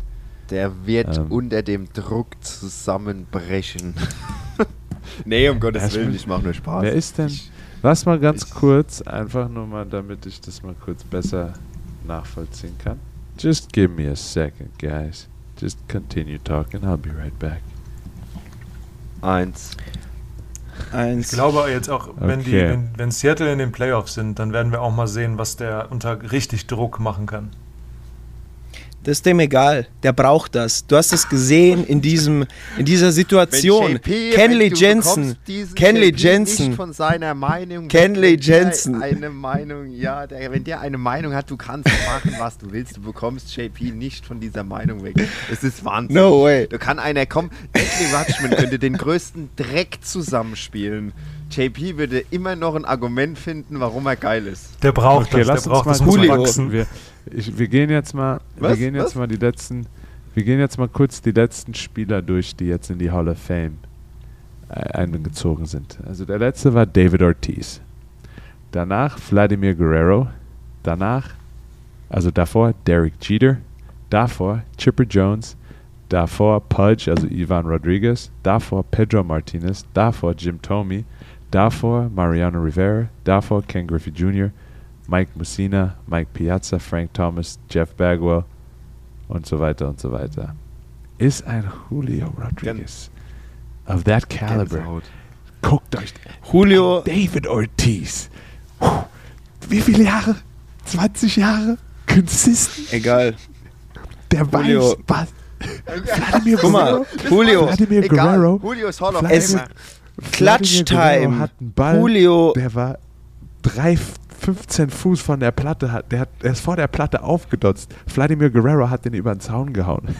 Der wird Ähm. unter dem Druck zusammenbrechen. Nee, um Gottes Erstmal- Willen, ich mache nur Spaß. Wer ist denn? Ich, Lass mal ganz ich- kurz, einfach nur mal, damit ich das mal kurz besser nachvollziehen kann. Just give me a second, guys. Just continue talking, I'll be right back. eins. Eins. Ich glaube jetzt auch, wenn, die, Okay. wenn, wenn Seattle in den Playoffs sind, dann werden wir auch mal sehen, was der unter richtig Druck machen kann. Das ist dem egal. Der braucht das. Du hast es gesehen in diesem, in dieser Situation. Kenley Jensen. Kenley Jensen. Nicht von seiner Meinung. Kenley wenn der Jensen. Eine Meinung, ja, der, wenn der eine Meinung hat, du kannst machen, was du willst. Du bekommst J P nicht von dieser Meinung weg. Es ist Wahnsinn. No way. Da kann einer kommen. Anthony Rutschman könnte den größten Dreck zusammenspielen. J P würde immer noch ein Argument finden, warum er geil ist. Der braucht Okay, das, lass der uns braucht mal das, muss Julio. wachsen. Wir, ich, wir gehen jetzt mal, wir Was? gehen jetzt Was? mal die letzten, wir gehen jetzt mal kurz die letzten Spieler durch, die jetzt in die Hall of Fame äh, eingezogen sind. Also der letzte war David Ortiz. Danach Vladimir Guerrero. Danach, also davor Derek Jeter. Davor Chipper Jones. Davor Pudge, also Ivan Rodriguez. Davor Pedro Martinez. Davor Jim Thome. Davor Mariano Rivera. Davor Ken Griffey Junior Mike Mussina, Mike Piazza, Frank Thomas, Jeff Bagwell und so weiter und so weiter. Ist ein Julio Rodriguez of that caliber. Gänsehaut. Guckt euch Julio, David Ortiz. Puh, wie viele Jahre? zwanzig Jahre? Consistent? egal. Der Julio. weiß was. Vladimir Guck mal, Guerrero. Julio, Vladimir Egal, Guerrero. Julio ist Hall of Es- Famer. Clutch Vladimir Guerrero Time. hat einen Ball, Julio, der war drei, fünfzehn Fuß von der Platte, hat, der, hat, der ist vor der Platte aufgedotzt. Vladimir Guerrero hat den über den Zaun gehauen.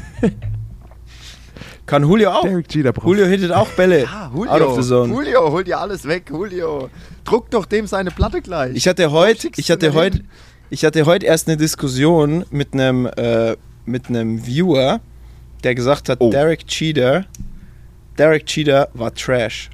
kann Julio auch. Derek Jeter braucht Julio hittet auch Bälle Ah, Julio. out of the zone. Julio, hol dir alles weg, Julio. Druck doch dem seine Platte gleich. Ich hatte heute, schickst ich du hatte mir heute, hin? ich hatte heute erst eine Diskussion mit einem, äh, mit einem Viewer, der gesagt hat, Oh. Derek Jeter, Derek Jeter war Trash.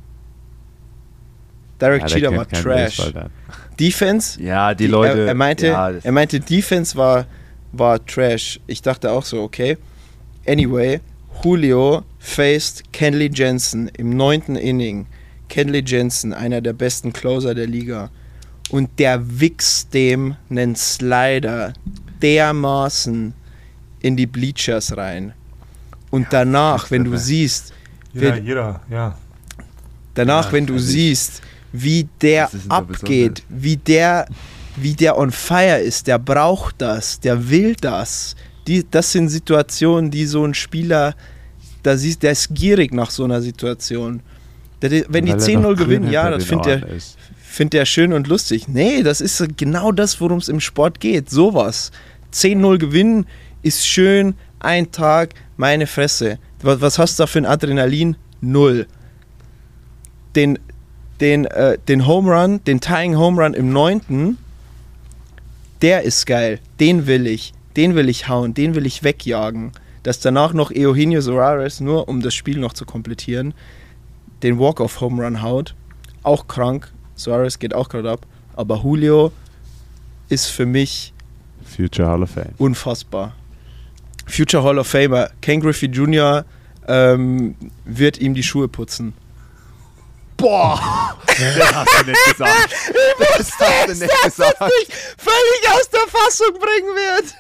Derek Ja, der Jeter kennt war keinen Trash. Baseball dann. Defense, Ja, die die- Leute. Er, er, meinte, ja, das- er meinte, Defense war, war Trash. Ich dachte auch so, okay. Anyway, Julio faced Kenley Jensen im neunten Inning. Kenley Jensen, einer der besten Closer der Liga. Und der wichst dem einen Slider dermaßen in die Bleachers rein. Und danach, wenn du siehst, Jeder, Wer- jeder, ja. Danach, Ja, wenn du also ich- siehst, wie der Was ist denn da abgeht, wie der, wie der on fire ist, der braucht das, der will das. Die, das sind Situationen, die so ein Spieler, da siehst, der ist gierig nach so einer Situation. Der, der, wenn die Weil er zehn null noch grün gewinnen, ja, hinter das den findet er, Ohren ist. findet er schön und lustig. Nee, das ist so genau das, worum es im Sport geht. Sowas. zehn null gewinnen ist schön, ein Tag, meine Fresse. Was, was hast du da für ein Adrenalin? Null. Den, den, äh, den Home Run, den Tying Home Run im neunten, der ist geil. Den will ich. Den will ich hauen. Den will ich wegjagen. Dass danach noch Eugenio Suarez, nur um das Spiel noch zu komplettieren, den Walk-Off Home Run haut. Auch krank. Suarez geht auch gerade ab. Aber Julio ist für mich Future Hall of Fame. unfassbar. Future Hall of Famer. Ken Griffey Junior ähm, wird ihm die Schuhe putzen. Boah! Das hast du nicht gesagt. Das hast du nicht gesagt. Völlig aus der Fassung bringen wird.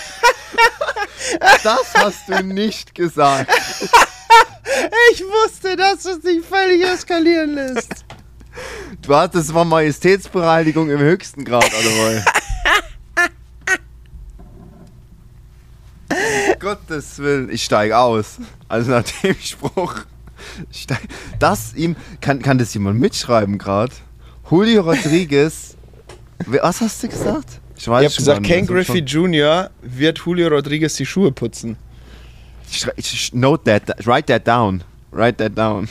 Das hast du nicht gesagt. Ich wusste, dass es dich völlig eskalieren lässt. Du hattest mal Majestätsbereinigung im höchsten Grad, oder Gottes Willen, ich steige aus. Also nach dem Spruch. ich Steig, das ihm. Kann, kann das jemand mitschreiben gerade? Julio Rodriguez. Was hast du gesagt? Ich weiß Ich habe schon gesagt, gar Ken nicht, das ist Griffey Junior wird Julio Rodriguez die Schuhe putzen. Ich, schrei- ich, note that, write that down. Write that down.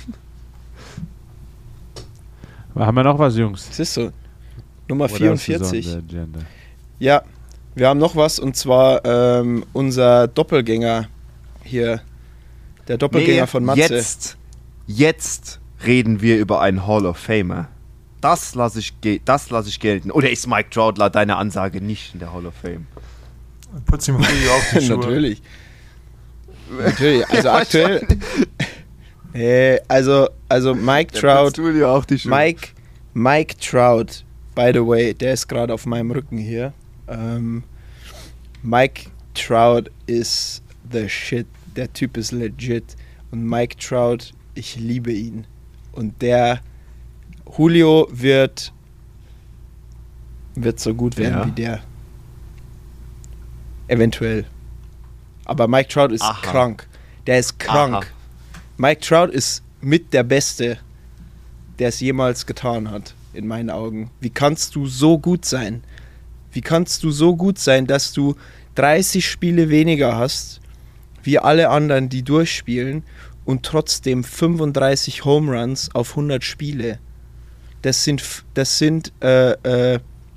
Haben wir noch was, Jungs? Das ist so. Nummer What else is on vierundvierzig. the agenda? Ja, wir haben noch was und zwar ähm, unser Doppelgänger hier. Der Doppelgänger Nee, von Matze. Jetzt, jetzt reden wir über einen Hall of Famer. Das lasse ich, ge- das lass ich gelten. Oder ist Mike Trout laut deiner Ansage nicht in der Hall of Fame? Putz ihm Julio auf die Schuhe. Natürlich. Natürlich, also aktuell. äh, also, also Mike Trout. Auch die Mike, Mike Trout, by the way, der ist gerade auf meinem Rücken hier. Ähm, Mike Trout ist the shit. Der Typ ist legit. Und Mike Trout, ich liebe ihn. Und der Julio wird, wird so gut werden Ja. wie der. Eventuell. Aber Mike Trout ist Aha. krank. Der ist krank. Aha. Mike Trout ist mit der Beste, der es jemals getan hat, in meinen Augen. Wie kannst du so gut sein? Wie kannst du so gut sein, dass du dreißig Spiele weniger hast, wie alle anderen, die durchspielen, und trotzdem fünfunddreißig Home Runs auf hundert Spiele? Das sind, f- das sind, äh, äh,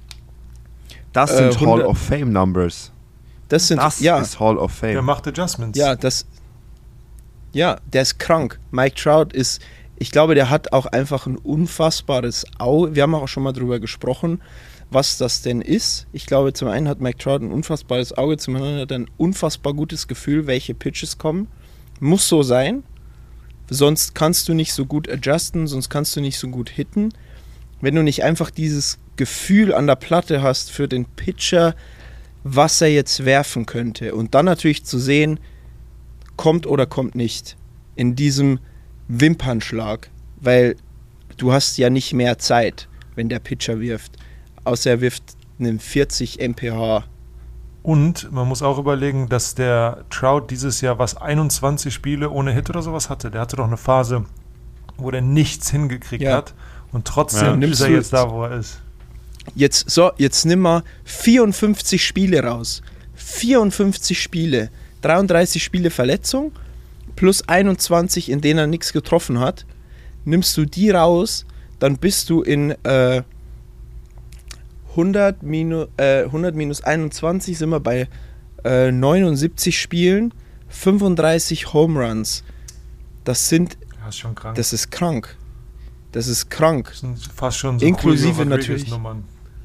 Das Äh, sind Hall hundert of Fame Numbers. das sind, Das ja, ist Hall of Fame. Der macht Adjustments. ja, das, ja, der ist krank. Mike Trout ist, ich glaube, der hat auch einfach ein unfassbares Auge. Wir haben auch schon mal drüber gesprochen, was das denn ist. Ich glaube, zum einen hat Mike Trout ein unfassbares Auge, zum anderen hat er ein unfassbar gutes Gefühl, welche Pitches kommen. Muss so sein. Sonst kannst du nicht so gut adjusten, sonst kannst du nicht so gut hitten. Wenn du nicht einfach dieses Gefühl an der Platte hast für den Pitcher, was er jetzt werfen könnte. Und dann natürlich zu sehen, kommt oder kommt nicht. In diesem Wimpernschlag. Weil du hast ja nicht mehr Zeit, wenn der Pitcher wirft. Außer er wirft einen vierzig M P H. Und man muss auch überlegen, dass der Trout dieses Jahr was einundzwanzig Spiele ohne Hit oder sowas hatte. Der hatte doch eine Phase, wo der nichts hingekriegt Ja. hat. Und trotzdem Ja, ist nimmst er du- jetzt da, wo er ist. Jetzt, so, jetzt nimm mal vierundfünfzig Spiele raus. vierundfünfzig Spiele. dreiunddreißig Spiele Verletzung plus einundzwanzig, in denen er nichts getroffen hat. Nimmst du die raus, dann bist du in äh, hundert, minus, äh, hundert minus einundzwanzig sind wir bei äh, neunundsiebzig Spielen, fünfunddreißig Home Runs. Das sind, Das ist schon krank. das ist krank. Das ist krank. Das sind fast schon so Inklusive Julio Rodriguez natürlich- Nummern.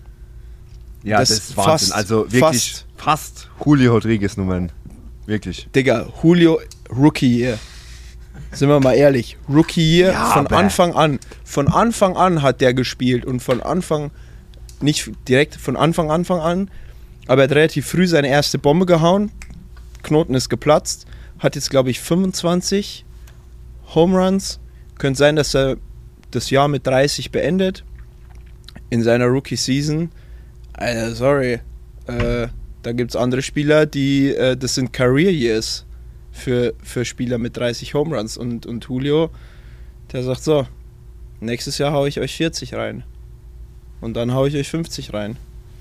Ja, Das das, ist Wahnsinn. fast- also wirklich fast. fast, Julio Rodriguez Nummern. Wirklich. Digga, Julio, Rookie Year. Sind wir mal ehrlich. Rookie Year Ja, von aber- Anfang an. Von Anfang an hat der gespielt und von Anfang, nicht direkt von Anfang Anfang an, aber er hat relativ früh seine erste Bombe gehauen. Knoten ist geplatzt. Hat jetzt, glaube ich, fünfundzwanzig Home Runs. Könnte sein, dass er das Jahr mit dreißig beendet. In seiner Rookie-Season. Alter, sorry. Äh, da gibt es andere Spieler, die, äh, das sind Career Years für, für Spieler mit dreißig Home Runs. Und, und Julio, der sagt so, nächstes Jahr haue ich euch vierzig rein. Und dann haue ich euch fünfzig rein.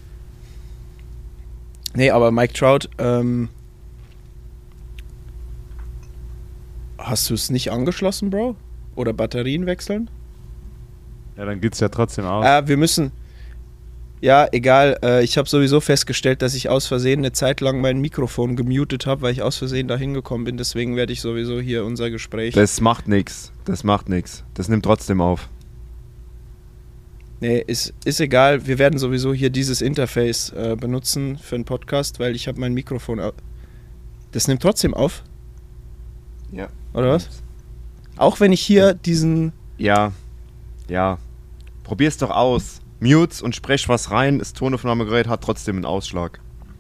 Nee, aber Mike Trout, ähm, hast du es nicht angeschlossen, Bro? Oder Batterien wechseln? Ja, dann geht's ja trotzdem aus. Ah, wir müssen. Ja, egal. Äh, ich habe sowieso festgestellt, dass ich aus Versehen eine Zeit lang mein Mikrofon gemutet habe, weil ich aus Versehen da hingekommen bin. Deswegen werde ich sowieso hier unser Gespräch. Das macht nichts. Das macht nichts. Das nimmt trotzdem auf. Nee, ist, ist egal. Wir werden sowieso hier dieses Interface äh, benutzen für einen Podcast, weil ich habe mein Mikrofon. au- Das nimmt trotzdem auf, Ja. oder was? Auch wenn ich hier diesen. Ja. Ja. Probier's doch aus. Mutes und sprech was rein. Das Tonaufnahmegerät hat trotzdem einen Ausschlag.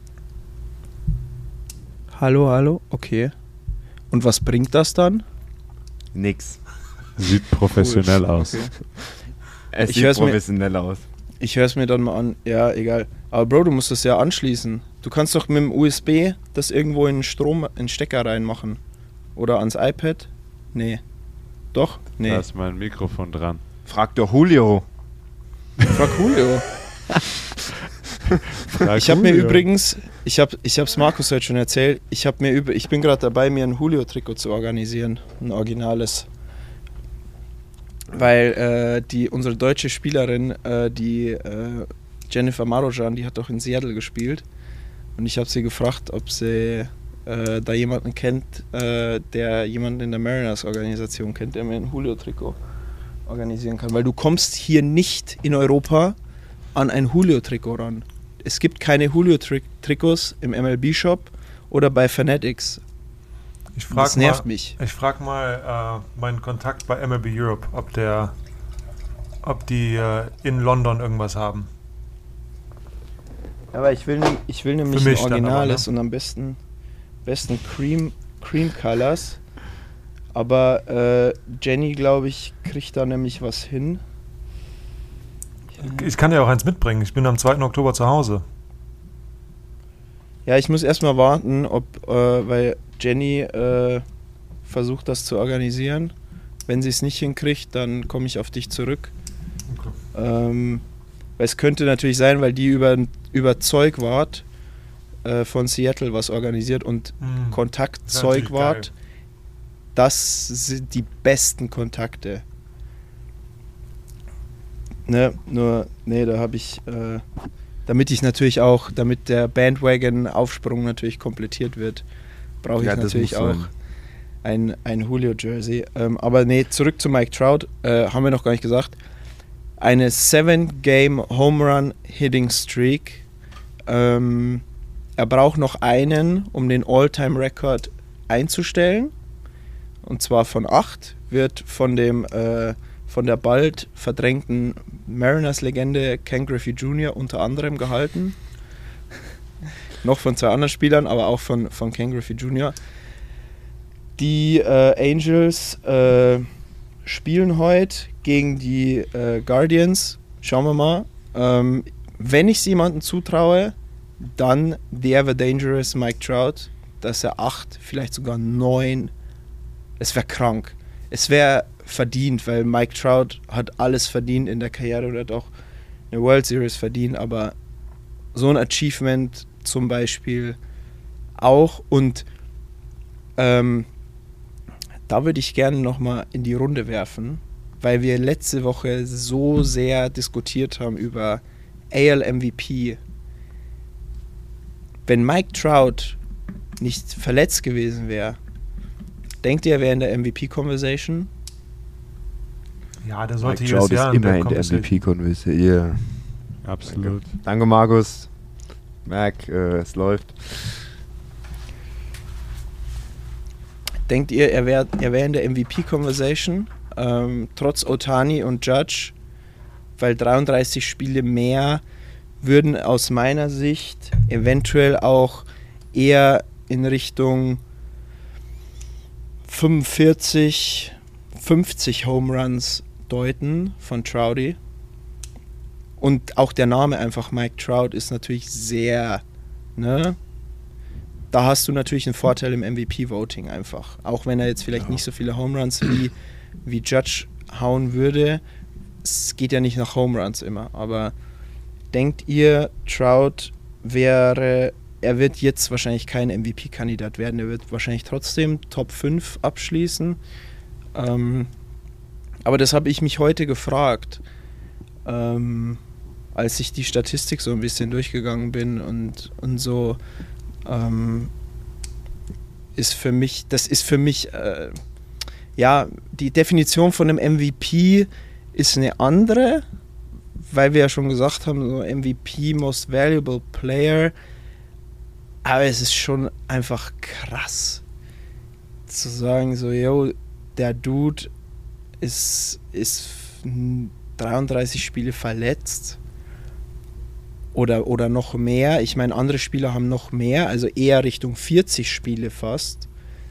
Hallo, hallo. Okay. Und was bringt das dann? Nix. Sieht professionell aus. Okay. Es Ich sieht hör's mir- professionell aus. Ich höre es mir dann mal an. Ja, egal. Aber Bro, du musst das ja anschließen. Du kannst doch mit dem U S B das irgendwo in den Strom, in den Stecker reinmachen. Oder ans iPad? Nee. Doch? Nee. Da ist mein Mikrofon dran. Frag doch Julio. Frag Julio. Frag Ich habe mir Julio. übrigens, ich habe ich hab's Markus heute schon erzählt, ich habe mir über, ich bin gerade dabei, mir ein Julio-Trikot zu organisieren. Ein originales. Weil äh, die, unsere deutsche Spielerin, äh, die äh, Jennifer Marojan, die hat doch in Seattle gespielt. Und ich habe sie gefragt, ob sie äh, da jemanden kennt, äh, der jemanden in der Mariners-Organisation kennt, der mir ein Julio-Trikot organisieren kann. Weil du kommst hier nicht in Europa an ein Julio-Trikot ran. Es gibt keine Julio-Trikots im M L B-Shop oder bei Fanatics. Ich frag Das nervt mal, mich. Ich frage mal äh, meinen Kontakt bei M L B Europe, ob der, ob die äh, in London irgendwas haben. Aber ich will, ne- ich will nämlich mich ein dann aber, Originales ne? und am besten, besten Cream, Cream Colors. Aber äh, Jenny, glaube ich, kriegt da nämlich was hin. Ich kann ja auch eins mitbringen. Ich bin am zweiten Oktober zu Hause. Ja, ich muss erstmal warten, ob, äh, weil Jenny äh, versucht das zu organisieren. Wenn sie es nicht hinkriegt, dann komme ich auf dich zurück. Okay. Ähm, weil es könnte natürlich sein, weil die über, über Zeugwart äh, von Seattle was organisiert und Mhm. Kontakt Das ist natürlich Zeugwart, das sind die besten Kontakte. Ne, nur, nee, da habe ich, äh, damit ich natürlich auch, damit der Bandwagon-Aufsprung natürlich komplettiert wird, brauche ich Ja, das natürlich muss auch sein. ein, ein Julio-Jersey. Ähm, aber nee, zurück zu Mike Trout, äh, haben wir noch gar nicht gesagt. Eine Seven-Game-Home-Run-Hitting-Streak. Ähm, er braucht noch einen, um den All-Time-Record einzustellen. Und zwar von acht. Wird von dem äh, von der bald verdrängten Mariners-Legende Ken Griffey Junior unter anderem gehalten. Noch von zwei anderen Spielern, aber auch von, von Ken Griffey Junior Die äh, Angels äh, spielen heute gegen die äh, Guardians. Schauen wir mal. Ähm, wenn ich es jemandem zutraue, dann der The Dangerous Mike Trout, dass er acht, vielleicht sogar neun. Es wäre krank. Es wäre verdient, weil Mike Trout hat alles verdient in der Karriere oder hat auch eine World Series verdient, aber so ein Achievement zum Beispiel auch. Und ähm, da würde ich gerne nochmal in die Runde werfen, weil wir letzte Woche so sehr diskutiert haben über A L M V P. Wenn Mike Trout nicht verletzt gewesen wäre, denkt ihr, er wäre in der M V P-Conversation? Ja, der sollte Mike jedes Trout Jahr ist in der immer in der M V Conversation. P-Konversation. Yeah. Absolut. Danke, Markus. Mac, äh, es läuft. Denkt ihr, er wäre er wär in der M V P-Conversation, ähm, trotz Ohtani und Judge, weil dreiunddreißig Spiele mehr würden aus meiner Sicht eventuell auch eher in Richtung fünfundvierzig, fünfzig Home Runs deuten von Trouty. Und auch der Name einfach Mike Trout ist natürlich sehr, ne? Da hast du natürlich einen Vorteil im M V P-Voting einfach. Auch wenn er jetzt vielleicht Ja. nicht so viele Home Runs wie, wie Judge hauen würde. Es geht ja nicht nach Home Runs immer. Aber denkt ihr, Trout wäre, er wird jetzt wahrscheinlich kein M V P-Kandidat werden. Er wird wahrscheinlich trotzdem Top fünf abschließen. Ähm, aber das habe ich mich heute gefragt, ähm, als ich die Statistik so ein bisschen durchgegangen bin und, und so. Ähm, ist für mich, das ist für mich, äh, ja, die Definition von einem M V P ist eine andere, weil wir ja schon gesagt haben, so M V P, Most Valuable Player, aber es ist schon einfach krass zu sagen, so, yo, der Dude ist, ist dreiunddreißig Spiele verletzt. Oder, oder noch mehr. Ich meine, andere Spieler haben noch mehr, also eher Richtung vierzig Spiele fast.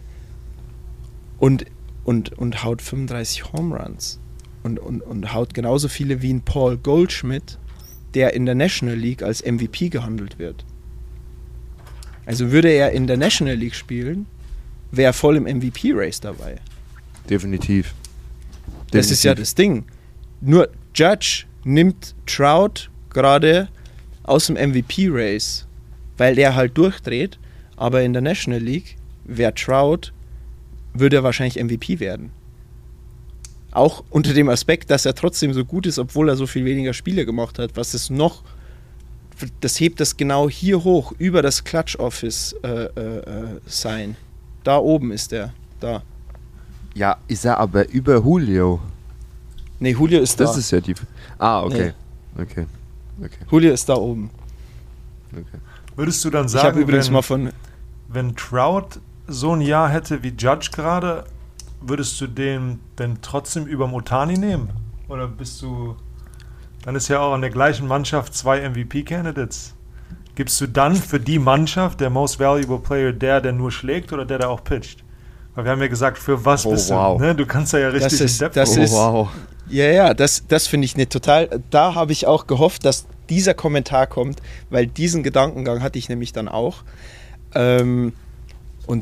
Und, und, und haut fünfunddreißig Home Runs. Und, und, und haut genauso viele wie ein Paul Goldschmidt, der in der National League als M V P gehandelt wird. Also würde er in der National League spielen, wäre er voll im M V P-Race dabei. Definitiv. Das ist ja das Ding. Nur Judge nimmt Trout gerade aus dem M V P-Race, weil der halt durchdreht, aber in der National League wäre Trout, würde er wahrscheinlich M V P werden. Auch unter dem Aspekt, dass er trotzdem so gut ist, obwohl er so viel weniger Spiele gemacht hat, was es noch, das hebt das genau hier hoch, über das Clutch-Office äh, äh, sein. Da oben ist er, da. Ja, ist er aber über Julio. Nee, Julio ist Das da. ist ja die... Ah, okay. Okay. Okay. Julio ist da oben. Okay. Würdest du dann Ich habe sagen, übrigens wenn, mal von... wenn Trout so ein Jahr hätte wie Judge gerade, würdest du den denn trotzdem überm Ohtani nehmen? Oder bist du, dann ist ja auch in der gleichen Mannschaft zwei M V P-Candidates. Gibst du dann für die Mannschaft der Most Valuable Player der, der nur schlägt oder der, der auch pitcht? Weil wir haben ja gesagt, für was Oh, bist wow. du? Ne? Du kannst da ja richtig Das ist- in Depth das gehen. ist- wow. Ja, ja, das, das finde ich nicht total. Da habe ich auch gehofft, dass dieser Kommentar kommt, weil diesen Gedankengang hatte ich nämlich dann auch. Ähm, und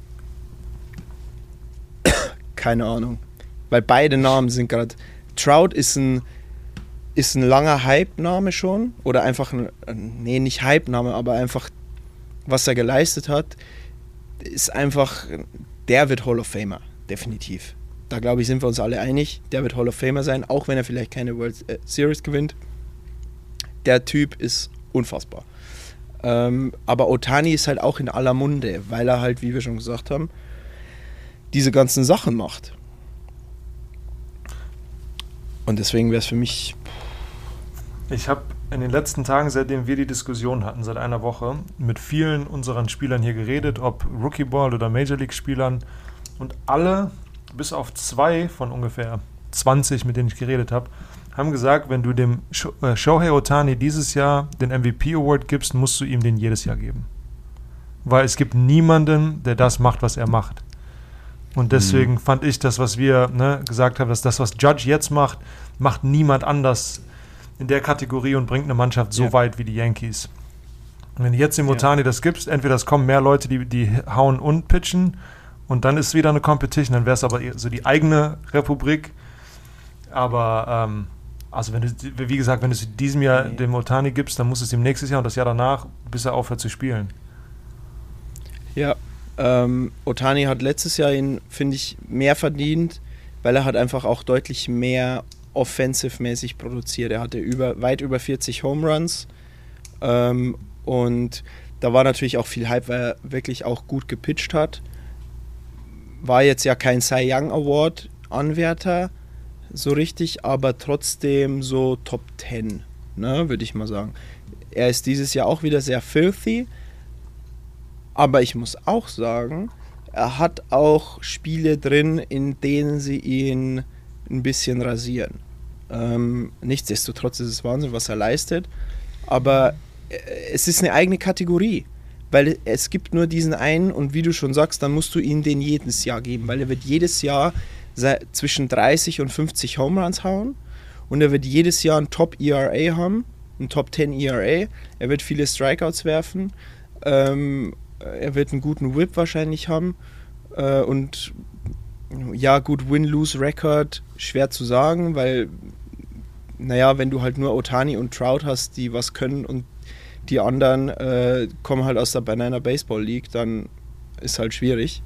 keine Ahnung. Weil beide Namen sind gerade. Trout ist ein, ist ein langer Hype-Name schon. Oder einfach ein. Nee, nicht Hype-Name, aber einfach, was er geleistet hat, ist einfach. Der wird Hall of Famer, definitiv. Da glaube ich, sind wir uns alle einig. Der wird Hall of Famer sein, auch wenn er vielleicht keine World Series gewinnt. Der Typ ist unfassbar. Ähm, aber Ohtani ist halt auch in aller Munde, weil er halt, wie wir schon gesagt haben, diese ganzen Sachen macht. Und deswegen wäre es für mich. Ich habe in den letzten Tagen, seitdem wir die Diskussion hatten, seit einer Woche, mit vielen unseren Spielern hier geredet, ob Rookie Ball oder Major League Spielern, und alle, bis auf zwei von ungefähr zwanzig, mit denen ich geredet habe, haben gesagt, wenn du dem Sho- äh, Shohei Ohtani dieses Jahr den M V P Award gibst, musst du ihm den jedes Jahr geben. Weil es gibt niemanden, der das macht, was er macht. Und deswegen mhm. fand ich das, was wir ne, gesagt haben, dass das, was Judge jetzt macht, macht niemand anders in der Kategorie und bringt eine Mannschaft so Ja. weit wie die Yankees. Und wenn du jetzt dem Ja. Ohtani das gibst, entweder es kommen mehr Leute, die, die hauen und pitchen, und dann ist wieder eine Competition, dann wäre es aber eher so die eigene Republik. Aber, ähm, also wenn du, wie gesagt, wenn du es in diesem Jahr Nee. dem Ohtani gibst, dann muss es ihm nächstes Jahr und das Jahr danach, bis er aufhört zu spielen. Ja, ähm, Ohtani hat letztes Jahr ihn, finde ich, mehr verdient, weil er hat einfach auch deutlich mehr offensive-mäßig produziert. Er hatte über, weit über vierzig Home Runs ähm, und da war natürlich auch viel Hype, weil er wirklich auch gut gepitcht hat. War jetzt ja kein Cy Young Award Anwärter so richtig, aber trotzdem so Top zehn, ne, würde ich mal sagen. Er ist dieses Jahr auch wieder sehr filthy, aber ich muss auch sagen, er hat auch Spiele drin, in denen sie ihn ein bisschen rasieren. Ähm, nichtsdestotrotz ist es Wahnsinn, was er leistet, aber äh, es ist eine eigene Kategorie, weil es gibt nur diesen einen und wie du schon sagst, dann musst du ihm den jedes Jahr geben, weil er wird jedes Jahr se- zwischen dreißig und fünfzig Home Runs hauen und er wird jedes Jahr ein Top E R A haben, ein Top zehn E R A, er wird viele Strikeouts werfen, ähm, er wird einen guten Whip wahrscheinlich haben äh, und ja gut, Win-Lose-Record schwer zu sagen, weil naja, wenn du halt nur Ohtani und Trout hast, die was können und die anderen äh, kommen halt aus der Banana Baseball League, dann ist halt schwierig.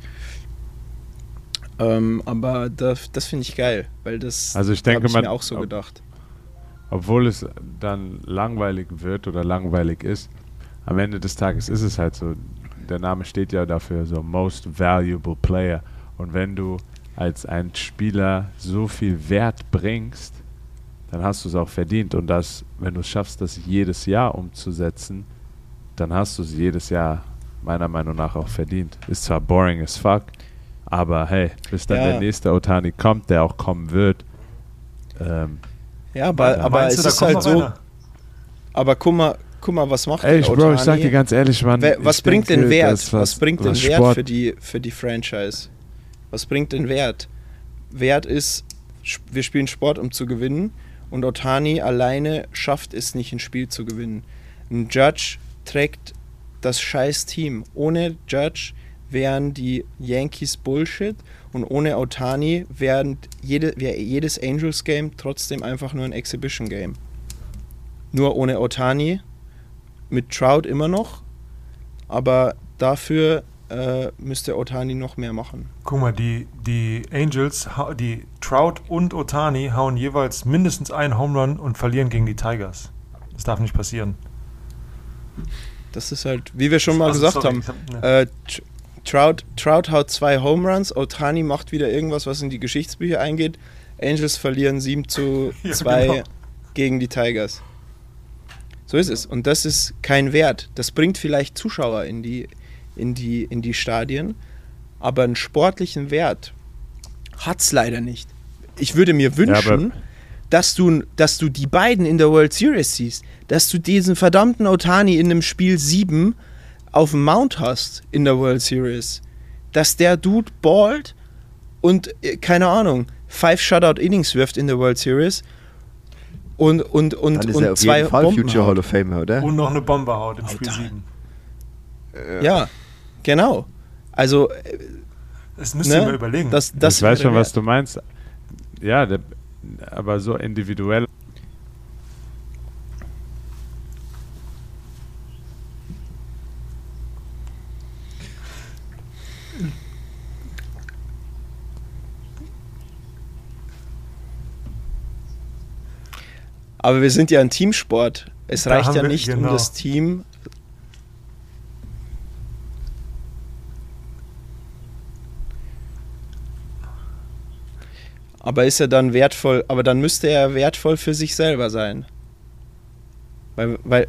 Ähm, aber das, das finde ich geil, weil das Also ich denke, habe ich man- mir auch so ob- gedacht. Obwohl es dann langweilig wird oder langweilig ist, am Ende des Tages ist es halt so, der Name steht ja dafür, so Most Valuable Player. Und wenn du als ein Spieler so viel Wert bringst, dann hast du es auch verdient. Und das, wenn du es schaffst, das jedes Jahr umzusetzen, dann hast du es jedes Jahr meiner Meinung nach auch verdient. Ist zwar boring as fuck, aber hey, bis dann Ja. der nächste Ohtani kommt, der auch kommen wird, ähm, Ja, aber, aber Meinst es du, da ist kommt halt noch so. einer? Aber guck mal, guck mal, was macht ey, der Bro, ich sag Ohtani? dir ganz ehrlich, Mann. Wer- Was ich bringt denke, den Wert? dass Was, bringt den was Wert Sport- für die, für die Franchise? Was bringt den Wert? Wert ist, sch- wir spielen Sport, um zu gewinnen. Und Ohtani alleine schafft es nicht, ein Spiel zu gewinnen. Ein Judge trägt das scheiß Team. Ohne Judge wären die Yankees Bullshit. Und ohne Ohtani wären jede, wäre jedes Angels-Game trotzdem einfach nur ein Exhibition-Game. Nur ohne Ohtani, mit Trout immer noch, aber dafür äh, müsste Ohtani noch mehr machen. Guck mal, die, die Angels, hau- die Trout und Ohtani hauen jeweils mindestens einen Home Run und verlieren gegen die Tigers. Das darf nicht passieren. Das ist halt, wie wir schon mal Also, gesagt sorry, haben, ich hab- ne. äh, Tr- Trout, Trout haut zwei Home Runs, Ohtani macht wieder irgendwas, was in die Geschichtsbücher eingeht. Angels verlieren sieben zu Ja, zwei genau. gegen die Tigers. So ist es. Und das ist kein Wert. Das bringt vielleicht Zuschauer in die, in die, in die Stadien, aber einen sportlichen Wert hat es leider nicht. Ich würde mir wünschen, Ja, dass du, dass du die beiden in der World Series siehst, dass du diesen verdammten Ohtani in einem Spiel sieben auf dem Mount hast in der World Series, dass der Dude ballt und, äh, keine Ahnung, five Shutout Innings wirft in der World Series und, und, und, Dann ist und er auf zwei jeden Fall Bomben Future haut. Hall of Famer, oder? Und noch eine Bombe haut im Spiel Alter. sieben. Ja, genau. Also, äh, Das müsst ne? ihr mal überlegen. das, das ich weiß wäre schon, was wert. du meinst. Ja, der, aber so individuell. Aber wir sind ja ein Teamsport. Es Da reicht haben ja wir- nicht, um genau. das Team. Aber ist er dann wertvoll? Aber dann müsste er wertvoll für sich selber sein. Weil, weil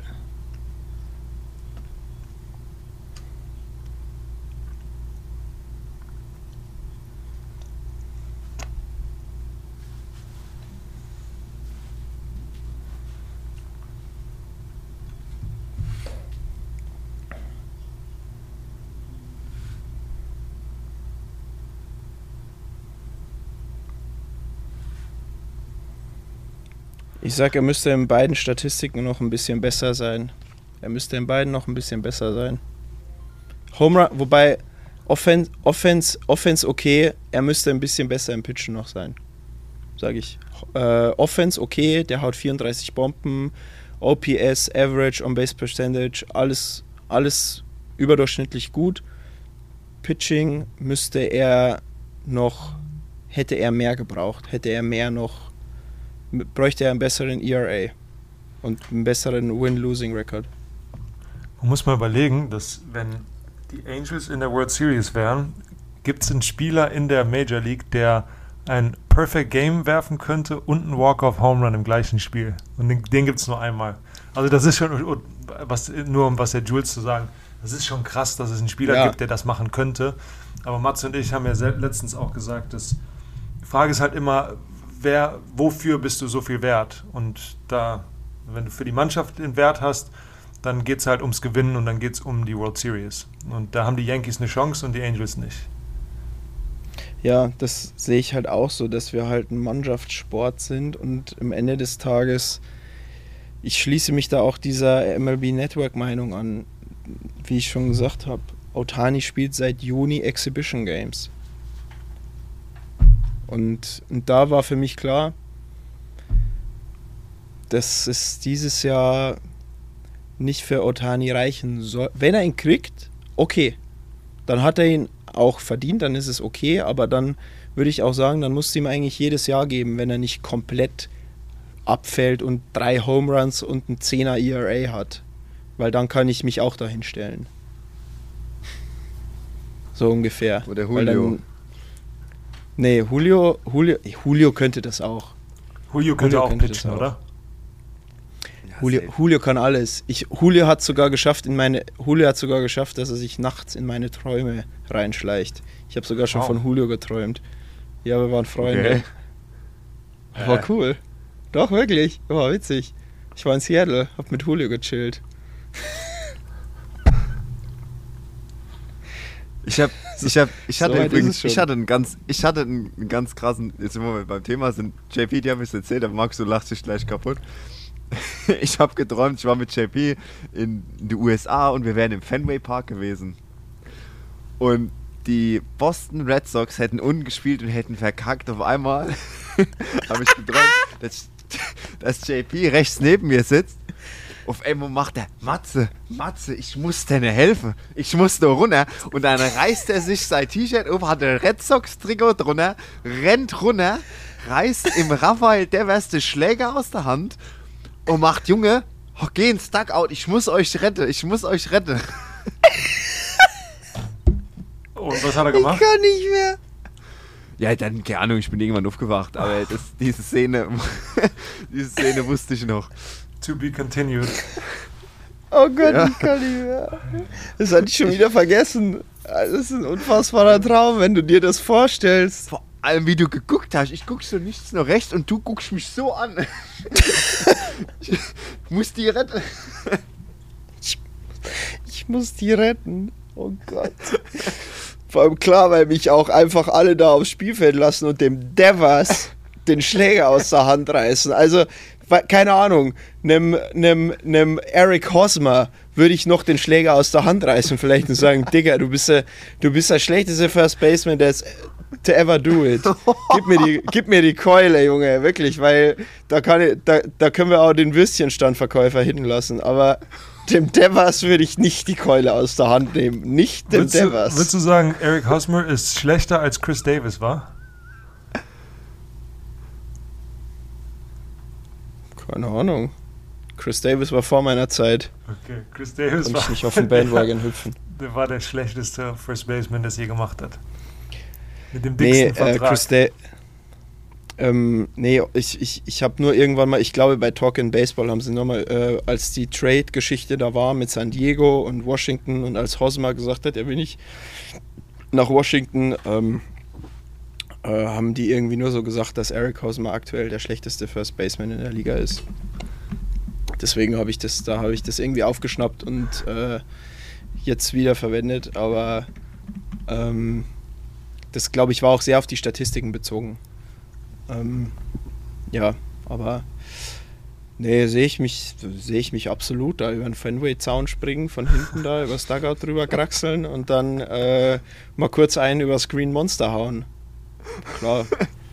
ich sag, er müsste in beiden Statistiken noch ein bisschen besser sein. Er müsste in beiden noch ein bisschen besser sein. Home Run, wobei Offense, Offense, Offense okay, er müsste ein bisschen besser im Pitchen noch sein. Sag ich. Äh, Offense okay, der haut vierunddreißig Bomben, O P S, Average, On-Base Percentage, alles, alles überdurchschnittlich gut. Pitching müsste er noch, hätte er mehr gebraucht, hätte er mehr noch, bräuchte er einen besseren E R A und einen besseren Win-Losing-Record. Man muss mal überlegen, dass wenn die Angels in der World Series wären, gibt es einen Spieler in der Major League, der ein Perfect Game werfen könnte und einen Walk-Off-Home Run im gleichen Spiel. Und den, den gibt es nur einmal. Also das ist schon, was, nur um was der Jules zu sagen, das ist schon krass, dass es einen Spieler Ja. gibt, der das machen könnte. Aber Mats und ich haben ja sel- letztens auch gesagt, dass die Frage ist halt immer, wer, wofür bist du so viel wert? Und da, wenn du für die Mannschaft den Wert hast, dann geht es halt ums Gewinnen und dann geht es um die World Series. Und da haben die Yankees eine Chance und die Angels nicht. Ja, das sehe ich halt auch so, dass wir halt ein Mannschaftssport sind und am Ende des Tages, ich schließe mich da auch dieser M L B Network Meinung an, wie ich schon gesagt habe, Ohtani spielt seit Juni Exhibition Games. Und, und da war für mich klar, dass es dieses Jahr nicht für Ohtani reichen soll. Wenn er ihn kriegt, okay, dann hat er ihn auch verdient, dann ist es okay, aber dann würde ich auch sagen, dann musst du ihm eigentlich jedes Jahr geben, wenn er nicht komplett abfällt und drei Home Runs und ein Zehner E R A hat. Weil dann kann ich mich auch dahin stellen. So ungefähr. Oder Weil Julio. Dann, nee, Julio, Julio, Julio könnte das auch. Julio könnte Julio auch könnte pitchen, das auch. oder? Julio, Julio kann alles. Ich, Julio hat sogar geschafft, in meine, Julio hat sogar geschafft, dass er sich nachts in meine Träume reinschleicht. Ich habe sogar schon Wow. von Julio geträumt. Ja, wir waren Freunde. Okay. War cool. Doch, wirklich. War witzig. Ich war in Seattle, hab mit Julio gechillt. Ich hab, ich hab, ich hatte So weit ist übrigens, es schon. ich hatte einen ganz, ich hatte einen, einen ganz krassen, jetzt sind wir beim Thema, sind J P, die haben es erzählt, aber Max, du lachst dich gleich kaputt. Ich habe geträumt, ich war mit J P in den U S A und wir wären im Fenway Park gewesen. Und die Boston Red Sox hätten unten gespielt und hätten verkackt. Auf einmal habe ich geträumt, dass, dass J P rechts neben mir sitzt. Auf einmal macht er, Matze, Matze, ich muss dir helfen. Ich muss da runter. Und dann reißt er sich sein T-Shirt um, hat ein Red Sox-Trikot drunter, rennt runter, reißt im Raphael Devers den Schläger aus der Hand und macht, Junge, geh ins Dugout, ich muss euch retten, ich muss euch retten. Und was hat er gemacht? kann nicht mehr. Ja, dann, keine Ahnung, ich bin irgendwann aufgewacht, aber das, diese Szene, diese Szene wusste ich noch. To be continued. Oh Gott, Ja. ich kann nicht mehr. Das hatte ich schon wieder vergessen. Das ist ein unfassbarer Traum, wenn du dir das vorstellst. Vor allem, wie du geguckt hast. Ich guck so nichts nur rechts und du guckst mich so an. Ich muss die retten. Ich muss die retten. Oh Gott. Vor allem klar, weil mich auch einfach alle da aufs Spielfeld lassen und dem Devers den Schläger aus der Hand reißen. Also, wa- keine Ahnung, einem, einem, einem Eric Hosmer würde ich noch den Schläger aus der Hand reißen vielleicht und sagen, Digga, du bist der, du bist der schlechteste First Baseman, that's to ever do it. Gib mir die, gib mir die Keule, Junge, wirklich, weil da, kann ich, da, da können wir auch den Würstchenstandverkäufer hinten lassen, aber dem Devers würde ich nicht die Keule aus der Hand nehmen. Nicht dem Würdest du, Devers. würdest du sagen, Eric Hosmer ist schlechter als Chris Davis, war? Keine Ahnung. Chris Davis war vor meiner Zeit. Okay, Chris Davis Und war ich nicht auf den Bandwagon hüpfen. Der war der schlechteste First Baseman, das je gemacht hat. Mit dem Nee, dicksten äh, Vertrag. Chris Davis. Ähm, nee, ich, ich, ich habe nur irgendwann mal, ich glaube bei Talkin' Baseball haben sie nochmal, äh, als die Trade-Geschichte da war mit San Diego und Washington und als Hosmer gesagt hat, er will nicht nach Washington, ähm, äh, haben die irgendwie nur so gesagt, dass Eric Hosmer aktuell der schlechteste First Baseman in der Liga ist. Deswegen habe ich das, da habe ich das irgendwie aufgeschnappt und äh, jetzt wieder verwendet, aber ähm, das, glaube ich, war auch sehr auf die Statistiken bezogen. Ähm, ja, aber nee, sehe ich mich, sehe ich mich absolut da über den Fenway-Zaun springen, von hinten da übers Dugout drüber kraxeln und dann äh, mal kurz einen übers Green Monster hauen. Klar.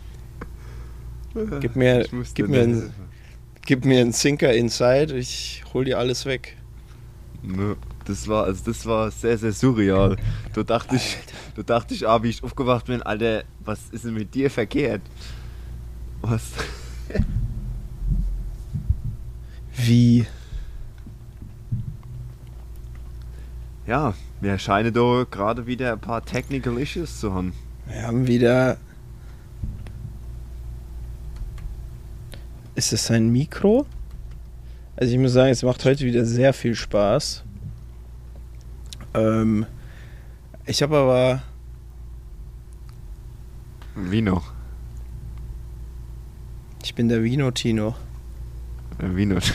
Gib mir, Ich musste gib mir, nicht- einen, gib mir einen Sinker Inside, ich hol dir alles weg. Ne, das war, also das war sehr, sehr surreal. Da dachte ich, da dachte ich, ah, wie ich aufgewacht bin, Alter, was ist denn mit dir verkehrt? Was? Wie? Ja, wir scheinen da gerade wieder ein paar Technical Issues zu haben. Wir haben wieder. Ist es sein Mikro? Also ich muss sagen, es macht heute wieder sehr viel Spaß. Ähm, ich habe aber. Wie noch? Ich bin der Vino Tino. Äh, Wie noch?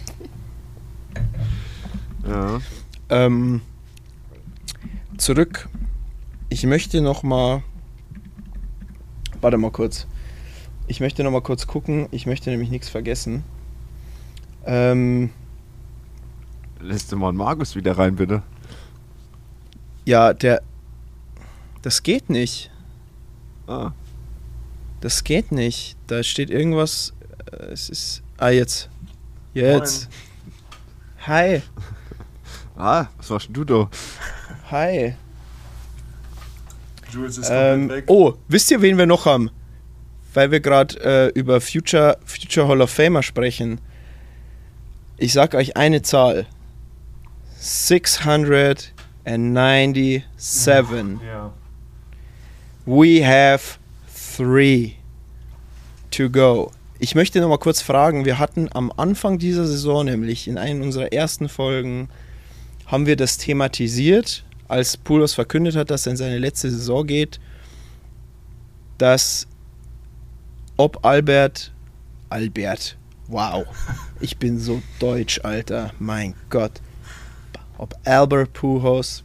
Ja. Ähm, zurück. Ich möchte noch mal. Warte mal kurz. Ich möchte noch mal kurz gucken. Ich möchte nämlich nichts vergessen. Ähm, Lässt du mal einen Markus wieder rein, bitte? ja, der. Das geht nicht. Ah. Das geht nicht. Da steht irgendwas. äh, Es ist. Ah, jetzt. Jetzt. Hi. Ah, was warst denn du da? Hi. Jules ist komplett Ähm, weg. oh, wisst ihr, wen wir noch haben? Weil wir gerade äh, über Future, Future Hall of Famer sprechen. Ich sag euch eine Zahl. sixhundertninety-seven. Ja. We have three to go. Ich möchte noch mal kurz fragen, wir hatten am Anfang dieser Saison, nämlich in einer unserer ersten Folgen, haben wir das thematisiert, als Pujols verkündet hat, dass er in seine letzte Saison geht, dass ob Albert, Albert, wow, ich bin so deutsch, Alter, mein Gott, ob Albert Pujols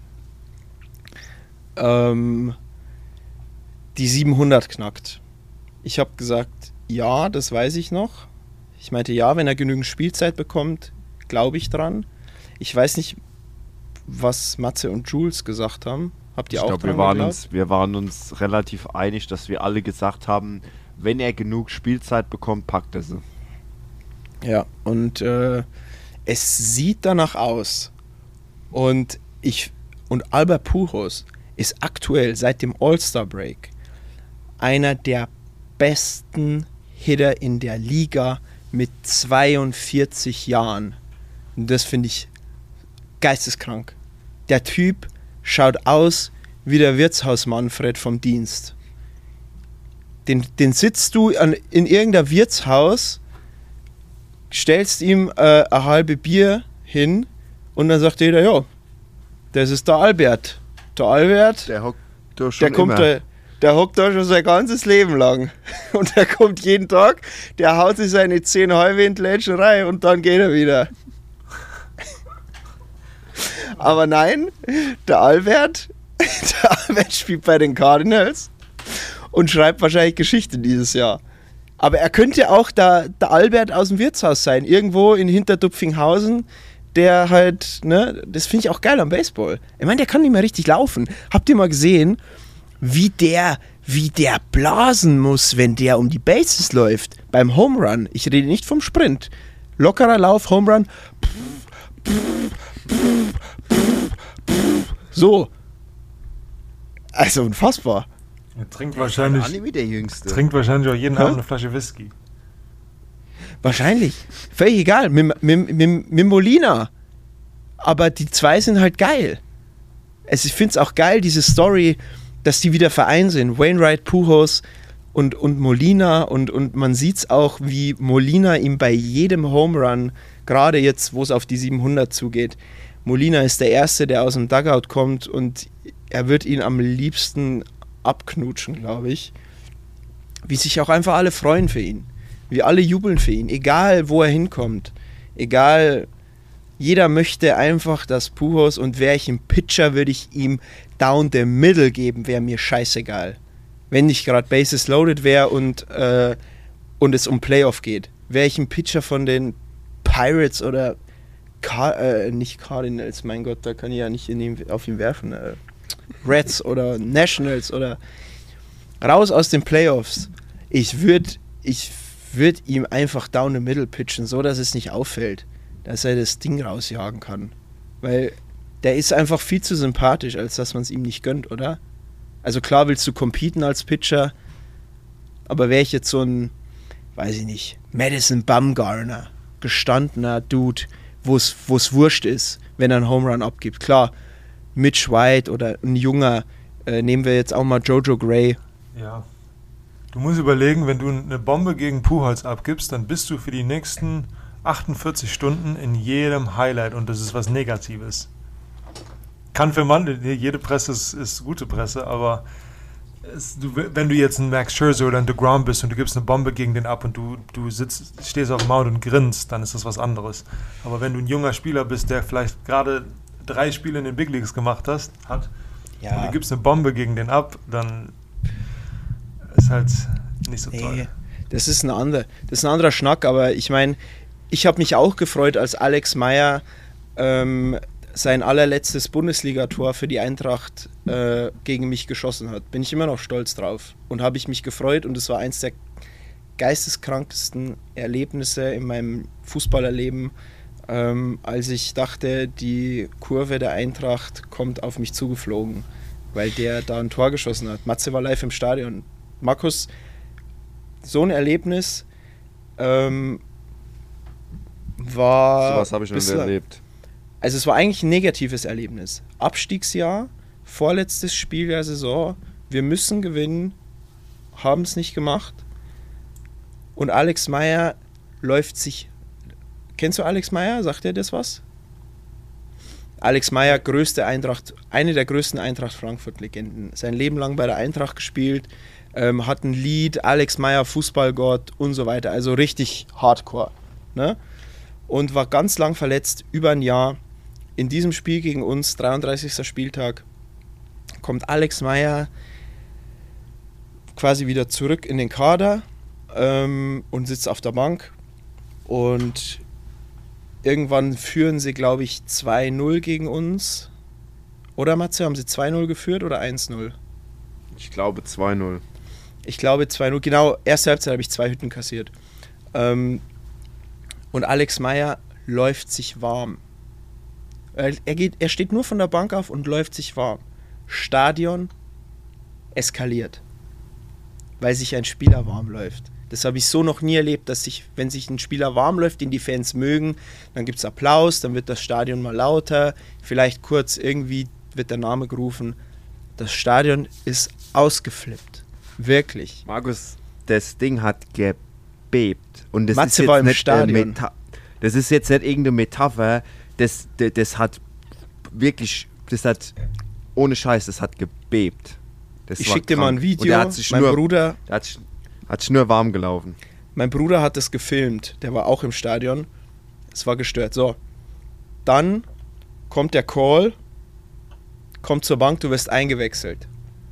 ähm, die siebenhundert knackt. Ich habe gesagt, ja, das weiß ich noch. Ich meinte, ja, wenn er genügend Spielzeit bekommt, glaube ich dran. Ich weiß nicht, was Matze und Jules gesagt haben. Habt ihr Ich auch glaube, dran wir, waren geglaubt? uns- wir waren uns relativ einig, dass wir alle gesagt haben, wenn er genug Spielzeit bekommt, packt er sie. Ja, und äh, es sieht danach aus. Und ich und Albert Pujols ist aktuell seit dem All-Star-Break einer der besten Hitter in der Liga mit zweiundvierzig Jahren. Und das finde ich geisteskrank. Der Typ schaut aus wie der Wirtshaus-Manfred vom Dienst. Den, den sitzt du an, in irgendeinem Wirtshaus, stellst ihm äh, ein halbe Bier hin Und dann sagt jeder, ja, das ist der Albert. Der Albert, Der hockt doch schon der kommt immer. da, der hockt da schon sein ganzes Leben lang. Und der kommt jeden Tag, der haut sich seine zehn Halbe in die Lätscherei und dann geht er wieder. Aber nein, der Albert, der Albert spielt bei den Cardinals und schreibt wahrscheinlich Geschichte dieses Jahr. Aber er könnte auch der, der Albert aus dem Wirtshaus sein, irgendwo in Hinterdupfinghausen, der halt, ne, das finde ich auch geil am Baseball. Ich meine, der kann nicht mehr richtig laufen. Habt ihr mal gesehen, wie der, wie der blasen muss, wenn der um die Bases läuft, beim Home Run? Ich rede nicht vom Sprint. Lockerer Lauf, Home Run. So. Also unfassbar. Er trinkt Der wahrscheinlich, Anime der Jüngste. trinkt wahrscheinlich auch jeden Hä? Abend eine Flasche Whisky. Wahrscheinlich. Völlig egal. Mit, mit, mit, mit Molina. Aber die zwei sind halt geil. Es, ich finde es auch geil, diese Story, dass die wieder vereint sind. Wainwright, Pujols und, und Molina. Und, und man sieht es auch, wie Molina ihm bei jedem Home Run, gerade jetzt, wo es auf die siebenhundert zugeht, Molina ist der Erste, der aus dem Dugout kommt und er wird ihn am liebsten abknutschen, glaube ich. Wie sich auch einfach alle freuen für ihn. Wie alle jubeln für ihn, egal wo er hinkommt. Egal, jeder möchte einfach, dass Pujols und wäre ich ein Pitcher, würde ich ihm down the middle geben, wäre mir scheißegal. Wenn nicht gerade Bases loaded wäre und, äh, und es um Playoff geht. Wäre ich ein Pitcher von den Pirates oder Car- äh, nicht Cardinals, mein Gott, da kann ich ja nicht in ihm, auf ihn werfen. Äh, Reds oder Nationals oder raus aus den Playoffs. Ich würde ich würd ihm einfach down the middle pitchen, so dass es nicht auffällt, dass er das Ding rausjagen kann. Weil der ist einfach viel zu sympathisch, als dass man es ihm nicht gönnt, oder? Also klar willst du competen als Pitcher, aber wäre ich jetzt so ein, weiß ich nicht, Madison Bumgarner, gestandener Dude, wo es wurscht ist, wenn er einen Home Run abgibt. Klar, Mitch White oder ein junger, äh, nehmen wir jetzt auch mal Jojo Gray. Ja. Du musst überlegen, wenn du eine Bombe gegen Pujols abgibst, dann bist du für die nächsten achtundvierzig Stunden in jedem Highlight und das ist was Negatives. Kann für Mann, jede Presse ist, ist gute Presse, aber es, du, wenn du jetzt ein Max Scherzer oder ein DeGrom bist und du gibst eine Bombe gegen den ab und du, du sitzt, stehst auf dem Mount und grinst, dann ist das was anderes. Aber wenn du ein junger Spieler bist, der vielleicht gerade drei Spiele in den Big Leagues gemacht hast, hat Ja. und du gibst eine Bombe gegen den ab, dann ist halt nicht so toll. Nee, das ist ein anderer, das ist ein anderer Schnack, aber ich meine, ich habe mich auch gefreut, als Alex Meyer ähm, sein allerletztes Bundesligator für die Eintracht äh, gegen mich geschossen hat. Bin ich immer noch stolz drauf und habe ich mich gefreut und es war eins der geisteskrankesten Erlebnisse in meinem Fußballerleben, ähm, als ich dachte, die Kurve der Eintracht kommt auf mich zugeflogen, weil der da ein Tor geschossen hat. Matze war live im Stadion. Markus, so ein Erlebnis ähm, war... Sowas habe ich schon bislang- erlebt. Also es war eigentlich ein negatives Erlebnis. Abstiegsjahr, vorletztes Spiel der Saison, wir müssen gewinnen, haben es nicht gemacht. Und Alex Meyer läuft sich... Kennst du Alex Meyer? Sagt dir das was? Alex Meyer, größte Eintracht, eine der größten Eintracht Frankfurt-Legenden. Sein Leben lang bei der Eintracht gespielt, ähm, hat ein Lied, Alex Meyer, Fußballgott und so weiter. Also richtig hardcore. Ne? Und war ganz lang verletzt, über ein Jahr. In diesem Spiel gegen uns, dreiunddreißigster Spieltag, kommt Alex Meyer quasi wieder zurück in den Kader ähm, und sitzt auf der Bank. Und irgendwann führen sie, glaube ich, zwei null gegen uns. Oder, Matze, haben sie zwei null geführt oder eins null? Ich glaube zwei null. Ich glaube zwei null. Genau, erste Halbzeit habe ich zwei Hütten kassiert. Ähm, und Alex Meyer läuft sich warm. Er, er, geht, er steht nur von der Bank auf und läuft sich warm. Stadion eskaliert. Weil sich ein Spieler warm läuft. Das habe ich so noch nie erlebt, dass sich, wenn sich ein Spieler warm läuft, den die Fans mögen, dann gibt es Applaus, dann wird das Stadion mal lauter, vielleicht kurz irgendwie wird der Name gerufen. Das Stadion ist ausgeflippt. Wirklich. Markus, das Ding hat gebebt. Und das Matze ist war jetzt im nicht Stadion. Meta- das ist jetzt nicht irgendeine Metapher. das, das, das hat wirklich, das hat, ohne Scheiß, das hat gebebt. Das Ich war schick dir mal ein krank. Video. Und der hat sich mein nur, Bruder, der hat sich, hat sich nur warm gelaufen. mein Bruder hat das gefilmt. Der war auch im Stadion. Es war gestört. So, dann kommt der Call, kommt zur Bank, du wirst eingewechselt.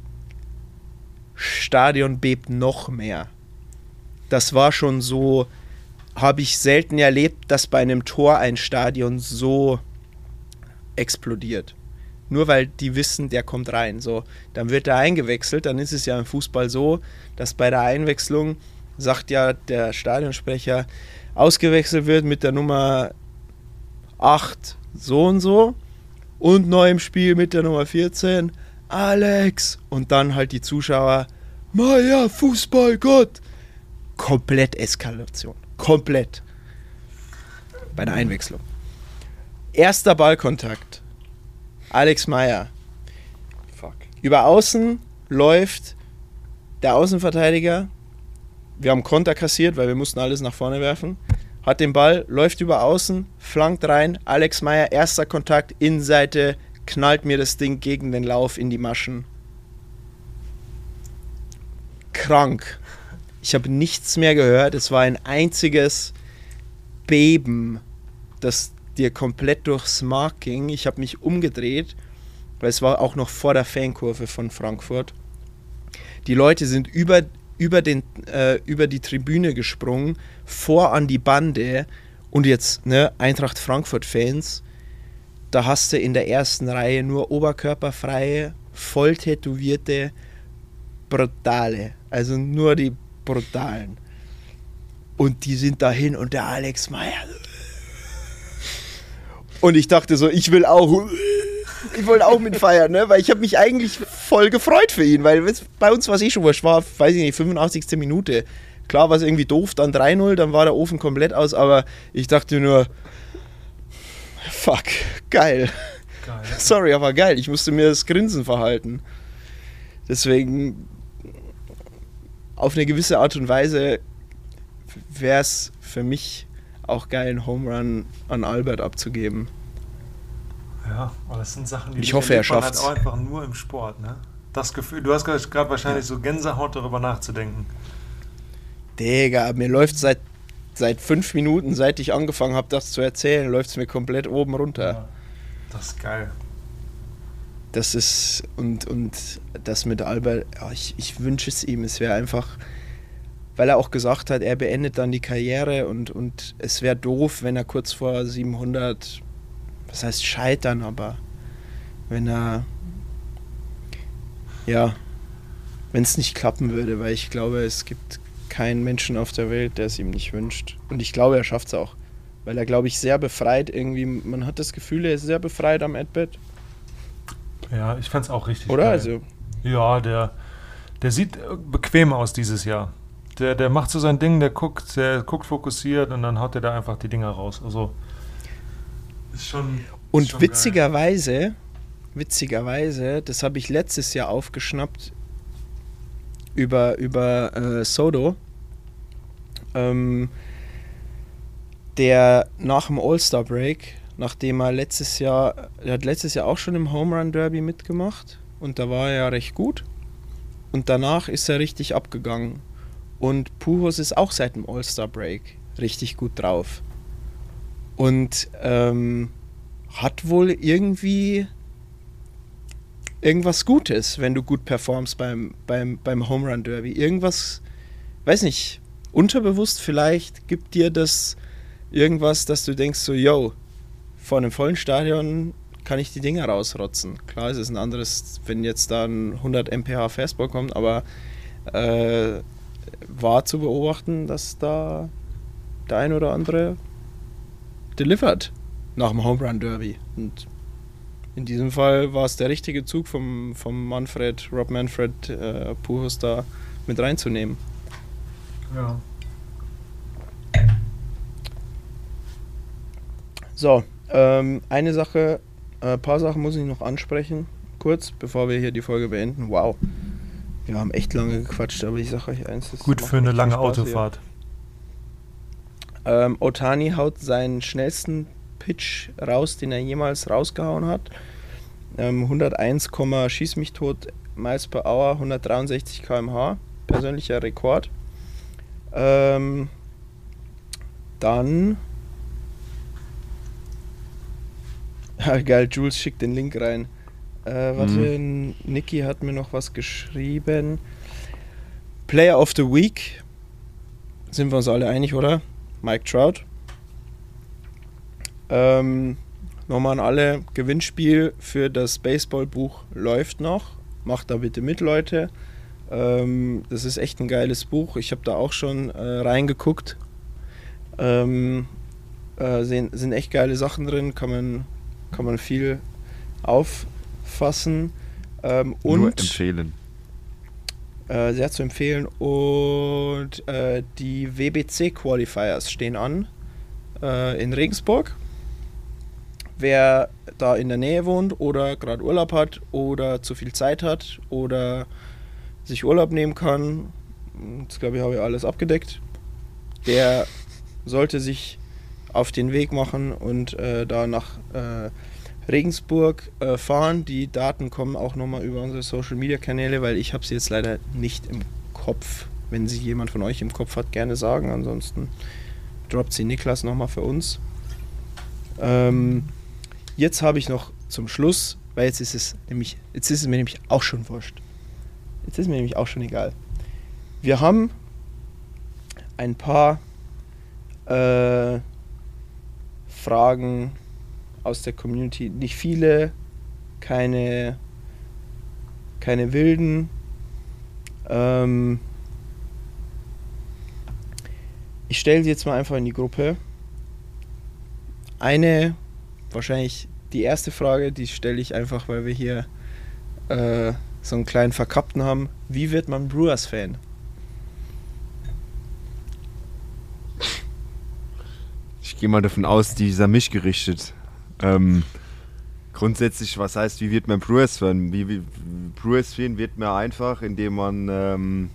Stadion bebt noch mehr. Das war schon so, habe ich selten erlebt, dass bei einem Tor ein Stadion so explodiert. Nur weil die wissen, der kommt rein. So, dann wird er eingewechselt, dann ist es ja im Fußball so, dass bei der Einwechslung sagt ja der Stadionsprecher, ausgewechselt wird mit der Nummer acht so und so und neu im Spiel mit der Nummer vierzehn Alex. Und dann halt die Zuschauer, Meier, Fußballgott. Komplett Eskalation. Komplett. Bei der Einwechslung. Erster Ballkontakt. Alex Meier. Fuck. Über Außen läuft der Außenverteidiger. Wir haben Konter kassiert, weil wir mussten alles nach vorne werfen. Hat den Ball, läuft über Außen, flankt rein. Alex Meier, erster Kontakt, Innenseite, knallt mir das Ding gegen den Lauf in die Maschen. Krank. Ich habe nichts mehr gehört. Es war ein einziges Beben, das dir komplett durchs Mark ging. Ich habe mich umgedreht, weil es war auch noch vor der Fankurve von Frankfurt. Die Leute sind über, über, den, äh, über die Tribüne gesprungen, vor an die Bande. Und jetzt, ne, Eintracht Frankfurt-Fans, da hast du in der ersten Reihe nur oberkörperfreie, voll tätowierte, brutale. Also nur die brutalen. Und die sind dahin und der Alex Meier. Und ich dachte so, ich will auch, ich wollte auch mitfeiern, ne? Weil ich habe mich eigentlich voll gefreut für ihn, weil bei uns war es eh schon wurscht, war, weiß ich nicht, fünfundachtzigste Minute. Klar war es irgendwie doof, dann drei null, dann war der Ofen komplett aus, aber ich dachte nur, fuck, geil. Geil. Sorry, aber geil. Ich musste mir das Grinsen verhalten. Deswegen, auf eine gewisse Art und Weise wäre es für mich auch geil, einen Home Run an Albert abzugeben. Ja, aber das sind Sachen, die Ich die hoffe, er erlebt man schafft's. halt auch einfach nur im Sport, ne? Das Gefühl, du hast gerade wahrscheinlich so Gänsehaut darüber nachzudenken. Digga, mir läuft seit, seit fünf Minuten, seit ich angefangen habe, das zu erzählen, läuft es mir komplett oben runter. Ja, das ist geil. Das ist, und, und das mit Albert, ja, ich, ich wünsche es ihm, es wäre einfach, weil er auch gesagt hat, er beendet dann die Karriere und, und es wäre doof, wenn er kurz vor siebenhundert, was heißt scheitern, aber wenn er, ja, wenn es nicht klappen würde, weil ich glaube, es gibt keinen Menschen auf der Welt, der es ihm nicht wünscht. Und ich glaube, er schafft es auch, weil er, glaube ich, sehr befreit irgendwie, man hat das Gefühl, er ist sehr befreit am Adbett. Ja, ich fand's auch richtig Oder? geil. Also, Ja, der, der sieht äh, bequem aus dieses Jahr. Der, der macht so sein Ding, der guckt, der guckt fokussiert und dann haut er da einfach die Dinger raus. Also ist schon. und ist schon witzigerweise, witzigerweise, das habe ich letztes Jahr aufgeschnappt über, über äh, Soto, ähm, der nach dem All-Star-Break, nachdem er letztes Jahr, er hat letztes Jahr auch schon im Home Run Derby mitgemacht und da war er ja recht gut und danach ist er richtig abgegangen. Und Pujols ist auch seit dem All-Star-Break richtig gut drauf. Und ähm, hat wohl irgendwie irgendwas Gutes, wenn du gut performst beim, beim, beim Home Run Derby. Irgendwas, weiß nicht, unterbewusst vielleicht gibt dir das irgendwas, dass du denkst so, yo, vor einem vollen Stadion kann ich die Dinger rausrotzen. Klar, es ist ein anderes, wenn jetzt da ein hundert Miles per Stunde Fastball kommt, aber äh, war zu beobachten, dass da der ein oder andere delivert nach dem Home Run Derby. Und in diesem Fall war es der richtige Zug vom, vom Manfred, Rob Manfred, äh, Pujols da mit reinzunehmen. Ja. So, ähm, eine Sache, ein äh, paar Sachen muss ich noch ansprechen, kurz, bevor wir hier die Folge beenden. Wow, wir haben echt lange gequatscht, aber ich sage euch eins. Das Gut macht für eine echt lange viel Spaß Autofahrt. hier. Ähm, Ohtani haut seinen schnellsten Pitch raus, den er jemals rausgehauen hat. Ähm, hunderteins, schieß mich tot Miles per Hour, hundertdreiundsechzig Kilometer pro Stunde, persönlicher Rekord. Ähm, dann ja, geil, Jules schickt den Link rein. Äh, warte, mhm. Niki hat mir noch was geschrieben. Player of the Week. Sind wir uns alle einig, oder? Mike Trout. Ähm, nochmal an alle. Gewinnspiel für das Baseballbuch läuft noch. Macht da bitte mit, Leute. Ähm, das ist echt ein geiles Buch. Ich habe da auch schon äh, reingeguckt. Ähm, äh, sind, sind echt geile Sachen drin. Kann man, kann man viel auffassen. Ähm, und Nur empfehlen. Äh, sehr zu empfehlen. Und äh, die W B C Qualifiers stehen an äh, in Regensburg. Wer da in der Nähe wohnt oder gerade Urlaub hat oder zu viel Zeit hat oder sich Urlaub nehmen kann, das glaube ich habe ich alles abgedeckt, der sollte sich auf den Weg machen und äh, da nach äh, Regensburg äh, fahren. Die Daten kommen auch nochmal über unsere Social Media Kanäle, weil ich habe sie jetzt leider nicht im Kopf. Wenn sie jemand von euch im Kopf hat, gerne sagen. Ansonsten droppt sie Niklas nochmal für uns. Ähm, jetzt habe ich noch zum Schluss, weil jetzt ist es nämlich, jetzt ist es mir nämlich auch schon wurscht. Jetzt ist mir nämlich auch schon egal. Wir haben ein paar äh, Fragen aus der Community, nicht viele, keine, keine wilden. Ähm ich stelle sie jetzt mal einfach in die Gruppe. Eine, wahrscheinlich die erste Frage, die stelle ich einfach, weil wir hier äh, so einen kleinen Verkappten haben. Wie wird man Brewers-Fan? Ich gehe mal davon aus, die ist an mich gerichtet. Ähm, grundsätzlich, was heißt, wie wird man Brewers-Fan? Wie, wie, Brewers-Fan wird man einfach, indem man ähm,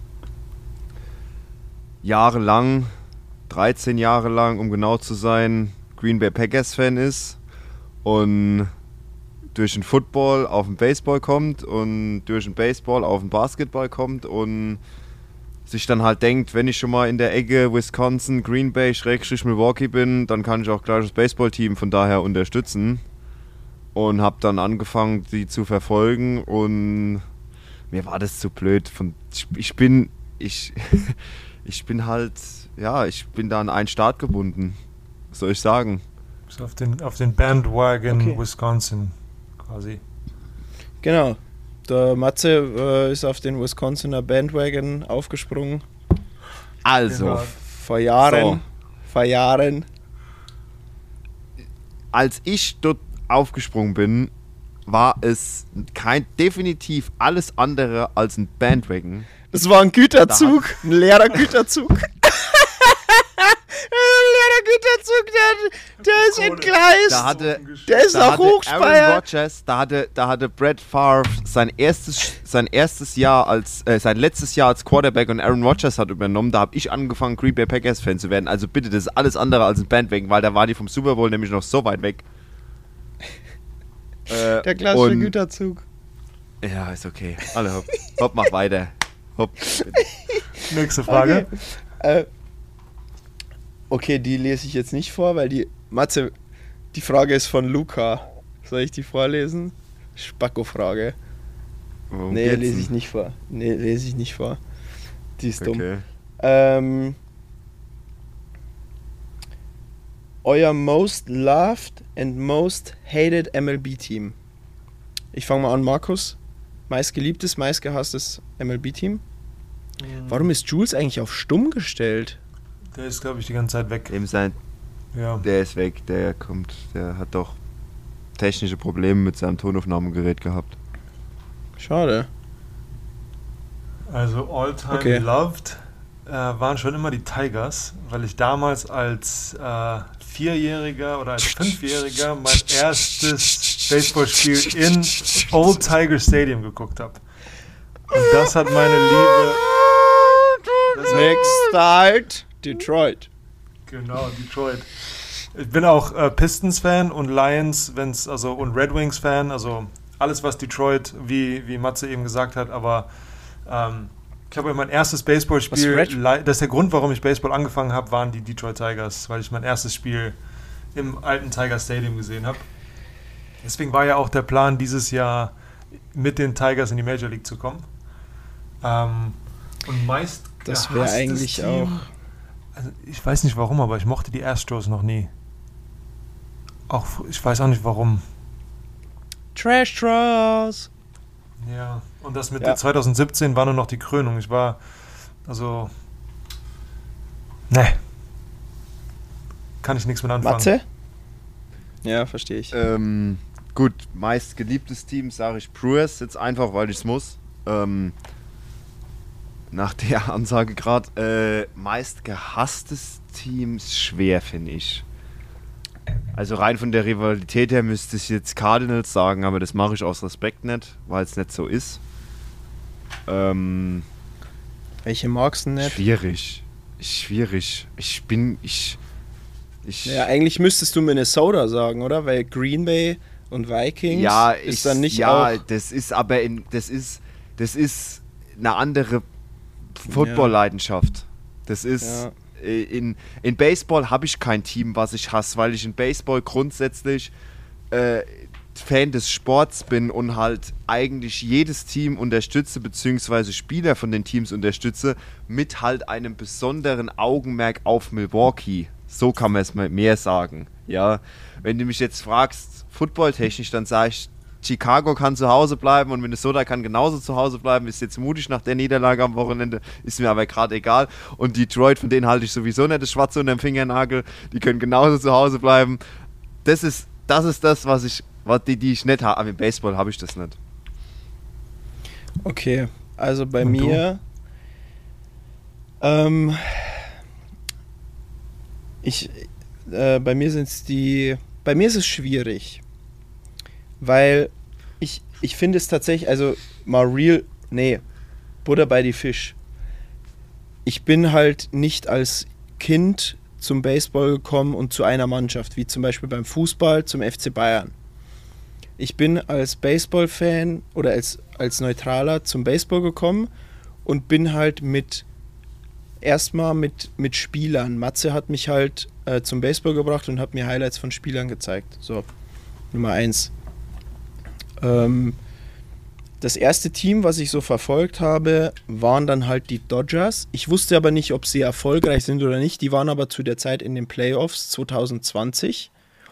jahrelang, dreizehn Jahre lang, um genau zu sein, Green Bay Packers-Fan ist und durch den Football auf den Baseball kommt und durch den Baseball auf den Basketball kommt und sich dann halt denkt, wenn ich schon mal in der Ecke Wisconsin, Green Bay, Schrägstrich Milwaukee bin, dann kann ich auch gleich das Baseballteam von daher unterstützen. Und habe dann angefangen, sie zu verfolgen und mir war das zu blöd. Von, ich, ich bin, ich, ich bin halt, ja, ich bin da an einen Start gebunden. Was soll ich sagen? So auf den, auf den Bandwagon Okay. Wisconsin quasi. Genau. Der Matze äh, ist auf den Wisconsinner Bandwagon aufgesprungen. Also, Genau. Vor Jahren. So. Vor Jahren. als ich dort aufgesprungen bin, war es kein, definitiv alles andere als ein Bandwagon. Das war ein Güterzug. Ein leerer Güterzug. Ein leerer Güterzug, der, der ist entgleist. Da hatte, Der ist da nach hatte Hochspeyer. Aaron Rodgers, da hatte, da hatte Brett Favre sein erstes, sein erstes Jahr als, äh, sein letztes Jahr als Quarterback und Aaron Rodgers hat übernommen. Da habe ich angefangen, Green Bay Packers Fan zu werden. Also bitte, das ist alles andere als ein Bandwagon, weil da war die vom Super Bowl nämlich noch so weit weg. äh, Der klassische und- Güterzug. Ja, ist okay. Alle hopp. Hopp, mach weiter. Hopp. Nächste Frage. Okay. Äh, okay, die lese ich jetzt nicht vor, weil die. Matze, die Frage ist von Luca. Soll ich die vorlesen? Spacko-Frage. Worum Nee, geht's lese denn? ich nicht vor. Nee, lese ich nicht vor. Die ist dumm. Okay. Ähm, euer most loved and most hated M L B-Team. Ich fange mal an, Markus. Meistgeliebtes, meistgehasstes M L B-Team. Warum ist Jules eigentlich auf stumm gestellt? Der ist, glaube ich, die ganze Zeit weg. Eben sein, Ja. der ist weg, der kommt, der hat doch technische Probleme mit seinem Tonaufnahmegerät gehabt. Schade. Also All-Time Okay. Loved äh, waren schon immer die Tigers, weil ich damals als äh, Vierjähriger oder als Fünfjähriger mein erstes Baseballspiel in Old Tiger Stadium geguckt habe. Und das hat meine Liebe... Das hat, Next start, Detroit. genau, Detroit. Ich bin auch äh, Pistons-Fan und Lions, wenn's, also und Red Wings-Fan, also alles, was Detroit, wie, wie Matze eben gesagt hat, aber ähm, ich glaube, mein erstes Baseballspiel, das ist der Grund, warum ich Baseball angefangen habe, waren die Detroit Tigers, weil ich mein erstes Spiel im alten Tiger Stadium gesehen habe. Deswegen war ja auch der Plan, dieses Jahr mit den Tigers in die Major League zu kommen. Ähm, und meist das wäre eigentlich Team, auch... Also ich weiß nicht warum, aber ich mochte die Astros noch nie. Auch, ich weiß auch nicht warum. Trash Trash! Ja, und das mit ja. zwanzig siebzehn war nur noch die Krönung. Ich war, also, ne, kann ich nichts mit anfangen. Matze? Ja, verstehe ich. Ähm, gut, meist geliebtes Team sage ich Brewers, jetzt einfach, weil ich es muss. Ähm, nach der Ansage gerade. Äh, meist gehasstes Team ist schwer, finde ich. Also rein von der Rivalität her müsste ich jetzt Cardinals sagen, aber das mache ich aus Respekt nicht, weil es nicht so ist. Ähm, Welche magst du nicht? Schwierig. Schwierig. Ich bin... Ich, ich ja, eigentlich müsstest du Minnesota sagen, oder? Weil Green Bay und Vikings ja, ist ich, dann nicht ja, auch... das ist aber in, das ist das ist eine andere Football-Leidenschaft. Das ist... Ja. In, in Baseball habe ich kein Team, was ich hasse, weil ich in Baseball grundsätzlich äh, Fan des Sports bin und halt eigentlich jedes Team unterstütze, beziehungsweise Spieler von den Teams unterstütze, mit halt einem besonderen Augenmerk auf Milwaukee. So kann man es mehr sagen. Ja, wenn du mich jetzt fragst, footballtechnisch, dann sage ich, Chicago kann zu Hause bleiben und Minnesota kann genauso zu Hause bleiben. Ist jetzt mutig nach der Niederlage am Wochenende, ist mir aber gerade egal. Und Detroit, von denen halte ich sowieso nicht das Schwarze unter dem Fingernagel. Die können genauso zu Hause bleiben. Das ist das, ist das was ich, was die, die ich nicht habe. Aber im Baseball habe ich das nicht. Okay, also bei und mir... Ähm, ich, äh, bei mir sind es die... Bei mir ist es schwierig. Weil ich, ich finde es tatsächlich, also mal real, nee, Butter bei die Fisch. Ich bin halt nicht als Kind zum Baseball gekommen und zu einer Mannschaft, wie zum Beispiel beim Fußball zum F C Bayern. Ich bin als Baseball-Fan oder als, als Neutraler zum Baseball gekommen und bin halt mit, erstmal mit, mit Spielern. Matze hat mich halt äh, zum Baseball gebracht und hat mir Highlights von Spielern gezeigt. So, Nummer eins. Ähm, das erste Team, was ich so verfolgt habe, waren dann halt die Dodgers. Ich wusste aber nicht, ob sie erfolgreich sind oder nicht. Die waren aber zu der Zeit in den Playoffs zwanzig zwanzig.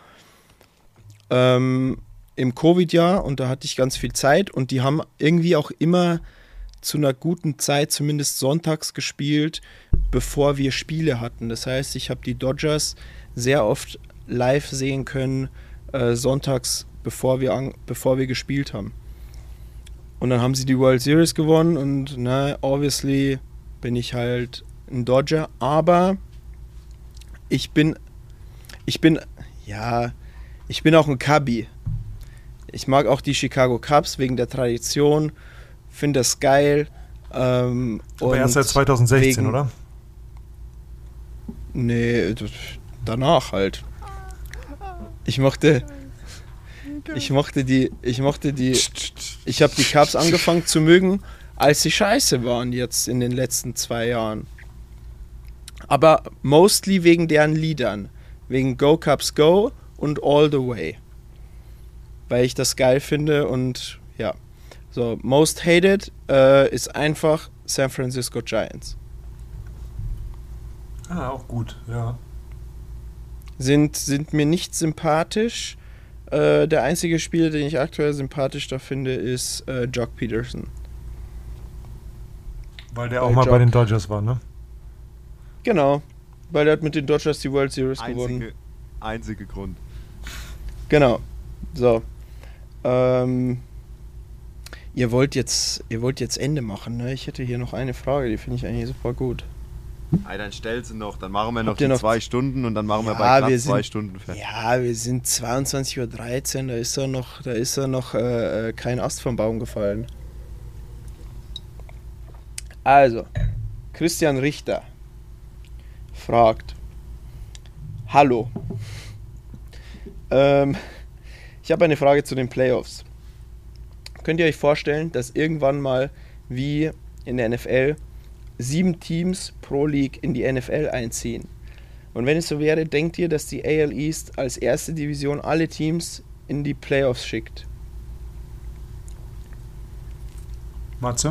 Ähm, im Covid-Jahr, und da hatte ich ganz viel Zeit, und die haben irgendwie auch immer zu einer guten Zeit, zumindest sonntags, gespielt, bevor wir Spiele hatten. Das heißt, ich habe die Dodgers sehr oft live sehen können, äh, sonntags, bevor wir, an, bevor wir gespielt haben. Und dann haben sie die World Series gewonnen und na, obviously bin ich halt ein Dodger, aber ich bin, ich bin, ja, ich bin auch ein Cubby. Ich mag auch die Chicago Cubs wegen der Tradition, finde das geil. Ähm, aber erst seit zwanzig sechzehn, wegen, oder? Nee, danach halt. Ich mochte... Ich mochte die, ich mochte die, ich habe die Cubs angefangen zu mögen, als sie scheiße waren jetzt in den letzten zwei Jahren. Aber mostly wegen deren Liedern, wegen Go Cubs Go und All the Way. Weil ich das geil finde und ja. So, most hated äh, ist einfach San Francisco Giants. Ah, auch gut, ja. Sind, sind mir nicht sympathisch. Uh, der einzige Spieler, den ich aktuell sympathisch da finde, ist uh, Jock Peterson. Weil der auch weil mal Jock, bei den Dodgers war, ne? Genau, weil der hat mit den Dodgers die World Series einzige, gewonnen. Einzige Grund. Genau, so. Ähm, ihr wollt jetzt, ihr wollt jetzt Ende machen, ne? Ich hätte hier noch eine Frage, die finde ich eigentlich super gut. Hey, dann stell sie noch, dann machen wir noch die noch zwei Stunden und dann machen ja, wir bei knapp wir zwei sind, Stunden fertig. Ja, wir sind zweiundzwanzig Uhr dreizehn, da ist ja noch, da ist ja noch äh, kein Ast vom Baum gefallen. Also, Christian Richter fragt: Hallo, Ähm, ich habe eine Frage zu den Playoffs. Könnt ihr euch vorstellen, dass irgendwann mal wie in der N F L sieben Teams pro League in die N F L einziehen? Und wenn es so wäre, denkt ihr, dass die A L East als erste Division alle Teams in die Playoffs schickt? Matze?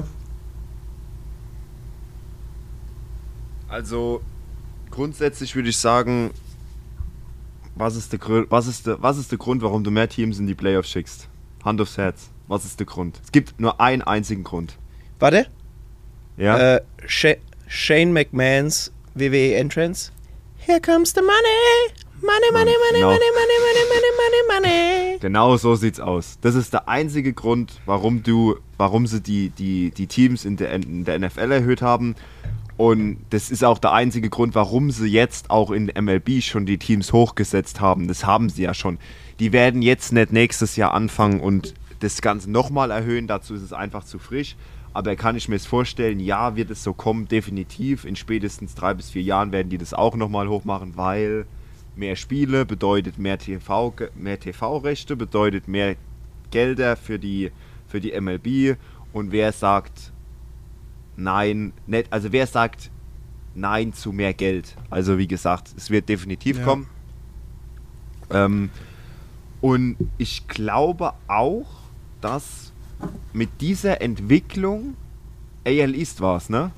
Also grundsätzlich würde ich sagen, was ist der Grund, was ist der, was ist der Grund, warum du mehr Teams in die Playoffs schickst? Hand aufs Herz. Was ist der Grund? Es gibt nur einen einzigen Grund. Warte. Ja? Äh, Sha- Shane McMahons W W E Entrance. Here comes the money. Money, money, money, Genau. money, money, money, money, money, money. Genau so sieht's aus. Das ist der einzige Grund, warum du, warum sie die, die, die Teams in der, in der N F L erhöht haben. Und das ist auch der einzige Grund, warum sie jetzt auch in M L B schon die Teams hochgesetzt haben. Das haben sie ja schon. Die werden jetzt nicht nächstes Jahr anfangen und das Ganze nochmal erhöhen. Dazu ist es einfach zu frisch. Aber kann ich mir es vorstellen, ja, wird es so kommen, definitiv. In spätestens drei bis vier Jahren werden die das auch nochmal hochmachen, weil mehr Spiele bedeutet mehr T V, mehr T V-Rechte, bedeutet mehr Gelder für die, für die M L B. Und wer sagt nein, nicht, also wer sagt nein zu mehr Geld? Also wie gesagt, es wird definitiv Ja. kommen. Ähm, und ich glaube auch, dass mit dieser Entwicklung A L East war es, ne?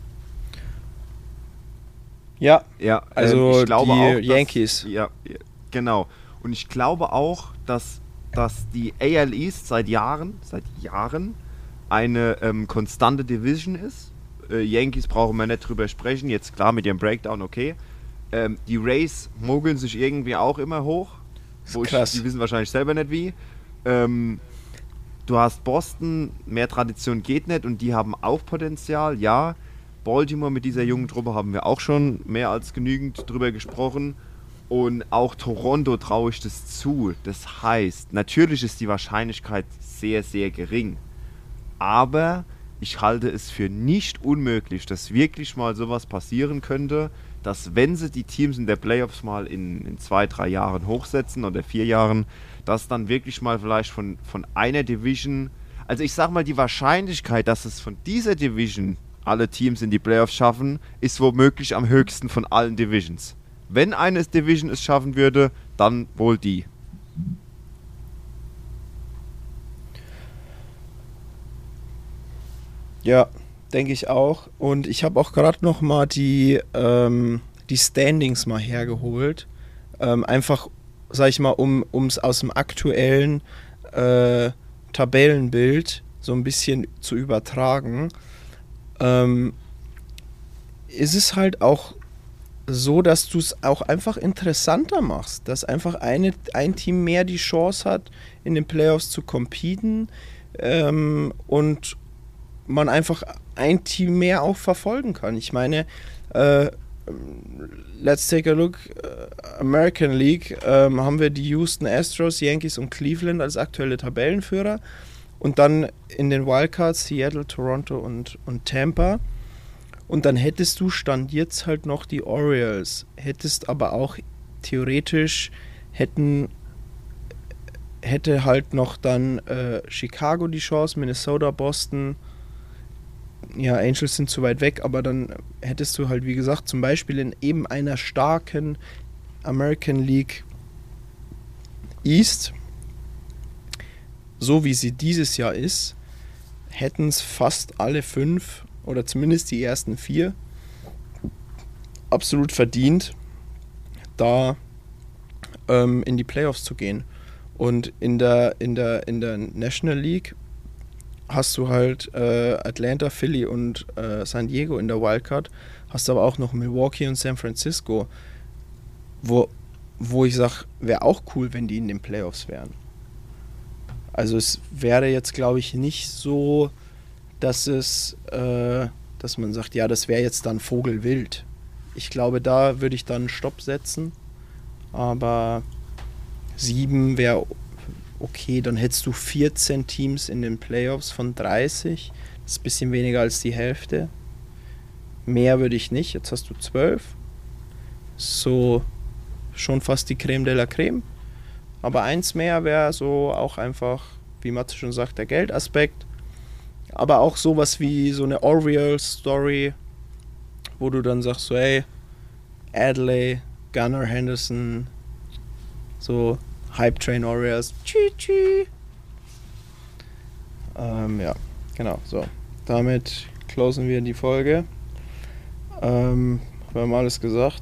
Ja, Ja, Also ähm, ich glaube die auch, dass, Yankees. Ja, ja, genau. Und ich glaube auch, dass, dass die A L East seit Jahren, seit Jahren eine ähm, konstante Division ist. Äh, Yankees brauchen wir nicht drüber sprechen. Jetzt klar mit ihrem Breakdown, okay. Ähm, die Rays mogeln sich irgendwie auch immer hoch. Wo ich, krass. die wissen wahrscheinlich selber nicht wie. Ähm, du hast Boston, mehr Tradition geht nicht und die haben auch Potenzial, ja. Baltimore mit dieser jungen Truppe haben wir auch schon mehr als genügend drüber gesprochen. Und auch Toronto traue ich das zu. Das heißt, natürlich ist die Wahrscheinlichkeit sehr, sehr gering. Aber ich halte es für nicht unmöglich, dass wirklich mal sowas passieren könnte, dass wenn sie die Teams in der Playoffs mal in, in zwei, drei Jahren hochsetzen oder vier Jahren, dass dann wirklich mal vielleicht von, von einer Division, also ich sag mal, die Wahrscheinlichkeit, dass es von dieser Division alle Teams in die Playoffs schaffen, ist womöglich am höchsten von allen Divisions. Wenn eine Division es schaffen würde, dann wohl die. Ja, denke ich auch. Und ich habe auch gerade noch mal die, ähm, die Standings mal hergeholt. Ähm, einfach, sag ich mal, um es aus dem aktuellen äh, Tabellenbild so ein bisschen zu übertragen. Ähm, ist es halt auch so, dass du es auch einfach interessanter machst, dass einfach eine, ein Team mehr die Chance hat, in den Playoffs zu competen, ähm, und man einfach ein Team mehr auch verfolgen kann. Ich meine, äh, let's take a look, uh, American League, ähm, haben wir die Houston Astros, Yankees und Cleveland als aktuelle Tabellenführer und dann in den Wildcards Seattle, Toronto und, und Tampa. Und dann hättest du Stand jetzt halt noch die Orioles, hättest aber auch theoretisch hätten hätte halt noch dann äh, Chicago die Chance, Minnesota, Boston. Ja, Angels sind zu weit weg, aber dann hättest du halt, wie gesagt, zum Beispiel in eben einer starken American League East, so wie sie dieses Jahr ist, hätten es fast alle fünf oder zumindest die ersten vier absolut verdient, da ähm, in die Playoffs zu gehen. Und in der, in der, in der National League hast du halt äh, Atlanta, Philly und äh, San Diego in der Wildcard, hast aber auch noch Milwaukee und San Francisco, wo, wo ich sage, wäre auch cool, wenn die in den Playoffs wären. Also es wäre jetzt, glaube ich, nicht so, dass es, äh, dass man sagt, ja, das wäre jetzt dann Vogelwild. Ich glaube, da würde ich dann einen Stopp setzen, aber sieben wäre okay, dann hättest du vierzehn Teams in den Playoffs von dreißig. Das ist ein bisschen weniger als die Hälfte. Mehr würde ich nicht. Jetzt hast du zwölf. So schon fast die Creme de la Creme. aber eins mehr wäre so auch einfach, wie Matze schon sagt, der Geldaspekt. Aber auch sowas wie so eine Orioles-Story, wo du dann sagst so, hey, Adley, Gunnar Henderson, so Hype Train Orioles, tschü, tschü. Ähm, ja, genau, so. Damit closen wir die Folge. Ähm, wir haben alles gesagt.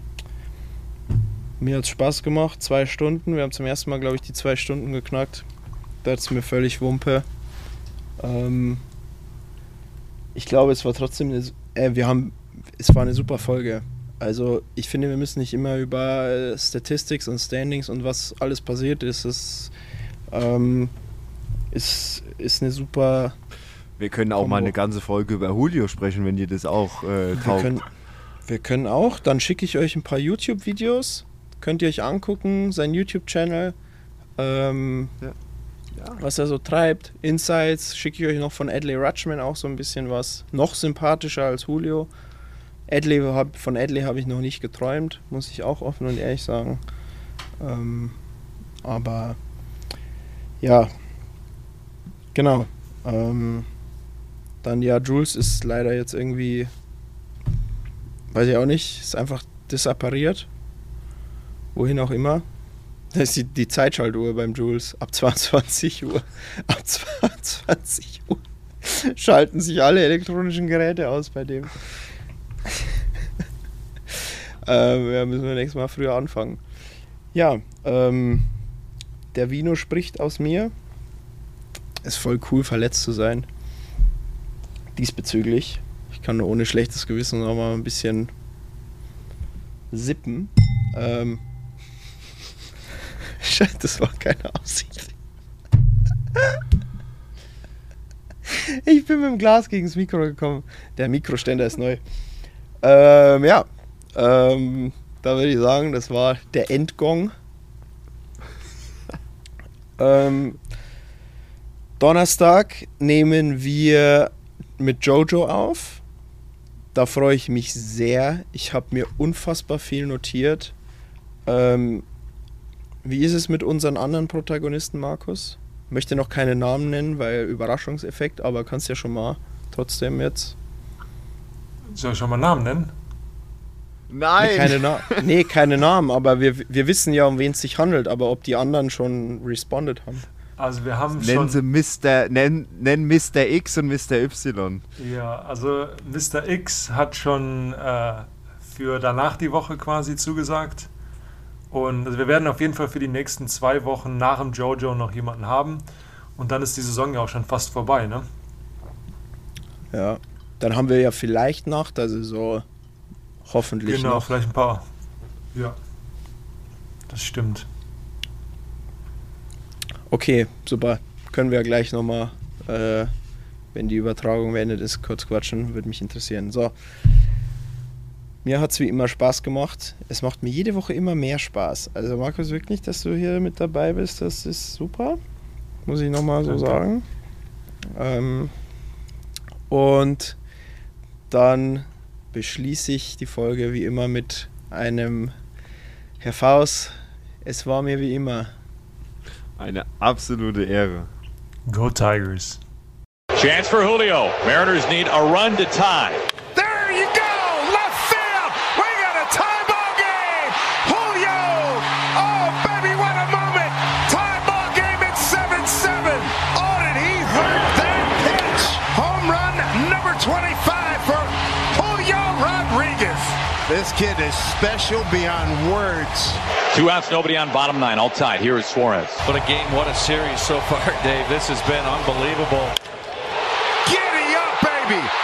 Mir hat es Spaß gemacht, zwei Stunden. Wir haben zum ersten Mal, glaube ich, die zwei Stunden geknackt. Da ist mir völlig Wumpe. Ähm, ich glaube, es war trotzdem, eine, äh, wir haben, es war eine super Folge. Also ich finde, wir müssen nicht immer über äh, Statistics und Standings und was alles passiert ist. Es ähm, ist, ist eine super... Wir können auch Kombo. mal eine ganze Folge über Julio sprechen, wenn dir das auch äh, taugt. Wir können, wir können auch, dann schicke ich euch ein paar YouTube-Videos. Könnt ihr euch angucken, sein YouTube-Channel. Ähm, Ja. Ja. Was er so treibt, Insights, schicke ich euch noch von Adley Rutschman auch so ein bisschen was. Noch sympathischer als Julio. Adley hab, von Adley habe ich noch nicht geträumt, muss ich auch offen und ehrlich sagen. Ähm, aber ja, genau. Ähm, dann ja, Jules ist leider jetzt irgendwie, weiß ich auch nicht, ist einfach disappariert. Wohin auch immer. Das ist die, die Zeitschaltuhr beim Jules. Ab zweiundzwanzig Uhr. Ab zweiundzwanzig Uhr schalten sich alle elektronischen Geräte aus bei dem. ähm, ja, müssen wir nächstes Mal früher anfangen. Ja, ähm, der Vino spricht aus mir. Ist voll cool, verletzt zu sein. Diesbezüglich. Ich kann nur ohne schlechtes Gewissen noch mal ein bisschen sippen. Ähm, Das war keine Aussicht. Ich bin mit dem Glas gegen das Mikro gekommen. Der Mikroständer ist neu. Ähm, ja. Ähm, da würde ich sagen, das war der Endgong. ähm, Donnerstag nehmen wir mit Jojo auf. Da freue ich mich sehr. Ich habe mir unfassbar viel notiert. Ähm, Wie ist es mit unseren anderen Protagonisten, Markus? Möchte noch keine Namen nennen, weil Überraschungseffekt, aber kannst ja schon mal trotzdem jetzt. Soll ich schon mal Namen nennen? Nein! Nee, keine, Na- nee, keine Namen, aber wir, wir wissen ja, um wen es sich handelt, aber ob die anderen schon respondet haben. Also wir haben Nennen schon... sie Mister Nenn, nenn Mister X und Mister Y. Ja, also Mister X hat schon äh, für danach die Woche quasi zugesagt. Und also wir werden auf jeden Fall für die nächsten zwei Wochen nach dem Jojo noch jemanden haben. Und dann ist die Saison ja auch schon fast vorbei, ne? Ja, dann haben wir ja vielleicht nach der Saison hoffentlich Genau, noch. vielleicht ein paar. Ja, das stimmt. Okay, super. Können wir ja gleich nochmal, äh, wenn die Übertragung beendet ist, kurz quatschen. Würde mich interessieren. So. Mir hat es wie immer Spaß gemacht. Es macht mir jede Woche immer mehr Spaß. Also Markus, wirklich, dass du hier mit dabei bist, das ist super. Muss ich nochmal so Danke. sagen. Ähm, und dann beschließe ich die Folge wie immer mit einem Herr Faust. Es war mir wie immer. Eine absolute Ehre. Go Tigers. Chance for Julio. Mariners need a run to tie. There you go! Left field! We got a tie ball game! Julio! Oh, baby, what a moment! Tie ball game at seven seven! Oh, did he hurt that pitch? Home run number twenty-five for Julio Rodriguez. This kid is special beyond words. Two outs, nobody on, bottom nine, all tied. Here is Suarez. What a game, what a series so far, Dave. This has been unbelievable. Giddy up, baby!